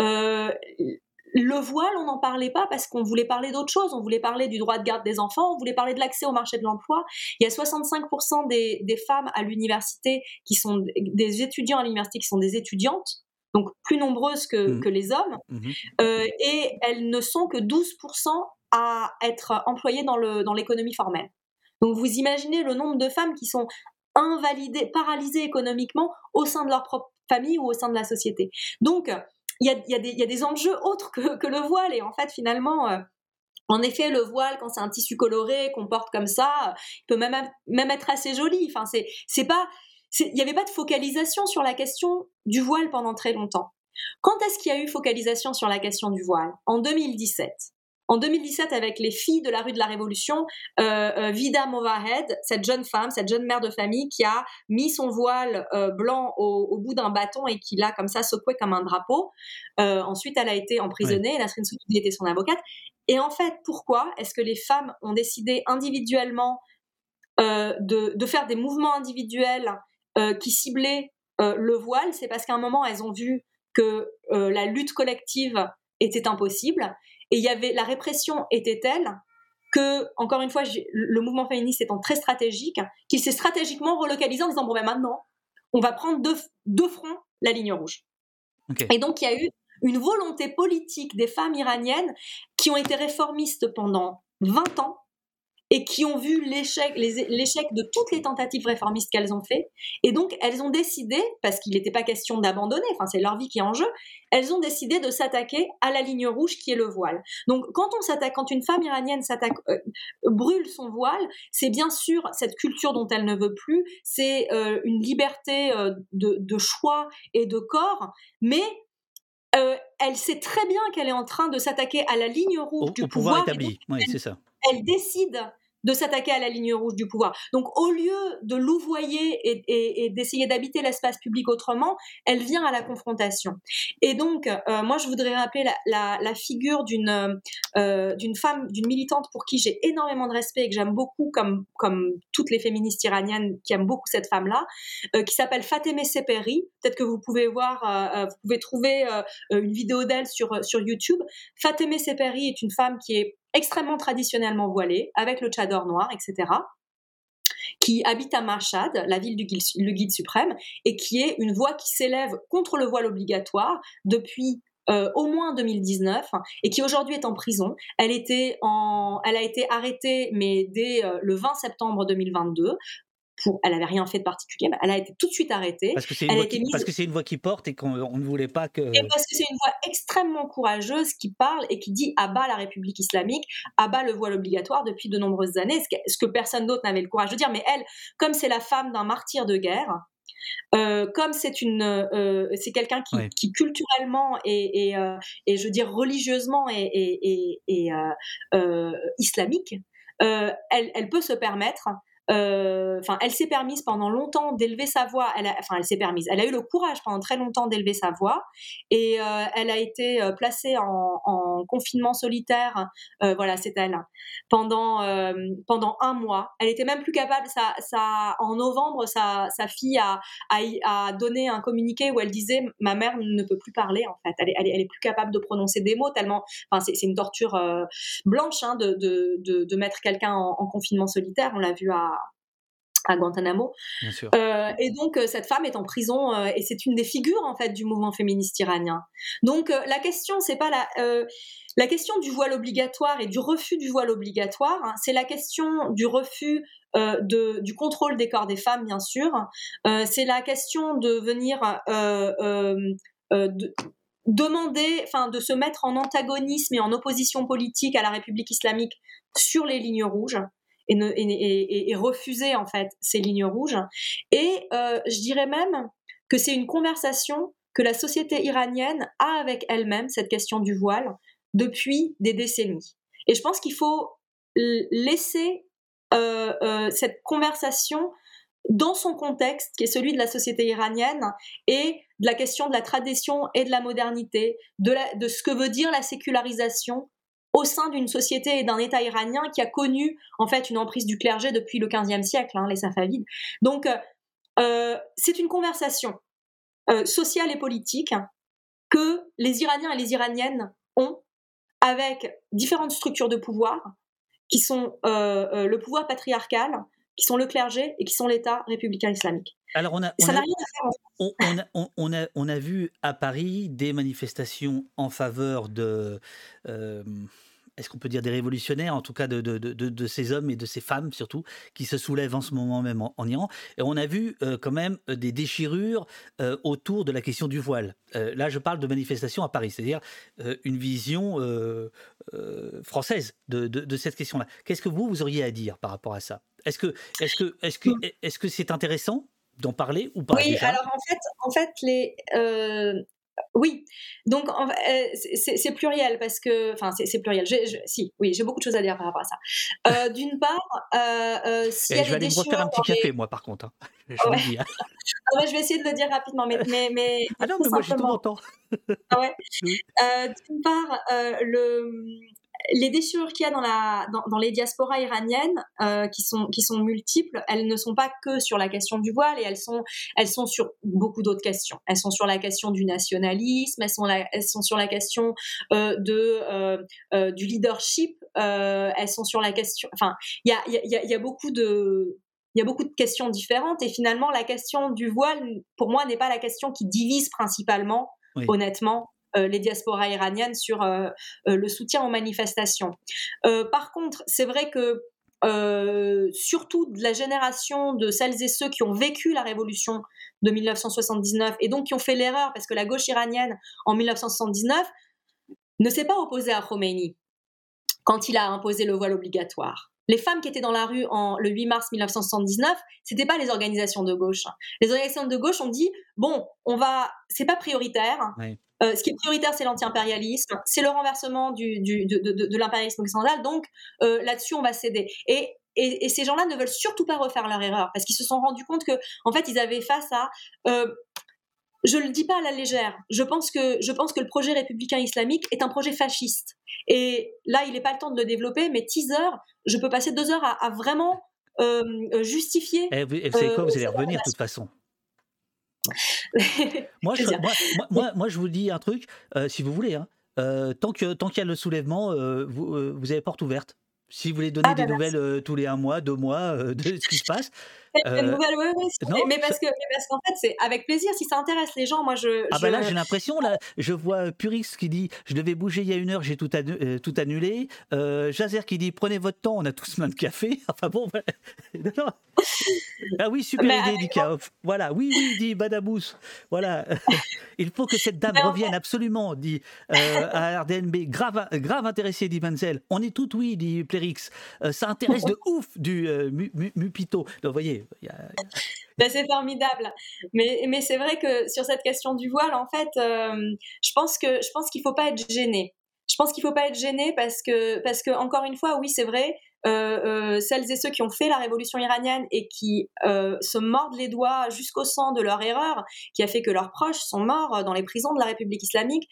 le voile, on n'en parlait pas parce qu'on voulait parler d'autre chose. On voulait parler du droit de garde des enfants, on voulait parler de l'accès au marché de l'emploi. Il y a 65% des femmes à l'université qui sont des étudiants à l'université qui sont des étudiantes, donc plus nombreuses que les hommes. Et elles ne sont que 12% à être employées dans l'économie formelle. Donc vous imaginez le nombre de femmes qui sont invalidées, paralysées économiquement au sein de leur propre famille ou au sein de la société. Donc, il y a des enjeux autres que le voile. Et en fait, finalement, en effet, le voile, quand c'est un tissu coloré qu'on porte comme ça, il peut même être assez joli. Enfin, il n'y avait pas de focalisation sur la question du voile pendant très longtemps. Quand est-ce qu'il y a eu focalisation sur la question du voile ? En 2017. En 2017, avec les filles de la rue de la Révolution, Vida Movahed, cette jeune femme, cette jeune mère de famille qui a mis son voile blanc au bout d'un bâton et qui l'a comme ça secoué comme un drapeau. Ensuite, elle a été emprisonnée, et Nasrin Sotoudeh était son avocate. Et en fait, pourquoi est-ce que les femmes ont décidé individuellement de faire des mouvements individuels qui ciblaient le voile ? C'est parce qu'à un moment, elles ont vu que la lutte collective était impossible. Et la répression était telle que, encore une fois, le mouvement féministe étant très stratégique, qu'il s'est stratégiquement relocalisé en disant bon ben maintenant, on va prendre de front la ligne rouge. Okay. Et donc il y a eu une volonté politique des femmes iraniennes qui ont été réformistes pendant 20 ans et qui ont vu l'échec de toutes les tentatives réformistes qu'elles ont fait. Et donc, elles ont décidé, parce qu'il n'était pas question d'abandonner, enfin, c'est leur vie qui est en jeu, elles ont décidé de s'attaquer à la ligne rouge qui est le voile. Donc, quand une femme iranienne brûle son voile, c'est bien sûr cette culture dont elle ne veut plus, c'est une liberté de choix et de corps, mais elle sait très bien qu'elle est en train de s'attaquer à la ligne rouge du au pouvoir établi. Donc, Oui, c'est ça. Elle décide de s'attaquer à la ligne rouge du pouvoir. Donc, au lieu de louvoyer et d'essayer d'habiter l'espace public autrement, elle vient à la confrontation. Et donc, moi, je voudrais rappeler la figure d'une femme, d'une militante pour qui j'ai énormément de respect et que j'aime beaucoup, comme toutes les féministes iraniennes qui aiment beaucoup cette femme-là, qui s'appelle Fatemeh Sepehri. Peut-être que vous pouvez vous pouvez trouver une vidéo d'elle sur YouTube. Fatemeh Sepehri est une femme qui est extrêmement traditionnellement voilée, avec le tchador noir, etc., qui habite à Mashhad, la ville du guide suprême, et qui est une voix qui s'élève contre le voile obligatoire depuis au moins 2019, et qui aujourd'hui est en prison. Elle a été arrêtée, mais dès le 20 septembre 2022. Elle n'avait rien fait de particulier, mais elle a été tout de suite arrêtée. Parce que c'est une voix qui porte et qu'on ne voulait pas que... Et parce que c'est une voix extrêmement courageuse qui parle et qui dit à bas la République islamique, à bas le voile obligatoire depuis de nombreuses années, ce que personne d'autre n'avait le courage de dire. Mais elle, comme c'est la femme d'un martyr de guerre, comme c'est quelqu'un qui culturellement et je veux dire religieusement et islamique, elle peut se permettre. Elle s'est permise pendant longtemps d'élever sa voix. Elle a eu le courage pendant très longtemps d'élever sa voix, et elle a été placée en confinement solitaire. Voilà, c'est elle. Pendant 1 mois, elle était même plus capable. En novembre, sa fille a donné un communiqué où elle disait ma mère ne peut plus parler en fait. Elle est plus capable de prononcer des mots tellement. Enfin, c'est une torture blanche de mettre quelqu'un en confinement solitaire. On l'a vu à Guantanamo. Bien sûr. Et donc cette femme est en prison et c'est une des figures en fait du mouvement féministe iranien. Donc la question c'est pas la question du voile obligatoire et du refus du voile obligatoire, hein, c'est la question du refus du contrôle des corps des femmes, bien sûr. C'est la question de venir demander, enfin de se mettre en antagonisme et en opposition politique à la République islamique sur les lignes rouges. Et refuser en fait ces lignes rouges. Et je dirais même que c'est une conversation que la société iranienne a avec elle-même, cette question du voile, depuis des décennies. Et je pense qu'il faut laisser cette conversation dans son contexte, qui est celui de la société iranienne, et de la question de la tradition et de la modernité, de ce que veut dire la sécularisation au sein d'une société et d'un État iranien qui a connu en fait une emprise du clergé depuis le XVe siècle, les Safavides. Donc c'est une conversation sociale et politique que les Iraniens et les Iraniennes ont avec différentes structures de pouvoir qui sont le pouvoir patriarcal, qui sont le clergé et qui sont l'État républicain islamique. Alors ça n'a rien à faire. On a vu à Paris des manifestations en faveur de... est-ce qu'on peut dire des révolutionnaires, en tout cas de ces hommes et de ces femmes surtout, qui se soulèvent en ce moment même en Iran. Et on a vu quand même des déchirures autour de la question du voile. Là, je parle de manifestations à Paris, c'est-à-dire une vision française de cette question-là. Qu'est-ce que vous auriez à dire par rapport à ça ? Est-ce que c'est intéressant d'en parler ou pas ? Oui, déjà alors en fait oui, donc c'est pluriel parce que, enfin c'est pluriel. J'ai beaucoup de choses à dire par rapport à ça. D'une part, je vais aller me refaire un petit café, moi, par contre. Hein. Je vous le dis. Hein. Je vais essayer de le dire rapidement, mais ah non, mais moi j'ai tout mon temps. Ah ouais. Oui. D'une part, les déchirures qu'il y a dans les diasporas iraniennes, qui sont multiples, elles ne sont pas que sur la question du voile, et elles sont sur beaucoup d'autres questions. Elles sont sur la question du nationalisme, elles sont sur la question du leadership, elles sont sur la question. Enfin, il y a beaucoup de questions différentes, et finalement la question du voile, pour moi, n'est pas la question qui divise principalement, oui. Honnêtement, les diasporas iraniennes sur le soutien aux manifestations. Par contre, c'est vrai que surtout de la génération de celles et ceux qui ont vécu la révolution de 1979 et donc qui ont fait l'erreur parce que la gauche iranienne en 1979 ne s'est pas opposée à Khomeini quand il a imposé le voile obligatoire. Les femmes qui étaient dans la rue le 8 mars 1979, c'était pas les organisations de gauche. Les organisations de gauche ont dit bon, c'est pas prioritaire. Oui. Ce qui est prioritaire, c'est l'anti-impérialisme, c'est le renversement de l'impérialisme occidental. Donc là-dessus, on va céder. Et ces gens-là ne veulent surtout pas refaire leur erreur parce qu'ils se sont rendus compte que, en fait, ils avaient face à je le dis pas à la légère. Je pense que le projet républicain islamique est un projet fasciste. Et là, il n'est pas le temps de le développer, mais teaser, je peux passer 2 heures à vraiment justifier. Et vous savez quoi, vous allez revenir de toute façon. moi, je vous dis un truc, si vous voulez. Hein, tant qu'il y a le soulèvement, vous avez porte ouverte. Si vous voulez donner des nouvelles tous les 1 mois, 2 mois de ce qui se passe. Mais parce qu'en fait, c'est avec plaisir. Si ça intéresse les gens, moi là, j'ai l'impression, là, je vois Purix qui dit je devais bouger il y a 1 heure, j'ai tout annulé. Jazer qui dit prenez votre temps, on a tous plein de café. Enfin bon, voilà. Non. Ah oui, super idée, dit Kaof. Voilà, oui, dit Badabous. Voilà. Il faut que cette dame revienne absolument, dit à RDNB. Grave intéressé, dit Menzel. On est toutes oui, dit Plérix. Ça intéresse de ouf, du Mupito. Donc, vous voyez. C'est formidable, mais c'est vrai que sur cette question du voile, en fait, je pense qu'il faut pas être gêné. Je pense qu'il faut pas être gêné parce que encore une fois, oui, c'est vrai. Celles et ceux qui ont fait la révolution iranienne et qui se mordent les doigts jusqu'au sang de leur erreur, qui a fait que leurs proches sont morts dans les prisons de la République islamique,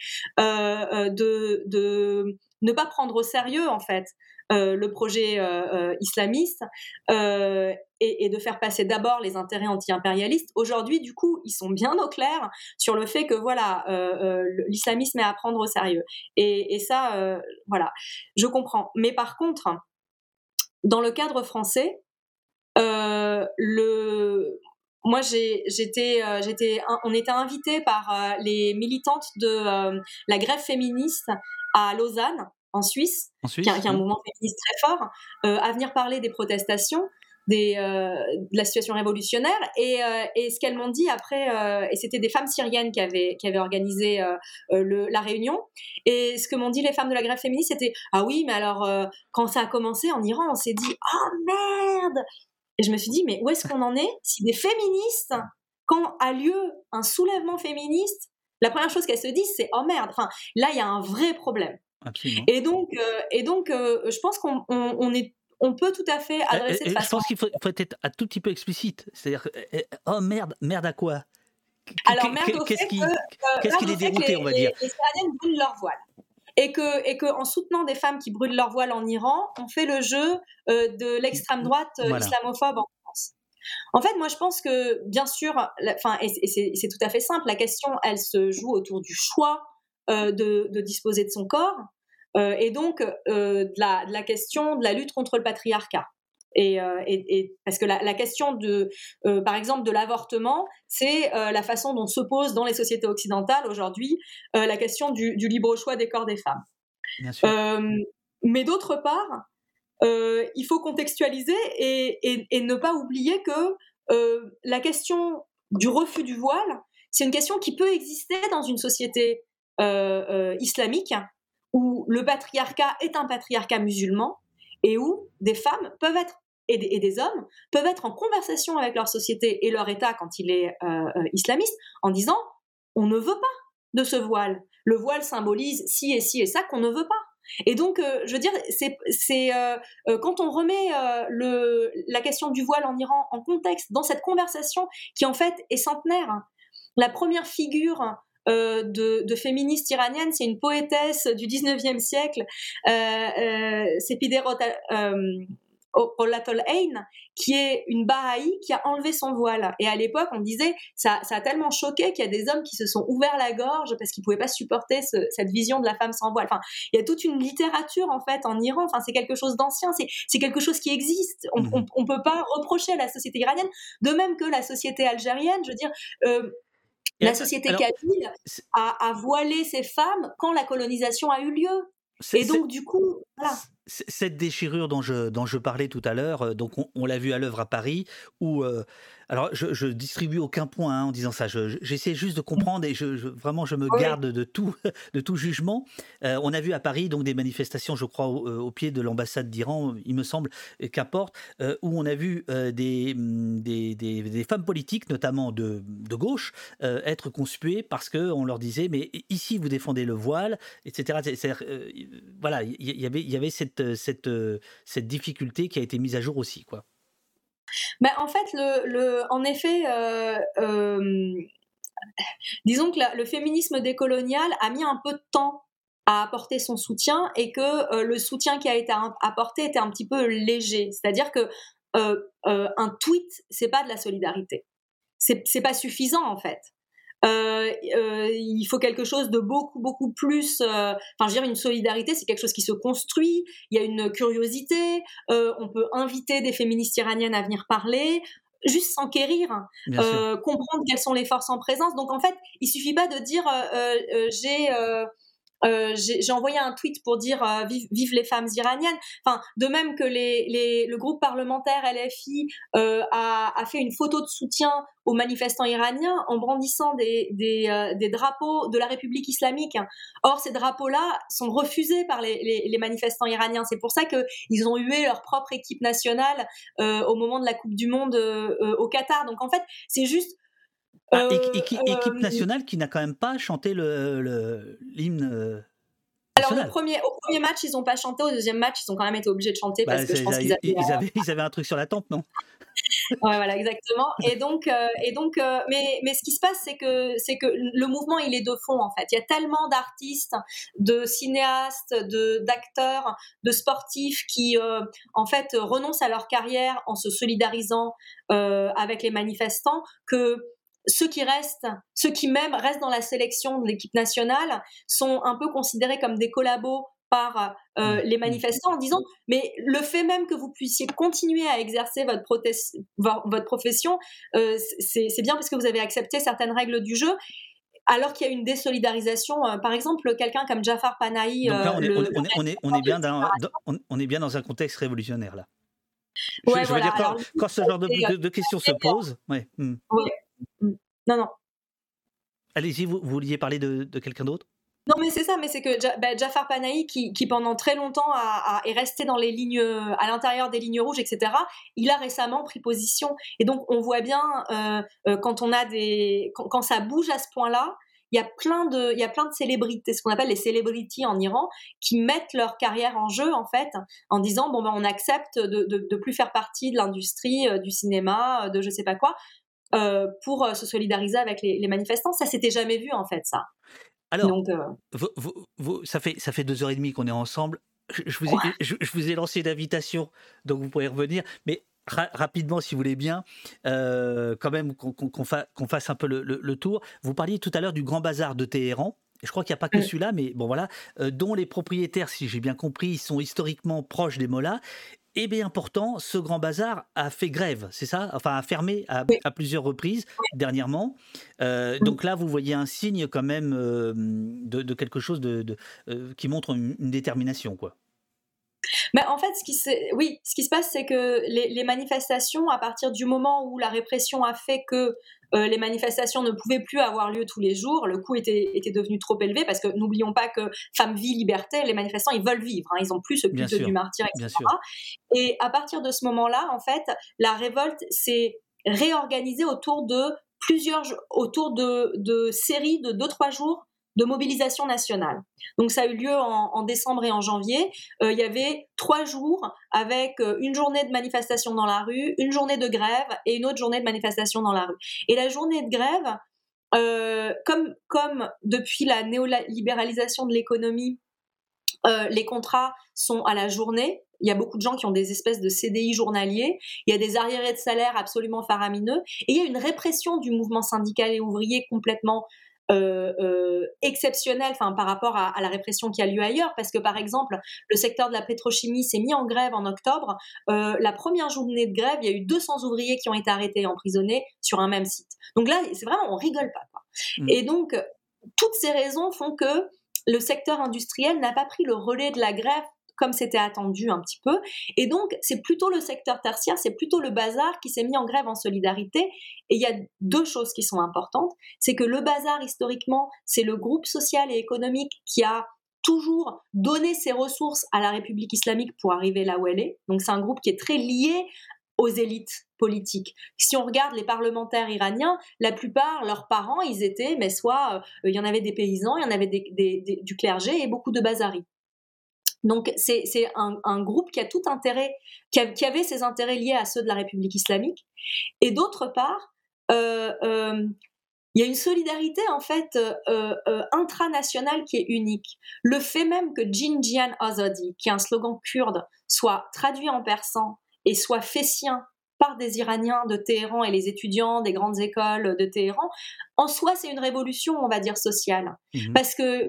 de ne pas prendre au sérieux en fait le projet islamiste et de faire passer d'abord les intérêts anti-impérialistes. Aujourd'hui, du coup, ils sont bien au clair sur le fait que voilà, l'islamisme est à prendre au sérieux. Et ça, voilà, je comprends. Mais par contre, dans le cadre français, moi, on était invités par les militantes de la grève féministe à Lausanne, en Suisse, qui est un mouvement féministe très fort, à venir parler des protestations, de la situation révolutionnaire. Et ce qu'elles m'ont dit après, et c'était des femmes syriennes qui avaient organisé la réunion, et ce que m'ont dit les femmes de la grève féministe, c'était « Ah oui, mais alors, quand ça a commencé en Iran, on s'est dit « Oh merde !» Et je me suis dit « Mais où est-ce qu'on en est si des féministes, quand a lieu un soulèvement féministe, la première chose qu'elles se disent, c'est « Oh merde !» Enfin, là, il y a un vrai problème. Absolument. Et donc, je pense on peut tout à fait adresser de façon... Je pense qu'il faut être un tout petit peu explicite. C'est-à-dire, oh merde à quoi? Alors merde au fait qu'est-ce qui les déroutait, on va dire. Les Iraniennes brûlent leur voile. Et que en soutenant des femmes qui brûlent leur voile en Iran, on fait le jeu de l'extrême droite islamophobe en France. En fait, moi, je pense que, bien sûr, c'est tout à fait simple. La question, elle se joue autour du choix de disposer de son corps. Et donc de la question de la lutte contre le patriarcat. Et parce que la question par exemple de l'avortement, c'est la façon dont se pose dans les sociétés occidentales aujourd'hui la question du libre choix des corps des femmes. Bien sûr. Mais d'autre part, il faut contextualiser et ne pas oublier que la question du refus du voile, c'est une question qui peut exister dans une société islamique, où le patriarcat est un patriarcat musulman et où des femmes peuvent être, et des hommes peuvent être en conversation avec leur société et leur État quand il est islamiste, en disant « on ne veut pas de ce voile. Le voile symbolise ci et ci et ça qu'on ne veut pas ». Et donc, je veux dire, c'est quand on remet la question du voile en Iran en contexte, dans cette conversation qui en fait est centenaire, la première figure de féministe iranienne, c'est une poétesse du 19e siècle, c'est Pideh Olatol Ain, qui est une Bahaï qui a enlevé son voile. Et à l'époque, on disait, ça a tellement choqué qu'il y a des hommes qui se sont ouverts la gorge parce qu'ils pouvaient pas supporter cette vision de la femme sans voile. Enfin, il y a toute une littérature, en fait, en Iran. Enfin, c'est quelque chose d'ancien. C'est quelque chose qui existe. On peut pas reprocher à la société iranienne, de même que la société algérienne. Je veux dire, la société kabyle a voilé ses femmes quand la colonisation a eu lieu. Et donc, du coup, Voilà. Cette déchirure dont je parlais tout à l'heure, donc on l'a vu à l'œuvre à Paris, où alors je distribue aucun point en disant ça. J'essaie juste de comprendre et vraiment je me Oui. garde de tout de tout jugement. On a vu à Paris donc des manifestations, je crois, au pied de l'ambassade d'Iran, il me semble, qu'importe, où on a vu des femmes politiques, notamment de gauche, être conspuées parce que on leur disait mais ici vous défendez le voile, etc. Voilà, il y avait cette difficulté qui a été mise à jour aussi, quoi. Ben, en fait, en effet, disons que le féminisme décolonial a mis un peu de temps à apporter son soutien et que le soutien qui a été apporté était un petit peu léger. C'est-à-dire que un tweet, c'est pas de la solidarité. C'est pas suffisant en fait. Il faut quelque chose de beaucoup plus. Enfin, je veux dire, une solidarité, c'est quelque chose qui se construit. Il y a une curiosité. On peut inviter des féministes iraniennes à venir parler, juste s'enquérir, Bien sûr. comprendre quelles sont les forces en présence. Donc, en fait, il suffit pas de dire j'ai envoyé un tweet pour dire vive les femmes iraniennes. Enfin, de même que le groupe parlementaire LFI a fait une photo de soutien aux manifestants iraniens en brandissant des drapeaux de la République islamique. Or, ces drapeaux-là sont refusés par les manifestants iraniens. C'est pour ça qu'ils ont hué leur propre équipe nationale au moment de la Coupe du Monde au Qatar. Donc, en fait, c'est juste Équipe nationale qui n'a quand même pas chanté l'hymne alors, national. au premier match, ils n'ont pas chanté. Au deuxième match, ils ont quand même été obligés de chanter parce que je pense qu'ils avaient un truc sur la tempe, non? Ouais, voilà, exactement. Et donc, mais ce qui se passe, c'est que le mouvement, il est de fond, en fait. Il y a tellement d'artistes, de cinéastes, d'acteurs, de sportifs qui, en fait, renoncent à leur carrière en se solidarisant avec les manifestants que ceux qui même restent dans la sélection de l'équipe nationale sont un peu considérés comme des collabos par les manifestants en disant mais le fait même que vous puissiez continuer à exercer votre profession, c'est bien parce que vous avez accepté certaines règles du jeu, alors qu'il y a une désolidarisation. Par exemple, quelqu'un comme Jafar Panahi. Donc là, on est bien dans un contexte révolutionnaire, là. Ouais, je veux dire, alors, quand ce genre de questions se posent... Ouais. Ouais. Non. Allez-y, vous vouliez parler de quelqu'un d'autre? Non, mais c'est ça, mais c'est que Jafar Panahi, qui pendant très longtemps est resté dans les lignes, à l'intérieur des lignes rouges, etc., il a récemment pris position. Et donc, on voit bien, quand quand ça bouge à ce point-là, il y a plein de célébrités, ce qu'on appelle les celebrities en Iran, qui mettent leur carrière en jeu, en fait, en disant, bon, ben, on accepte de plus faire partie de l'industrie du cinéma, de je sais pas quoi, pour se solidariser avec les manifestants. Ça s'était jamais vu, en fait, ça. Alors, Donc, ça fait 2h30 qu'on est ensemble. Je vous ai lancé une invitation, donc vous pourrez revenir. Mais rapidement, si vous voulez bien, quand même qu'on fasse un peu le tour. Vous parliez tout à l'heure du Grand Bazar de Téhéran. Je crois qu'il n'y a pas que celui-là, mais bon voilà, dont les propriétaires, si j'ai bien compris, sont historiquement proches des mollahs. Et bien pourtant, ce Grand Bazar a fait grève, c'est ça? Enfin, a fermé à plusieurs reprises dernièrement. Donc là, vous voyez un signe quand même de quelque chose qui montre une détermination, quoi. Mais en fait, ce qui se passe, c'est que les manifestations, à partir du moment où la répression a fait que les manifestations ne pouvaient plus avoir lieu tous les jours, le coût était devenu trop élevé, parce que n'oublions pas que femme, vie, liberté, les manifestants, ils veulent vivre, hein, ils n'ont plus ce culte du martyr, etc. Et à partir de ce moment-là, en fait, la révolte s'est réorganisée autour de séries de 2-3 jours de mobilisation nationale. Donc ça a eu lieu en décembre et en janvier. Il y avait 3 jours avec une journée de manifestation dans la rue, une journée de grève et une autre journée de manifestation dans la rue. Et la journée de grève, comme depuis la néolibéralisation de l'économie, les contrats sont à la journée. Il y a beaucoup de gens qui ont des espèces de CDI journaliers. Il y a des arriérés de salaire absolument faramineux. Et il y a une répression du mouvement syndical et ouvrier complètement exceptionnel, par rapport à la répression qui a lieu ailleurs, parce que par exemple le secteur de la pétrochimie s'est mis en grève en octobre. La première journée de grève, il y a eu 200 ouvriers qui ont été arrêtés et emprisonnés sur un même site. Donc là, c'est vraiment, on rigole pas, quoi. Et donc toutes ces raisons font que le secteur industriel n'a pas pris le relais de la grève comme c'était attendu un petit peu. Et donc, c'est plutôt le secteur tertiaire, c'est plutôt le bazar qui s'est mis en grève en solidarité. Et il y a deux choses qui sont importantes. C'est que le bazar, historiquement, c'est le groupe social et économique qui a toujours donné ses ressources à la République islamique pour arriver là où elle est. Donc, c'est un groupe qui est très lié aux élites politiques. Si on regarde les parlementaires iraniens, la plupart, leurs parents, ils étaient, mais soit il y en avait des paysans, il y en avait du clergé et beaucoup de bazaris. Donc c'est un groupe qui a tout intérêt, qui avait ses intérêts liés à ceux de la République islamique. Et d'autre part, il y a une solidarité en fait intranationale qui est unique. Le fait même que Jinjian Azadi, qui est un slogan kurde, soit traduit en persan et soit fait sien par des Iraniens de Téhéran et les étudiants des grandes écoles de Téhéran, en soi, c'est une révolution, on va dire, sociale. Parce que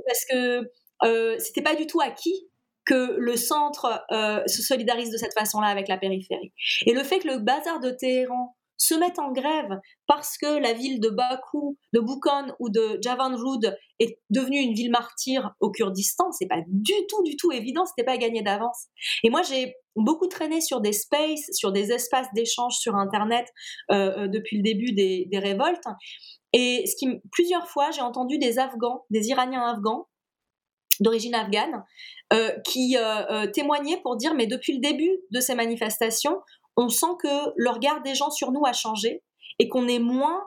c'était pas du tout acquis que le centre se solidarise de cette façon-là avec la périphérie. Et le fait que le bazar de Téhéran se mette en grève parce que la ville de Bakou, de Boukhon ou de Javanrud est devenue une ville martyre au Kurdistan, c'est pas du tout évident, c'était pas gagné d'avance. Et moi, j'ai beaucoup traîné sur des spaces, sur des espaces d'échange sur Internet depuis le début des révoltes. Et plusieurs fois, j'ai entendu des Afghans, des Iraniens afghans, d'origine afghane, qui témoignaient pour dire, mais depuis le début de ces manifestations, on sent que le regard des gens sur nous a changé et qu'on est moins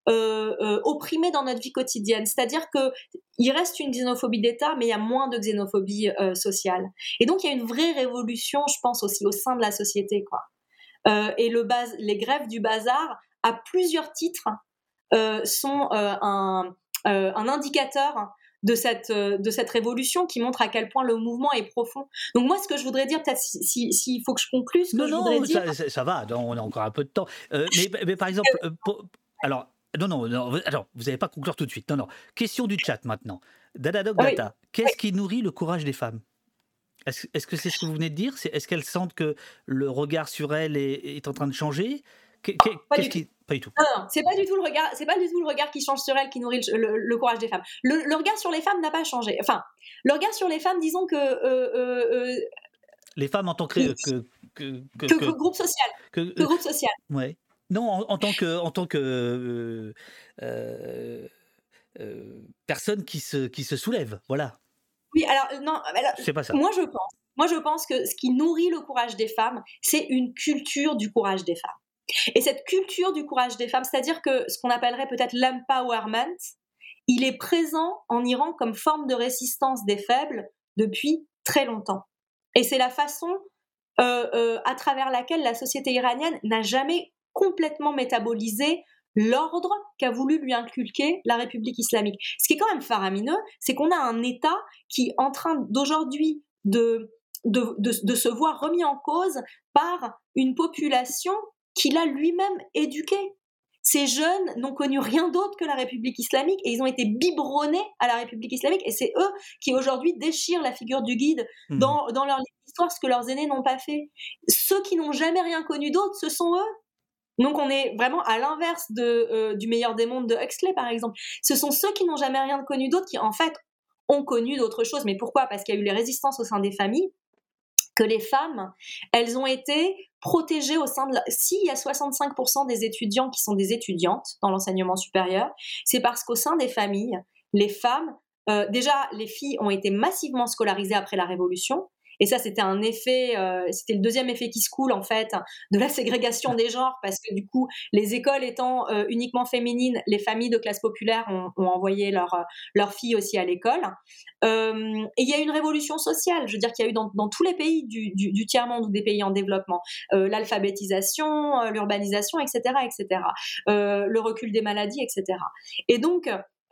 opprimés dans notre vie quotidienne. C'est-à-dire qu'il reste une xénophobie d'État, mais il y a moins de xénophobie sociale. Et donc, il y a une vraie révolution, je pense, aussi au sein de la société, quoi. Et les grèves du bazar, à plusieurs titres, sont un indicateur de cette révolution qui montre à quel point le mouvement est profond. Donc moi, ce que je voudrais dire, peut-être s'il faut que je conclue, ce que je voudrais dire... ça va, on a encore un peu de temps. Mais par exemple, alors, non, alors, vous n'allez pas conclure tout de suite. Non. Question du chat maintenant. Dadadog Data, qu'est-ce qui nourrit le courage des femmes ? Est-ce que c'est ce que vous venez de dire ? Est-ce qu'elles sentent que le regard sur elles est en train de changer ? Pas du tout. Non, c'est pas du tout le regard qui change sur elle qui nourrit le courage des femmes. Le regard sur les femmes n'a pas changé. Enfin, le regard sur les femmes, disons que les femmes en tant que groupe social. Que groupe social. Ouais. Non, en tant que personne qui se soulève, voilà. Oui, alors non, c'est pas ça. Moi je pense que ce qui nourrit le courage des femmes, c'est une culture du courage des femmes. Et cette culture du courage des femmes, c'est-à-dire que ce qu'on appellerait peut-être l'empowerment, il est présent en Iran comme forme de résistance des faibles depuis très longtemps. Et c'est la façon à travers laquelle la société iranienne n'a jamais complètement métabolisé l'ordre qu'a voulu lui inculquer la République islamique. Ce qui est quand même faramineux, c'est qu'on a un État qui est en train d'aujourd'hui de se voir remis en cause par une population qu'il a lui-même éduqué. Ces jeunes n'ont connu rien d'autre que la République islamique et ils ont été biberonnés à la République islamique et c'est eux qui aujourd'hui déchirent la figure du guide dans leur histoire, ce que leurs aînés n'ont pas fait. Ceux qui n'ont jamais rien connu d'autre, ce sont eux. Donc on est vraiment à l'inverse du meilleur des mondes de Huxley, par exemple. Ce sont ceux qui n'ont jamais rien connu d'autre qui en fait ont connu d'autres choses. Mais pourquoi ? Parce qu'il y a eu les résistances au sein des familles, que les femmes, elles ont été protégées au sein de S'il y a 65% des étudiants qui sont des étudiantes dans l'enseignement supérieur, c'est parce qu'au sein des familles, les femmes, déjà les filles ont été massivement scolarisées après la Révolution. Et ça, c'était un effet, c'était le deuxième effet qui se coule en fait de la ségrégation des genres, parce que du coup, les écoles étant uniquement féminines, les familles de classe populaire ont envoyé leurs filles aussi à l'école. Et il y a eu une révolution sociale, je veux dire qu'il y a eu dans tous les pays du tiers-monde ou des pays en développement, l'alphabétisation, l'urbanisation, etc., etc., le recul des maladies, etc. Et donc,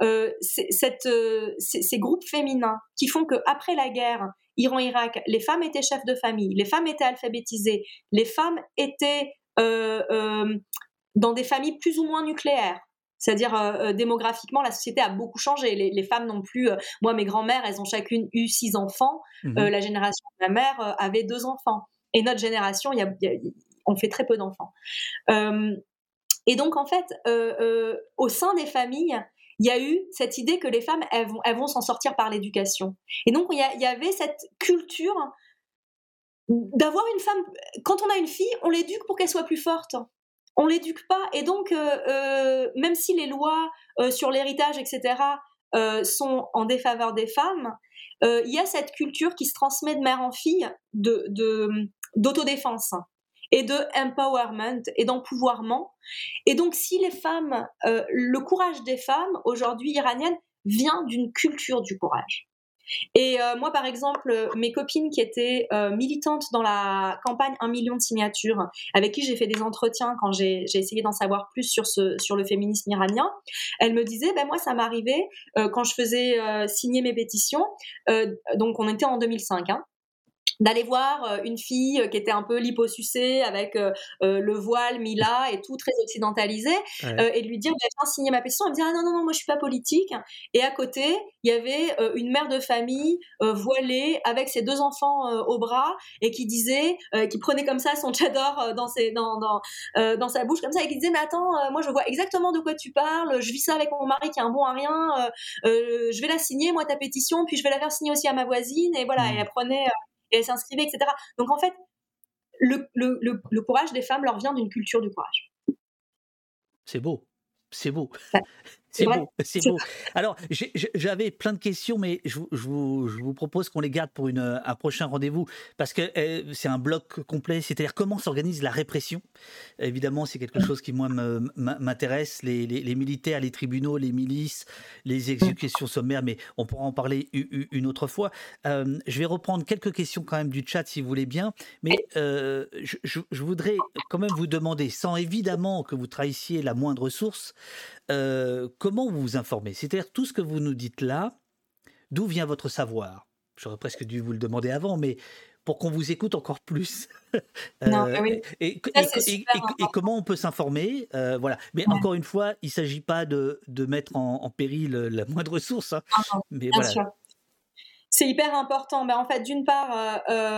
ces groupes féminins qui font qu'après la guerre, Iran-Irak, les femmes étaient chefs de famille, les femmes étaient alphabétisées, les femmes étaient dans des familles plus ou moins nucléaires. C'est-à-dire, démographiquement, la société a beaucoup changé. Les femmes non plus... moi, mes grands-mères, elles ont chacune eu 6 enfants. La génération de ma mère avait 2 enfants. Et notre génération, on fait très peu d'enfants. Et donc, en fait, au sein des familles, il y a eu cette idée que les femmes, elles vont s'en sortir par l'éducation. Et donc, il y avait cette culture d'avoir une femme. Quand on a une fille, on l'éduque pour qu'elle soit plus forte. On l'éduque pas, et donc même si les lois sur l'héritage, etc., sont en défaveur des femmes, il y a cette culture qui se transmet de mère en fille d'autodéfense et de empowerment et d'empouvoirment. Et donc, si les femmes, le courage des femmes aujourd'hui iraniennes vient d'une culture du courage. Et moi, par exemple, mes copines qui étaient militantes dans la campagne 1 million de signatures, avec qui j'ai fait des entretiens quand j'ai essayé d'en savoir plus sur le féminisme iranien, elles me disaient, moi, ça m'arrivait quand je faisais signer mes pétitions, donc on était en 2005, d'aller voir une fille qui était un peu liposucée avec le voile mis là et tout très occidentalisé, et de lui dire viens signer ma pétition. Elle me disait non, moi je suis pas politique. Et à côté il y avait une mère de famille voilée avec ses 2 enfants au bras et qui disait, qui prenait comme ça son tchador dans sa bouche comme ça, et qui disait mais attends, moi je vois exactement de quoi tu parles, je vis ça avec mon mari qui est un bon à rien, je vais la signer moi ta pétition, puis je vais la faire signer aussi à ma voisine, et voilà. Et elle prenait et elles s'inscrivaient, etc. Donc en fait, le courage des femmes leur vient d'une culture du courage. C'est beau. C'est beau. Ouais. C'est beau, c'est beau. Alors, j'avais plein de questions, mais je vous propose qu'on les garde pour un prochain rendez-vous, parce que c'est un bloc complet, c'est-à-dire comment s'organise la répression. Évidemment, c'est quelque chose qui, moi, m'intéresse, les militaires, les tribunaux, les milices, les exécutions sommaires, mais on pourra en parler une autre fois. Je vais reprendre quelques questions quand même du chat, si vous voulez bien, mais je voudrais quand même vous demander, sans évidemment que vous trahissiez la moindre source, comment vous vous informez? C'est-à-dire tout ce que vous nous dites là, d'où vient votre savoir? J'aurais presque dû vous le demander avant, mais pour qu'on vous écoute encore plus. Non, oui. Et Ça, comment on peut s'informer? Voilà. Mais encore une fois, il ne s'agit pas de mettre en péril la moindre source. Non, mais bien voilà. sûr. C'est hyper important. En fait, d'une part,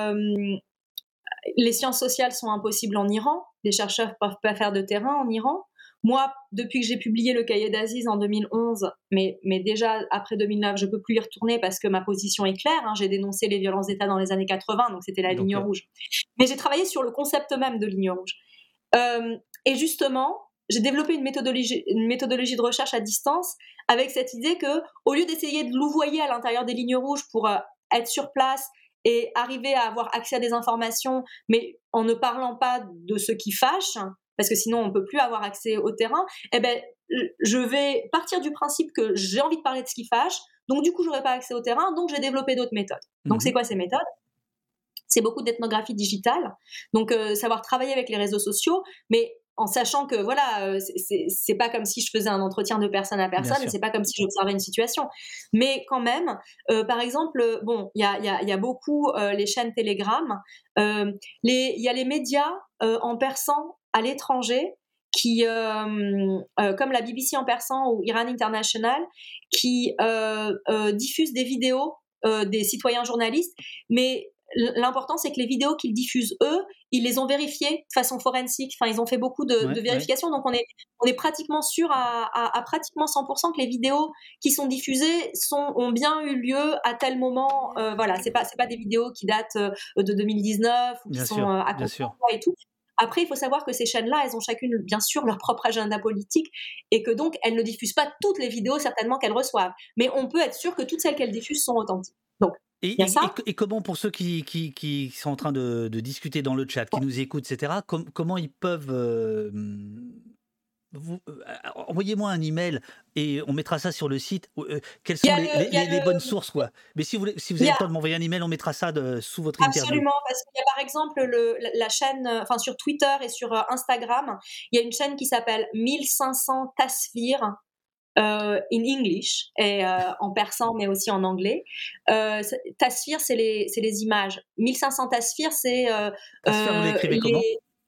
les sciences sociales sont impossibles en Iran. Les chercheurs ne peuvent pas faire de terrain en Iran. Moi, depuis que j'ai publié le cahier d'Aziz en 2011, mais déjà après 2009, je ne peux plus y retourner parce que ma position est claire. J'ai dénoncé les violences d'État dans les années 80, donc c'était la ligne rouge. Mais j'ai travaillé sur le concept même de ligne rouge. Et justement, j'ai développé une méthodologie de recherche à distance avec cette idée que, au lieu d'essayer de louvoyer à l'intérieur des lignes rouges pour être sur place et arriver à avoir accès à des informations, mais en ne parlant pas de ce qui fâche, parce que sinon on ne peut plus avoir accès au terrain, je vais partir du principe que j'ai envie de parler de ce qui fâche, donc du coup je n'aurai pas accès au terrain, donc j'ai développé d'autres méthodes. Donc c'est quoi ces méthodes? C'est beaucoup d'ethnographie digitale, donc savoir travailler avec les réseaux sociaux, mais en sachant que voilà, c'est pas comme si je faisais un entretien de personne à personne, et c'est pas comme si j'observais une situation. Mais quand même, par exemple, il y a beaucoup les chaînes Telegram, il y a les médias en persan à l'étranger qui, comme la BBC en persan ou Iran International, qui diffusent des vidéos des citoyens journalistes, mais l'important, c'est que les vidéos qu'ils diffusent, eux, ils les ont vérifiées de façon forensique. Enfin, ils ont fait beaucoup de vérifications. Donc, on est pratiquement sûr à pratiquement 100% que les vidéos qui sont diffusées ont bien eu lieu à tel moment. Voilà, c'est pas des vidéos qui datent de 2019 ou qui sont à contre-emploi et tout. Après, il faut savoir que ces chaînes-là, elles ont chacune, bien sûr, leur propre agenda politique, et que donc, elles ne diffusent pas toutes les vidéos, certainement, qu'elles reçoivent. Mais on peut être sûr que toutes celles qu'elles diffusent sont authentiques. Donc, et comment, pour ceux qui sont en train de discuter dans le chat, qui nous écoutent, etc., comment ils peuvent... envoyez-moi un email et on mettra ça sur le site. Quelles sont les bonnes sources, quoi. Mais si vous avez le temps de m'envoyer un email, on mettra ça sous votre interview. Absolument, parce qu'il y a par exemple la chaîne, sur Twitter et sur Instagram, il y a une chaîne qui s'appelle 1500 Tasvir in English et en persan, mais aussi en anglais. Tasvir, c'est les images. 1500 Tasvir, c'est Tasvir, vous l'écrivez comment?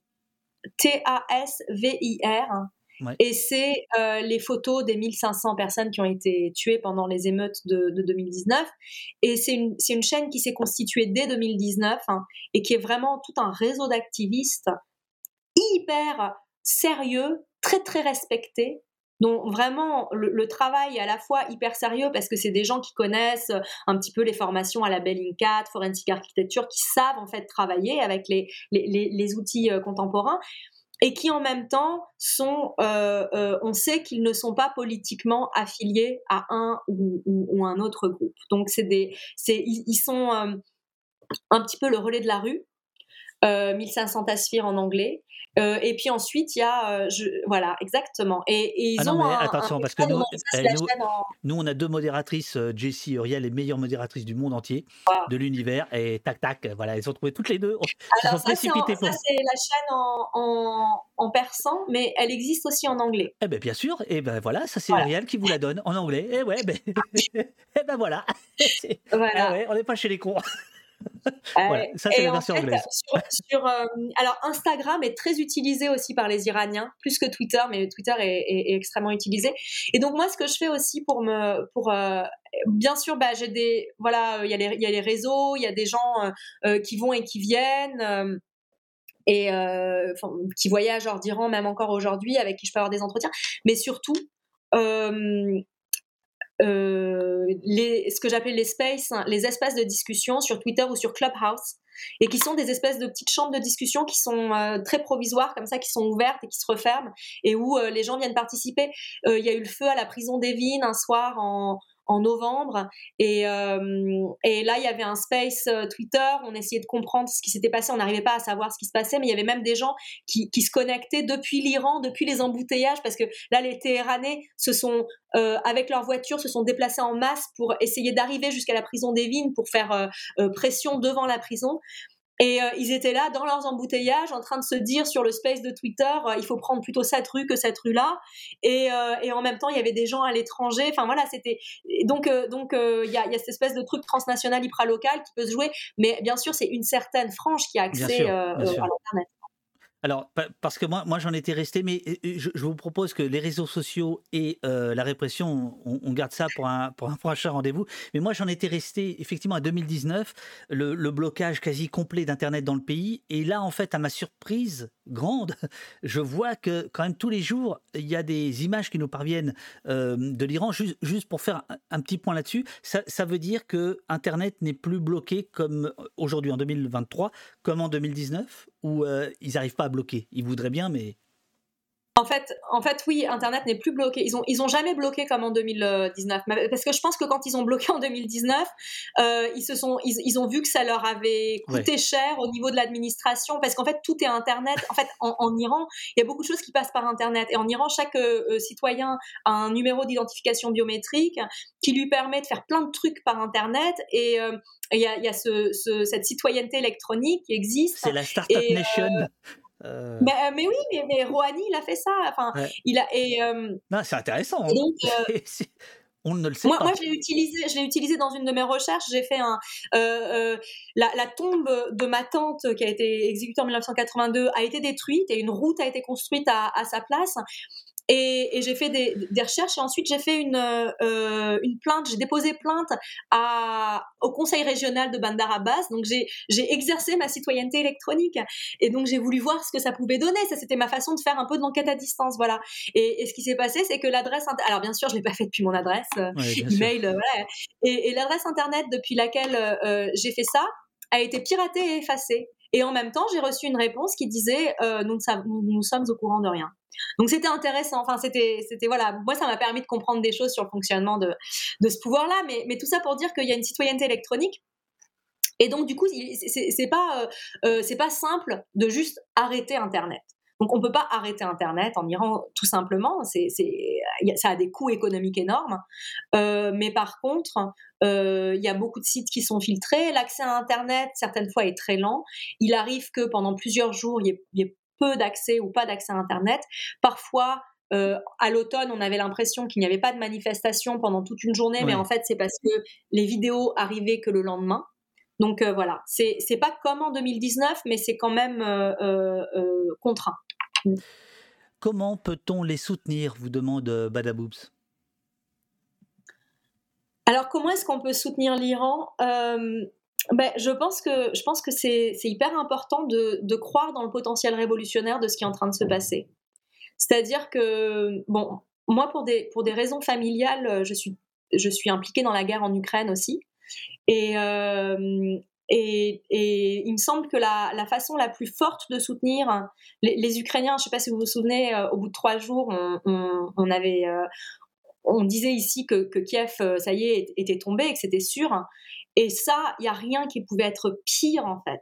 Tasvir. Ouais. Et c'est les photos des 1500 personnes qui ont été tuées pendant les émeutes de 2019. Et c'est une chaîne qui s'est constituée dès 2019 et qui est vraiment tout un réseau d'activistes hyper sérieux, très très respectés, dont vraiment le travail est à la fois hyper sérieux parce que c'est des gens qui connaissent un petit peu les formations à la Bellingcat, Forensic Architecture, qui savent en fait travailler avec les outils contemporains, et qui en même temps sont, on sait qu'ils ne sont pas politiquement affiliés à un ou un autre groupe. Donc ils sont un petit peu le relais de la rue. 1500 Tasfir en anglais. Et puis ensuite, il y a... voilà, exactement. Et ils ont attention, parce que nous, on a 2 modératrices, Jessie et Uriel, les meilleures modératrices du monde entier, de l'univers, et tac, voilà, elles ont trouvé toutes les 2. Alors ça, c'est la chaîne en persan, mais elle existe aussi en anglais. Eh bien, bien sûr, et ben voilà, ça c'est Uriel qui vous la donne en anglais. Et ouais, et ben voilà. Voilà. Ah ouais, on n'est pas chez les cons. Voilà, ça c'est la version anglaise. Alors Instagram est très utilisé aussi par les Iraniens, plus que Twitter, mais Twitter est extrêmement utilisé. Et donc moi, ce que je fais aussi bien sûr, j'ai il y a les réseaux, il y a des gens qui vont et qui viennent. Et qui voyagent hors d'Iran, même encore aujourd'hui, avec qui je peux avoir des entretiens. Mais surtout, ce que j'appelle les spaces, les espaces de discussion sur Twitter ou sur Clubhouse, et qui sont des espèces de petites chambres de discussion qui sont très provisoires, comme ça, qui sont ouvertes et qui se referment, et où les gens viennent participer. Il y a eu le feu à la prison d'Evin un soir en novembre, et là il y avait un space Twitter, on essayait de comprendre ce qui s'était passé, on n'arrivait pas à savoir ce qui se passait, mais il y avait même des gens qui se connectaient depuis l'Iran, depuis les embouteillages, parce que là les Téhéranais avec leur voiture se sont déplacés en masse pour essayer d'arriver jusqu'à la prison d'Evin, pour faire pression devant la prison. Et ils étaient là dans leurs embouteillages en train de se dire sur le space de Twitter il faut prendre plutôt cette rue que cette rue-là, et en même temps il y avait des gens à l'étranger, enfin voilà, c'était donc il y a cette espèce de truc transnational hyper local qui peut se jouer, mais bien sûr c'est une certaine frange qui a accès à l'internet. Alors, parce que moi j'en étais resté, mais je vous propose que les réseaux sociaux et la répression, on garde ça pour un prochain rendez-vous. Mais moi j'en étais resté effectivement à 2019, le blocage quasi complet d'Internet dans le pays. Et là, en fait, à ma surprise grande, je vois que quand même tous les jours, il y a des images qui nous parviennent de l'Iran. Juste pour faire un petit point là-dessus, ça veut dire que Internet n'est plus bloqué comme aujourd'hui en 2023, comme en 2019, où ils n'arrivent pas à bloquer. Ils voudraient bien, mais... En fait, oui, Internet n'est plus bloqué. Ils ont jamais bloqué comme en 2019. Parce que je pense que quand ils ont bloqué en 2019, ils ont vu que ça leur avait coûté cher au niveau de l'administration. Parce qu'en fait, tout est Internet. En fait, en Iran, il y a beaucoup de choses qui passent par Internet. Et en Iran, chaque citoyen a un numéro d'identification biométrique qui lui permet de faire plein de trucs par Internet. Et il y a cette citoyenneté électronique qui existe. C'est la Startup Nation. Mais oui, mais Rouhani, il a fait ça. Enfin, non, c'est intéressant. Hein. Donc, on ne le sait pas. Moi, je l'ai utilisé dans une de mes recherches. J'ai fait la tombe de ma tante qui a été exécutée en 1982 a été détruite et une route a été construite à sa place. Et j'ai fait des recherches, et ensuite j'ai fait une plainte, j'ai déposé plainte au conseil régional de Bandar Abbas. Donc j'ai exercé ma citoyenneté électronique, et donc j'ai voulu voir ce que ça pouvait donner. Ça, c'était ma façon de faire un peu de l'enquête à distance, voilà. Et ce qui s'est passé, c'est que l'adresse, alors bien sûr je l'ai pas fait depuis mon adresse email, voilà. Et l'adresse internet depuis laquelle j'ai fait ça a été piratée et effacée. Et en même temps, j'ai reçu une réponse qui disait nous sommes au courant de rien. Donc c'était intéressant. Enfin, c'était voilà. Moi, ça m'a permis de comprendre des choses sur le fonctionnement de ce pouvoir-là. Mais tout ça pour dire qu'il y a une citoyenneté électronique. Et donc du coup, c'est pas simple de juste arrêter Internet. Donc on peut pas arrêter Internet en Iran tout simplement. Ça a des coûts économiques énormes. Mais par contre, il y a beaucoup de sites qui sont filtrés. L'accès à Internet certaines fois est très lent. Il arrive que pendant plusieurs jours, il y ait peu d'accès ou pas d'accès à Internet. Parfois, à l'automne, on avait l'impression qu'il n'y avait pas de manifestation pendant toute une journée, mais en fait, c'est parce que les vidéos arrivaient que le lendemain. Donc voilà, c'est pas comme en 2019, mais c'est quand même contraint. Comment peut-on les soutenir, vous demande Badaboubs. Alors comment est-ce qu'on peut soutenir l'Iran ? Je pense que c'est hyper important de croire dans le potentiel révolutionnaire de ce qui est en train de se passer. C'est-à-dire que, bon, moi, pour des raisons familiales, je suis impliquée dans la guerre en Ukraine aussi. Et il me semble que la façon la plus forte de soutenir les Ukrainiens, je ne sais pas si vous vous souvenez, au bout de 3 jours, on disait ici que Kiev, ça y est, était tombé et que c'était sûr. Et ça, il n'y a rien qui pouvait être pire, en fait,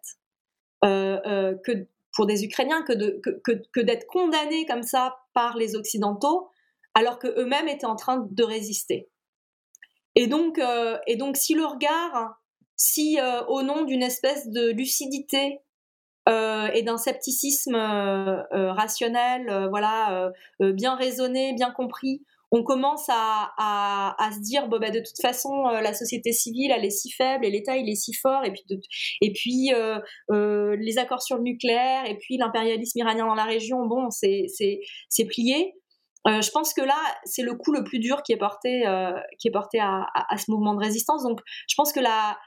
que pour des Ukrainiens que d'être condamnés comme ça par les Occidentaux, alors qu'eux-mêmes étaient en train de résister. Et donc si le regard, au nom d'une espèce de lucidité et d'un scepticisme rationnel, bien raisonné, bien compris, on commence à se dire de toute façon la société civile elle est si faible et l'État il est si fort et puis les accords sur le nucléaire et puis l'impérialisme iranien dans la région, bon c'est plié. Je pense que là, c'est le coup le plus dur qui est porté à ce mouvement de résistance. Donc, je pense que la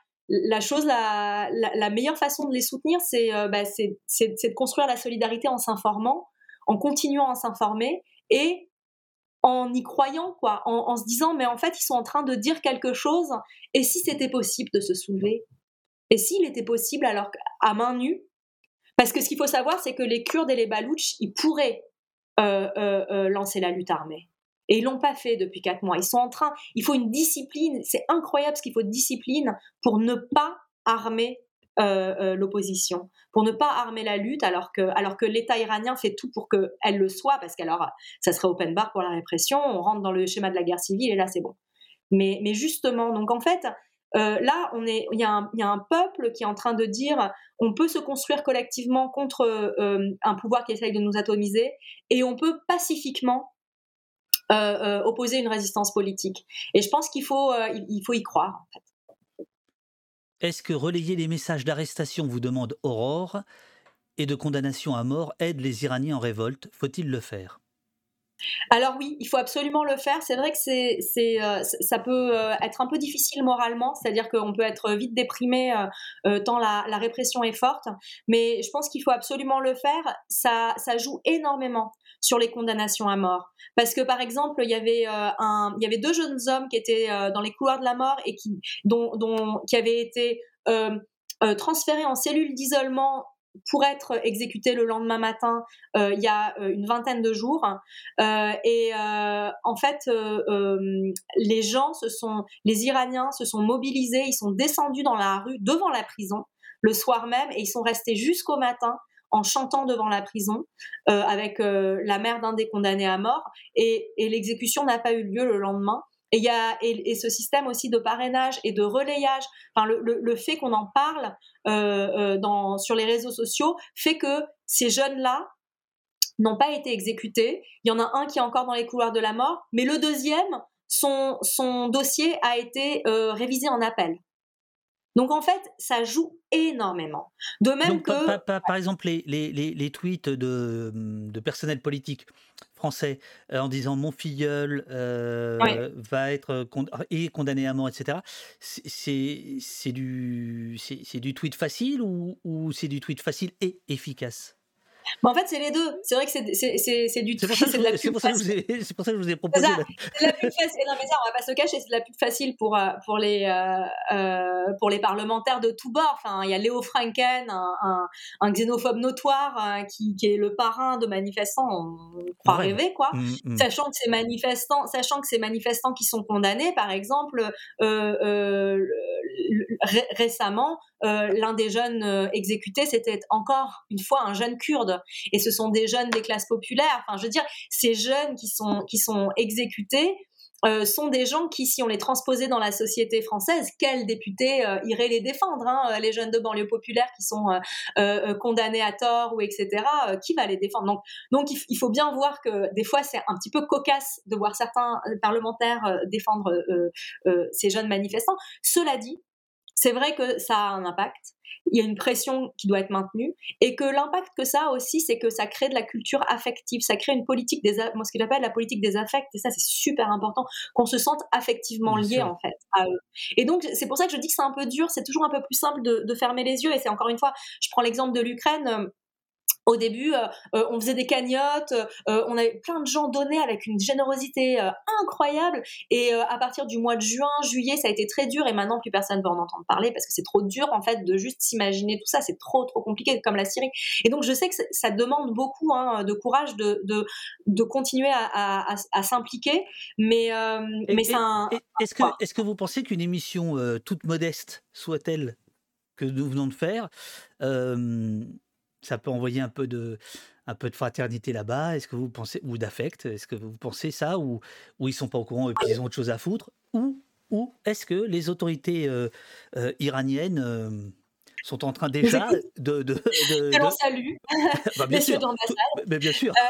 meilleure façon de les soutenir, c'est de construire la solidarité en s'informant, en continuant à s'informer et en y croyant, quoi, en se disant, mais en fait, ils sont en train de dire quelque chose, et si c'était possible de se soulever? Et s'il était possible, alors à main nue? Parce que ce qu'il faut savoir, c'est que les Kurdes et les Baloutches, ils pourraient lancer la lutte armée. Et ils l'ont pas fait depuis 4 mois. Il faut une discipline. C'est incroyable ce qu'il faut de discipline pour ne pas armer l'opposition, pour ne pas armer la lutte, alors que l'État iranien fait tout pour qu'elle le soit, parce qu'alors ça serait open bar pour la répression. On rentre dans le schéma de la guerre civile et là c'est bon. Mais justement, donc en fait, là, il y a un peuple qui est en train de dire on peut se construire collectivement contre un pouvoir qui essaye de nous atomiser et on peut pacifiquement opposer une résistance politique. Et je pense qu'il faut y croire, en fait. Est-ce que relayer les messages d'arrestation, vous demande Aurore, et de condamnation à mort aide les Iraniens en révolte? Faut-il le faire? Alors oui, il faut absolument le faire. C'est vrai que ça peut être un peu difficile moralement, c'est-à-dire qu'on peut être vite déprimé tant la répression est forte, mais je pense qu'il faut absolument le faire. Ça joue énormément sur les condamnations à mort. Parce que par exemple, il y avait 2 jeunes hommes qui étaient dans les couloirs de la mort et qui avaient été transférés en cellule d'isolement pour être exécutés le lendemain matin, il y a une vingtaine de jours. En fait, les Iraniens se sont mobilisés, ils sont descendus dans la rue devant la prison le soir même et ils sont restés jusqu'au matin en chantant devant la prison avec la mère d'un des condamnés à mort et l'exécution n'a pas eu lieu le lendemain. Et ce système aussi de parrainage et de relayage, enfin le fait qu'on en parle sur les réseaux sociaux fait que ces jeunes-là n'ont pas été exécutés. Il y en a un qui est encore dans les couloirs de la mort, mais le deuxième, son dossier a été révisé en appel. Donc en fait, ça joue énormément. De même donc, que... par exemple, les tweets de personnel politique français en disant mon filleul va être condamné à mort, etc. C'est du tweet facile ou c'est du tweet facile et efficace? En fait, c'est les deux. C'est vrai que c'est du tweet. C'est pour ça que je vous ai proposé. C'est de la pub facile. Non, mais ça, on va pas se cacher, c'est de la pub facile pour les parlementaires de tous bords. Enfin, il y a Léo Franken, un xénophobe notoire qui est le parrain de manifestants. On croit rêver, quoi. Sachant que ces manifestants qui sont condamnés, par exemple, récemment, l'un des jeunes exécutés, c'était encore une fois un jeune kurde. Et ce sont des jeunes des classes populaires. Enfin, je veux dire, ces jeunes qui sont exécutés sont des gens qui, si on les transposait dans la société française, quel député irait les défendre, hein, les jeunes de banlieue populaire qui sont condamnés à tort ou etc. Qui va les défendre? Donc il faut bien voir que des fois c'est un petit peu cocasse de voir certains parlementaires défendre ces jeunes manifestants. Cela dit, c'est vrai que ça a un impact. Il y a une pression qui doit être maintenue et que l'impact que ça a aussi, c'est que ça crée de la culture affective, ça crée une politique moi ce que j'appelle la politique des affects, et ça c'est super important, qu'on se sente affectivement lié en fait à eux. Et donc c'est pour ça que je dis que c'est un peu dur, c'est toujours un peu plus simple de fermer les yeux, et c'est encore une fois, je prends l'exemple de l'Ukraine. Au début, on faisait des cagnottes, on avait plein de gens donnés avec une générosité incroyable. Et à partir du mois de juin, juillet, ça a été très dur. Et maintenant, plus personne ne veut en entendre parler parce que c'est trop dur, en fait, de juste s'imaginer tout ça. C'est trop compliqué, comme la Syrie. Et donc, je sais que ça demande beaucoup de courage de continuer à s'impliquer. Mais c'est un... Est-ce que vous pensez qu'une émission toute modeste soit-elle que nous venons de faire, ça peut envoyer un peu de fraternité là-bas? Est-ce que vous pensez, ou d'affect? Est-ce que vous pensez ça, ou ils sont pas au courant et puis ils ont autre chose à foutre? Ou est-ce que les autorités iraniennes sont en train déjà de Que l'on salue, bah, bien messieurs sûr, d'ambassade. mais bien sûr.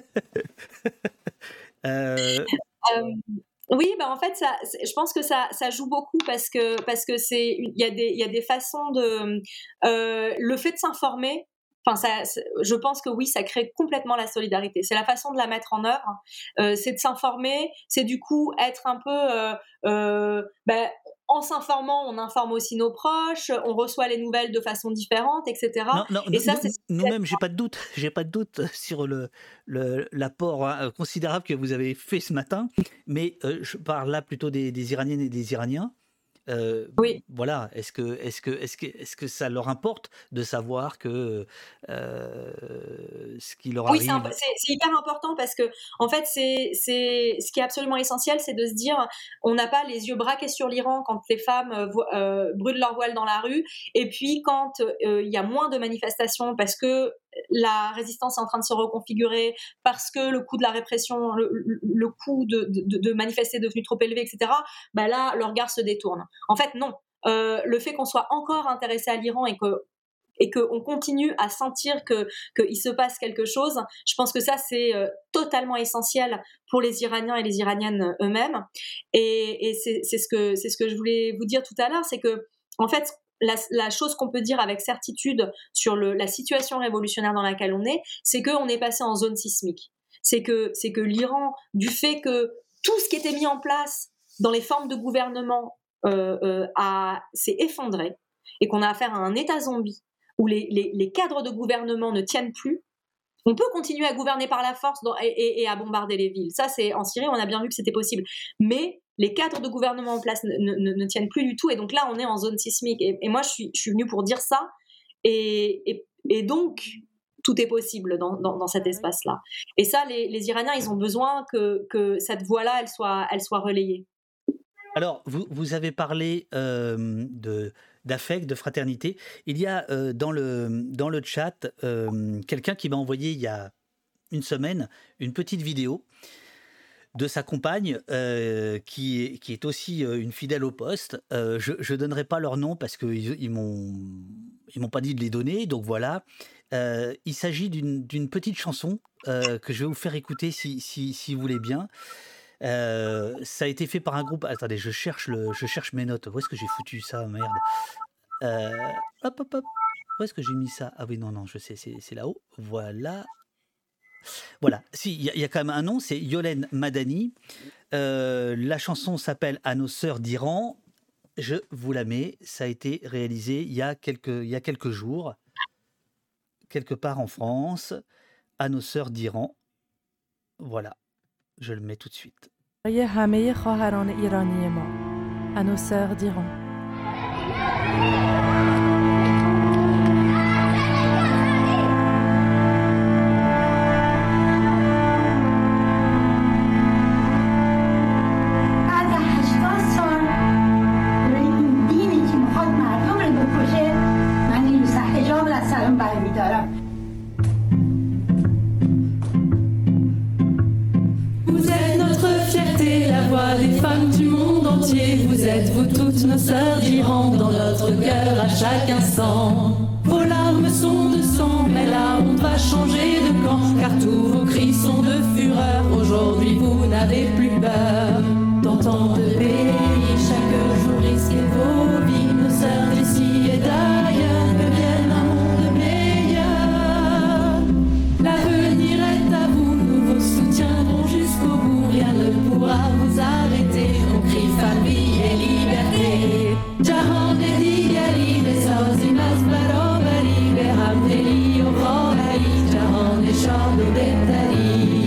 Oui, bah en fait, je pense que ça joue beaucoup parce que il y a des façons de le fait de s'informer. Enfin, je pense que oui, ça crée complètement la solidarité. C'est la façon de la mettre en œuvre. C'est de s'informer, c'est du coup être un peu en s'informant, on informe aussi nos proches, on reçoit les nouvelles de façon différente, etc. Et ça, c'est nous-mêmes, j'ai pas de doute sur l'apport considérable que vous avez fait ce matin, mais je parle là plutôt des Iraniennes et des Iraniens. Oui. Voilà, est-ce que ça leur importe de savoir que ce qui leur arrive? Oui, c'est hyper important parce que en fait, c'est ce qui est absolument essentiel, c'est de se dire, on n'a pas les yeux braqués sur l'Iran quand les femmes brûlent leur voile dans la rue, et puis quand il y a moins de manifestations parce que la résistance est en train de se reconfigurer, parce que le coût de la répression, le coût de manifester est devenu trop élevé, etc. Bah là, le regard se détourne. En fait, non. Le fait qu'on soit encore intéressé à l'Iran et qu'on continue à sentir qu'il se passe quelque chose, je pense que ça, c'est totalement essentiel pour les Iraniens et les Iraniennes eux-mêmes. Et c'est ce que je voulais vous dire tout à l'heure, c'est que, en fait, la chose qu'on peut dire avec certitude sur la situation révolutionnaire dans laquelle on est, c'est qu'on est passé en zone sismique. C'est que l'Iran, du fait que tout ce qui était mis en place dans les formes de gouvernement s'est effondré, et qu'on a affaire à un état zombie où les cadres de gouvernement ne tiennent plus. On peut continuer à gouverner par la force et à bombarder les villes. Ça, c'est en Syrie, on a bien vu que c'était possible. Mais les cadres de gouvernement en place ne tiennent plus du tout. Et donc là, on est en zone sismique. Et moi, je suis venue pour dire ça. Et donc, tout est possible dans cet espace-là. Et ça, les Iraniens, ils ont besoin que cette voie-là, elle soit relayée. Alors, vous avez parlé d'affect, de fraternité. Il y a dans le chat quelqu'un qui m'a envoyé il y a une semaine une petite vidéo de sa compagne qui est aussi une fidèle au poste. Je ne donnerai pas leur nom parce qu'ils m'ont pas dit de les donner, donc voilà. Il s'agit d'une petite chanson que je vais vous faire écouter si vous voulez bien. Ça a été fait par un groupe. Attendez, je cherche mes notes. Où est-ce que j'ai foutu ça? Merde. Hop. Où est-ce que j'ai mis ça? Ah oui, non, je sais, c'est là-haut. Voilà. Si, il y a quand même un nom, c'est Yolène Madani. La chanson s'appelle À nos sœurs d'Iran. Je vous la mets. Ça a été réalisé il y a quelques jours, quelque part en France. À nos sœurs d'Iran. Voilà. Je le mets tout de suite. همه خواهران ایرانی ما à nos sœurs d'Iran. Des femmes du monde entier, vous êtes vous toutes nos sœurs d'Iran, dans notre cœur à chaque instant. Vos larmes sont de sang, mais la honte va changer de camp, car tous vos cris sont de fureur. Aujourd'hui vous n'avez plus peur d'entendre de pays, chaque jour risquez vos vies, nos sœurs d'ici et d'ailleurs, que vienne un monde meilleur. L'avenir est à vous, nous vous soutiendrons jusqu'au bout, rien ne pourra vous arrêter, on crie famille et liberté. Jahan et digali, besazim az barabari, behamdeli o khahari. بالتاريخ.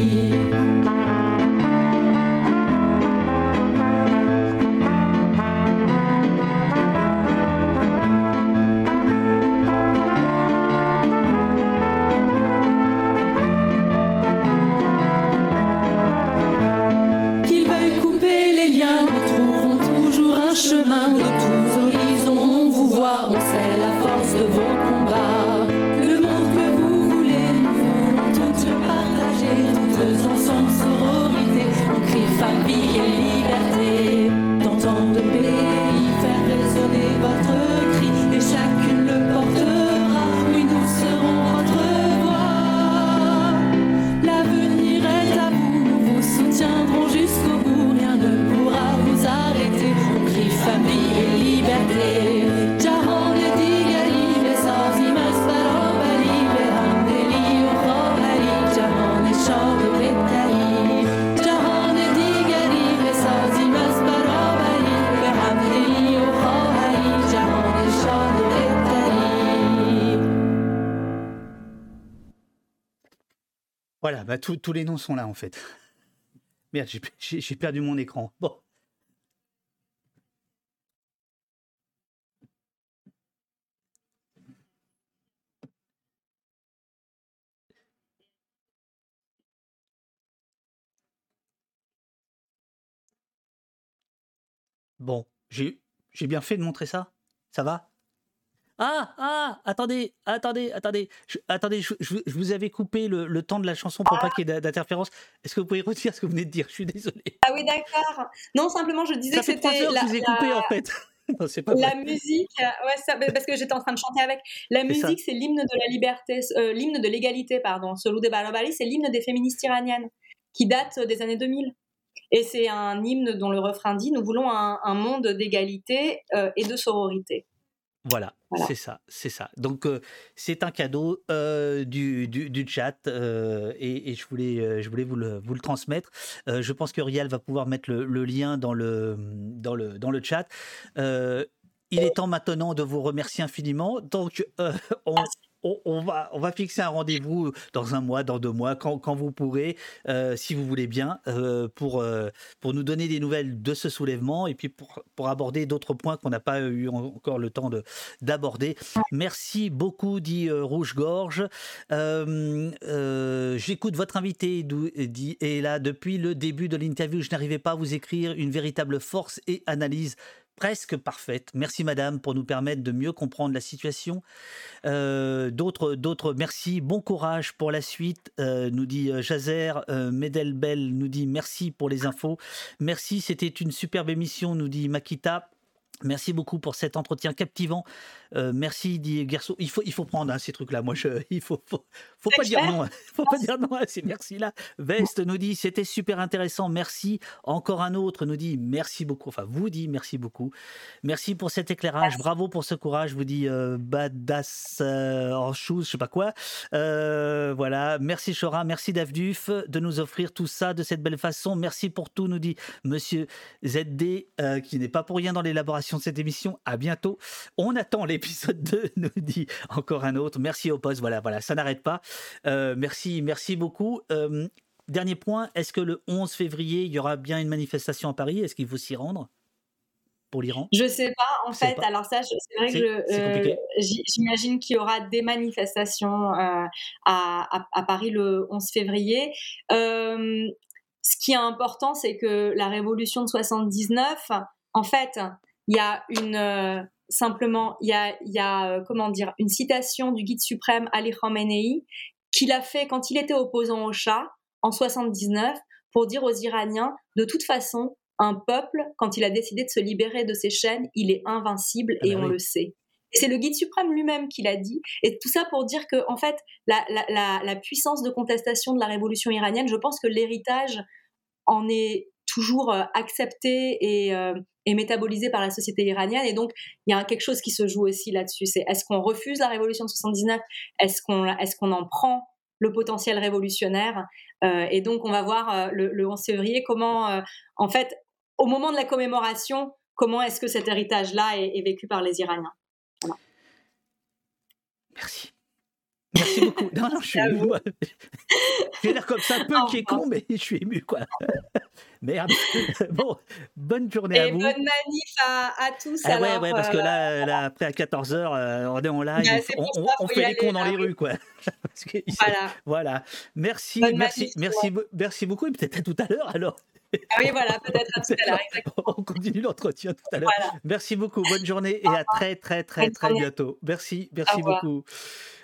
Chemin de tous horizons, on vous voit, on sait la force de vos combats. Le monde que vous voulez, nous voulons tous le partager, toutes ensemble, sororité, on crie femme, vie et liberté. Dans tant de pays, faire résonner votre cri, et chacune le portera, oui, nous serons votre voix. L'avenir est à vous, nous vous soutiendrons jusqu'au bout, rien ne pourra vous arrêter. Famille et liberté. جهان دیگری بسازیم از برابری به همدلی و خواهری جهان شاد و بهتری. جهان دیگری بسازیم از برابری به همدلی و خواهری جهان شاد و بهتری. Voilà, bah, tous les noms sont là en fait. Merde, j'ai perdu mon écran. Bon. Bon, j'ai bien fait de montrer ça. Ça va? Attendez. Je vous avais coupé le temps de la chanson pour pas qu'il y ait d'interférence. Est-ce que vous pouvez redire ce que vous venez de dire? Je suis désolé. Ah oui, d'accord. Non, simplement, je disais Ça que fait 3 c'était heures que je vous ai coupé en fait. Non, c'est pas la vrai. musique. Ouais, ça, parce que j'étais en train de chanter avec. La musique, c'est l'hymne de la liberté, l'hymne de l'égalité, pardon. Solo de Barabari, c'est l'hymne des féministes iraniennes qui date des années 2000. Et c'est un hymne dont le refrain dit « Nous voulons un monde d'égalité et de sororité ». Voilà, c'est ça. Donc, c'est un cadeau du chat et je voulais vous le transmettre. Je pense que Rial va pouvoir mettre le lien dans le chat. Il est temps maintenant de vous remercier infiniment. Donc, on va fixer un rendez-vous dans 1 mois, dans 2 mois, quand vous pourrez, si vous voulez bien, pour nous donner des nouvelles de ce soulèvement et puis pour aborder d'autres points qu'on n'a pas eu encore le temps d'aborder. Merci beaucoup, dit Rouge-Gorge. J'écoute votre invité, et là, depuis le début de l'interview, je n'arrivais pas à vous écrire une véritable force et analyse presque parfaite. Merci madame pour nous permettre de mieux comprendre la situation. D'autres merci, bon courage pour la suite, nous dit Jazer. Medelbel nous dit merci pour les infos. Merci, c'était une superbe émission, nous dit Makita. Merci beaucoup pour cet entretien captivant. Merci, dit Gerso. Il faut prendre ces trucs-là. Moi, il faut pas dire non. Faut pas dire non à ces merci-là. Veste nous dit c'était super intéressant. Merci. Encore un autre nous dit merci beaucoup. Enfin, vous dit merci beaucoup. Merci pour cet éclairage. Bravo pour ce courage. Vous dit Badass en shoes, je sais pas quoi. Voilà. Merci Chora. Merci Davduf de nous offrir tout ça de cette belle façon. Merci pour tout, nous dit Monsieur ZD, qui n'est pas pour rien dans l'élaboration de cette émission. À bientôt. On attend l'épisode 2, nous dit encore un autre. Merci au poste. Voilà, ça n'arrête pas. Merci beaucoup. Dernier point, est-ce que le 11 février, il y aura bien une manifestation à Paris? Est-ce qu'il faut s'y rendre pour l'Iran? Je sais pas, en fait. Alors ça, c'est vrai que j'imagine qu'il y aura des manifestations à Paris le 11 février. Ce qui est important, c'est que la révolution de 79, en fait, il y a une citation du guide suprême Ali Khamenei qu'il a fait quand il était opposant au Shah en 79 pour dire aux Iraniens, de toute façon, un peuple, quand il a décidé de se libérer de ses chaînes, il est invincible et on le sait. Et c'est le guide suprême lui-même qui l'a dit. Et tout ça pour dire que, en fait, la puissance de contestation de la révolution iranienne, je pense que l'héritage en est toujours accepté et métabolisé par la société iranienne. Et donc, il y a quelque chose qui se joue aussi là-dessus. C'est est-ce qu'on refuse la révolution de 79 ? Est-ce qu'on en prend le potentiel révolutionnaire ? Et donc, on va voir le 11 février comment, en fait, au moment de la commémoration, comment est-ce que cet héritage-là est vécu par les Iraniens ? Voilà. Merci Merci beaucoup. Non, je suis ému. Moi. J'ai l'air comme ça, un peu qui est con, mais je suis ému, quoi. Merde. Bon, bonne journée à vous. Et bonne manif à tous. Ah alors, ouais, parce que là, après à 14h, on est en live, on fait les cons dans les rues, quoi. Parce que, voilà. Merci beaucoup, et peut-être à tout à l'heure, alors. Ah oui, voilà, peut-être à tout à l'heure, exactement. On continue l'entretien tout à l'heure. Voilà. Merci beaucoup, bonne journée, et à très bientôt. Merci beaucoup.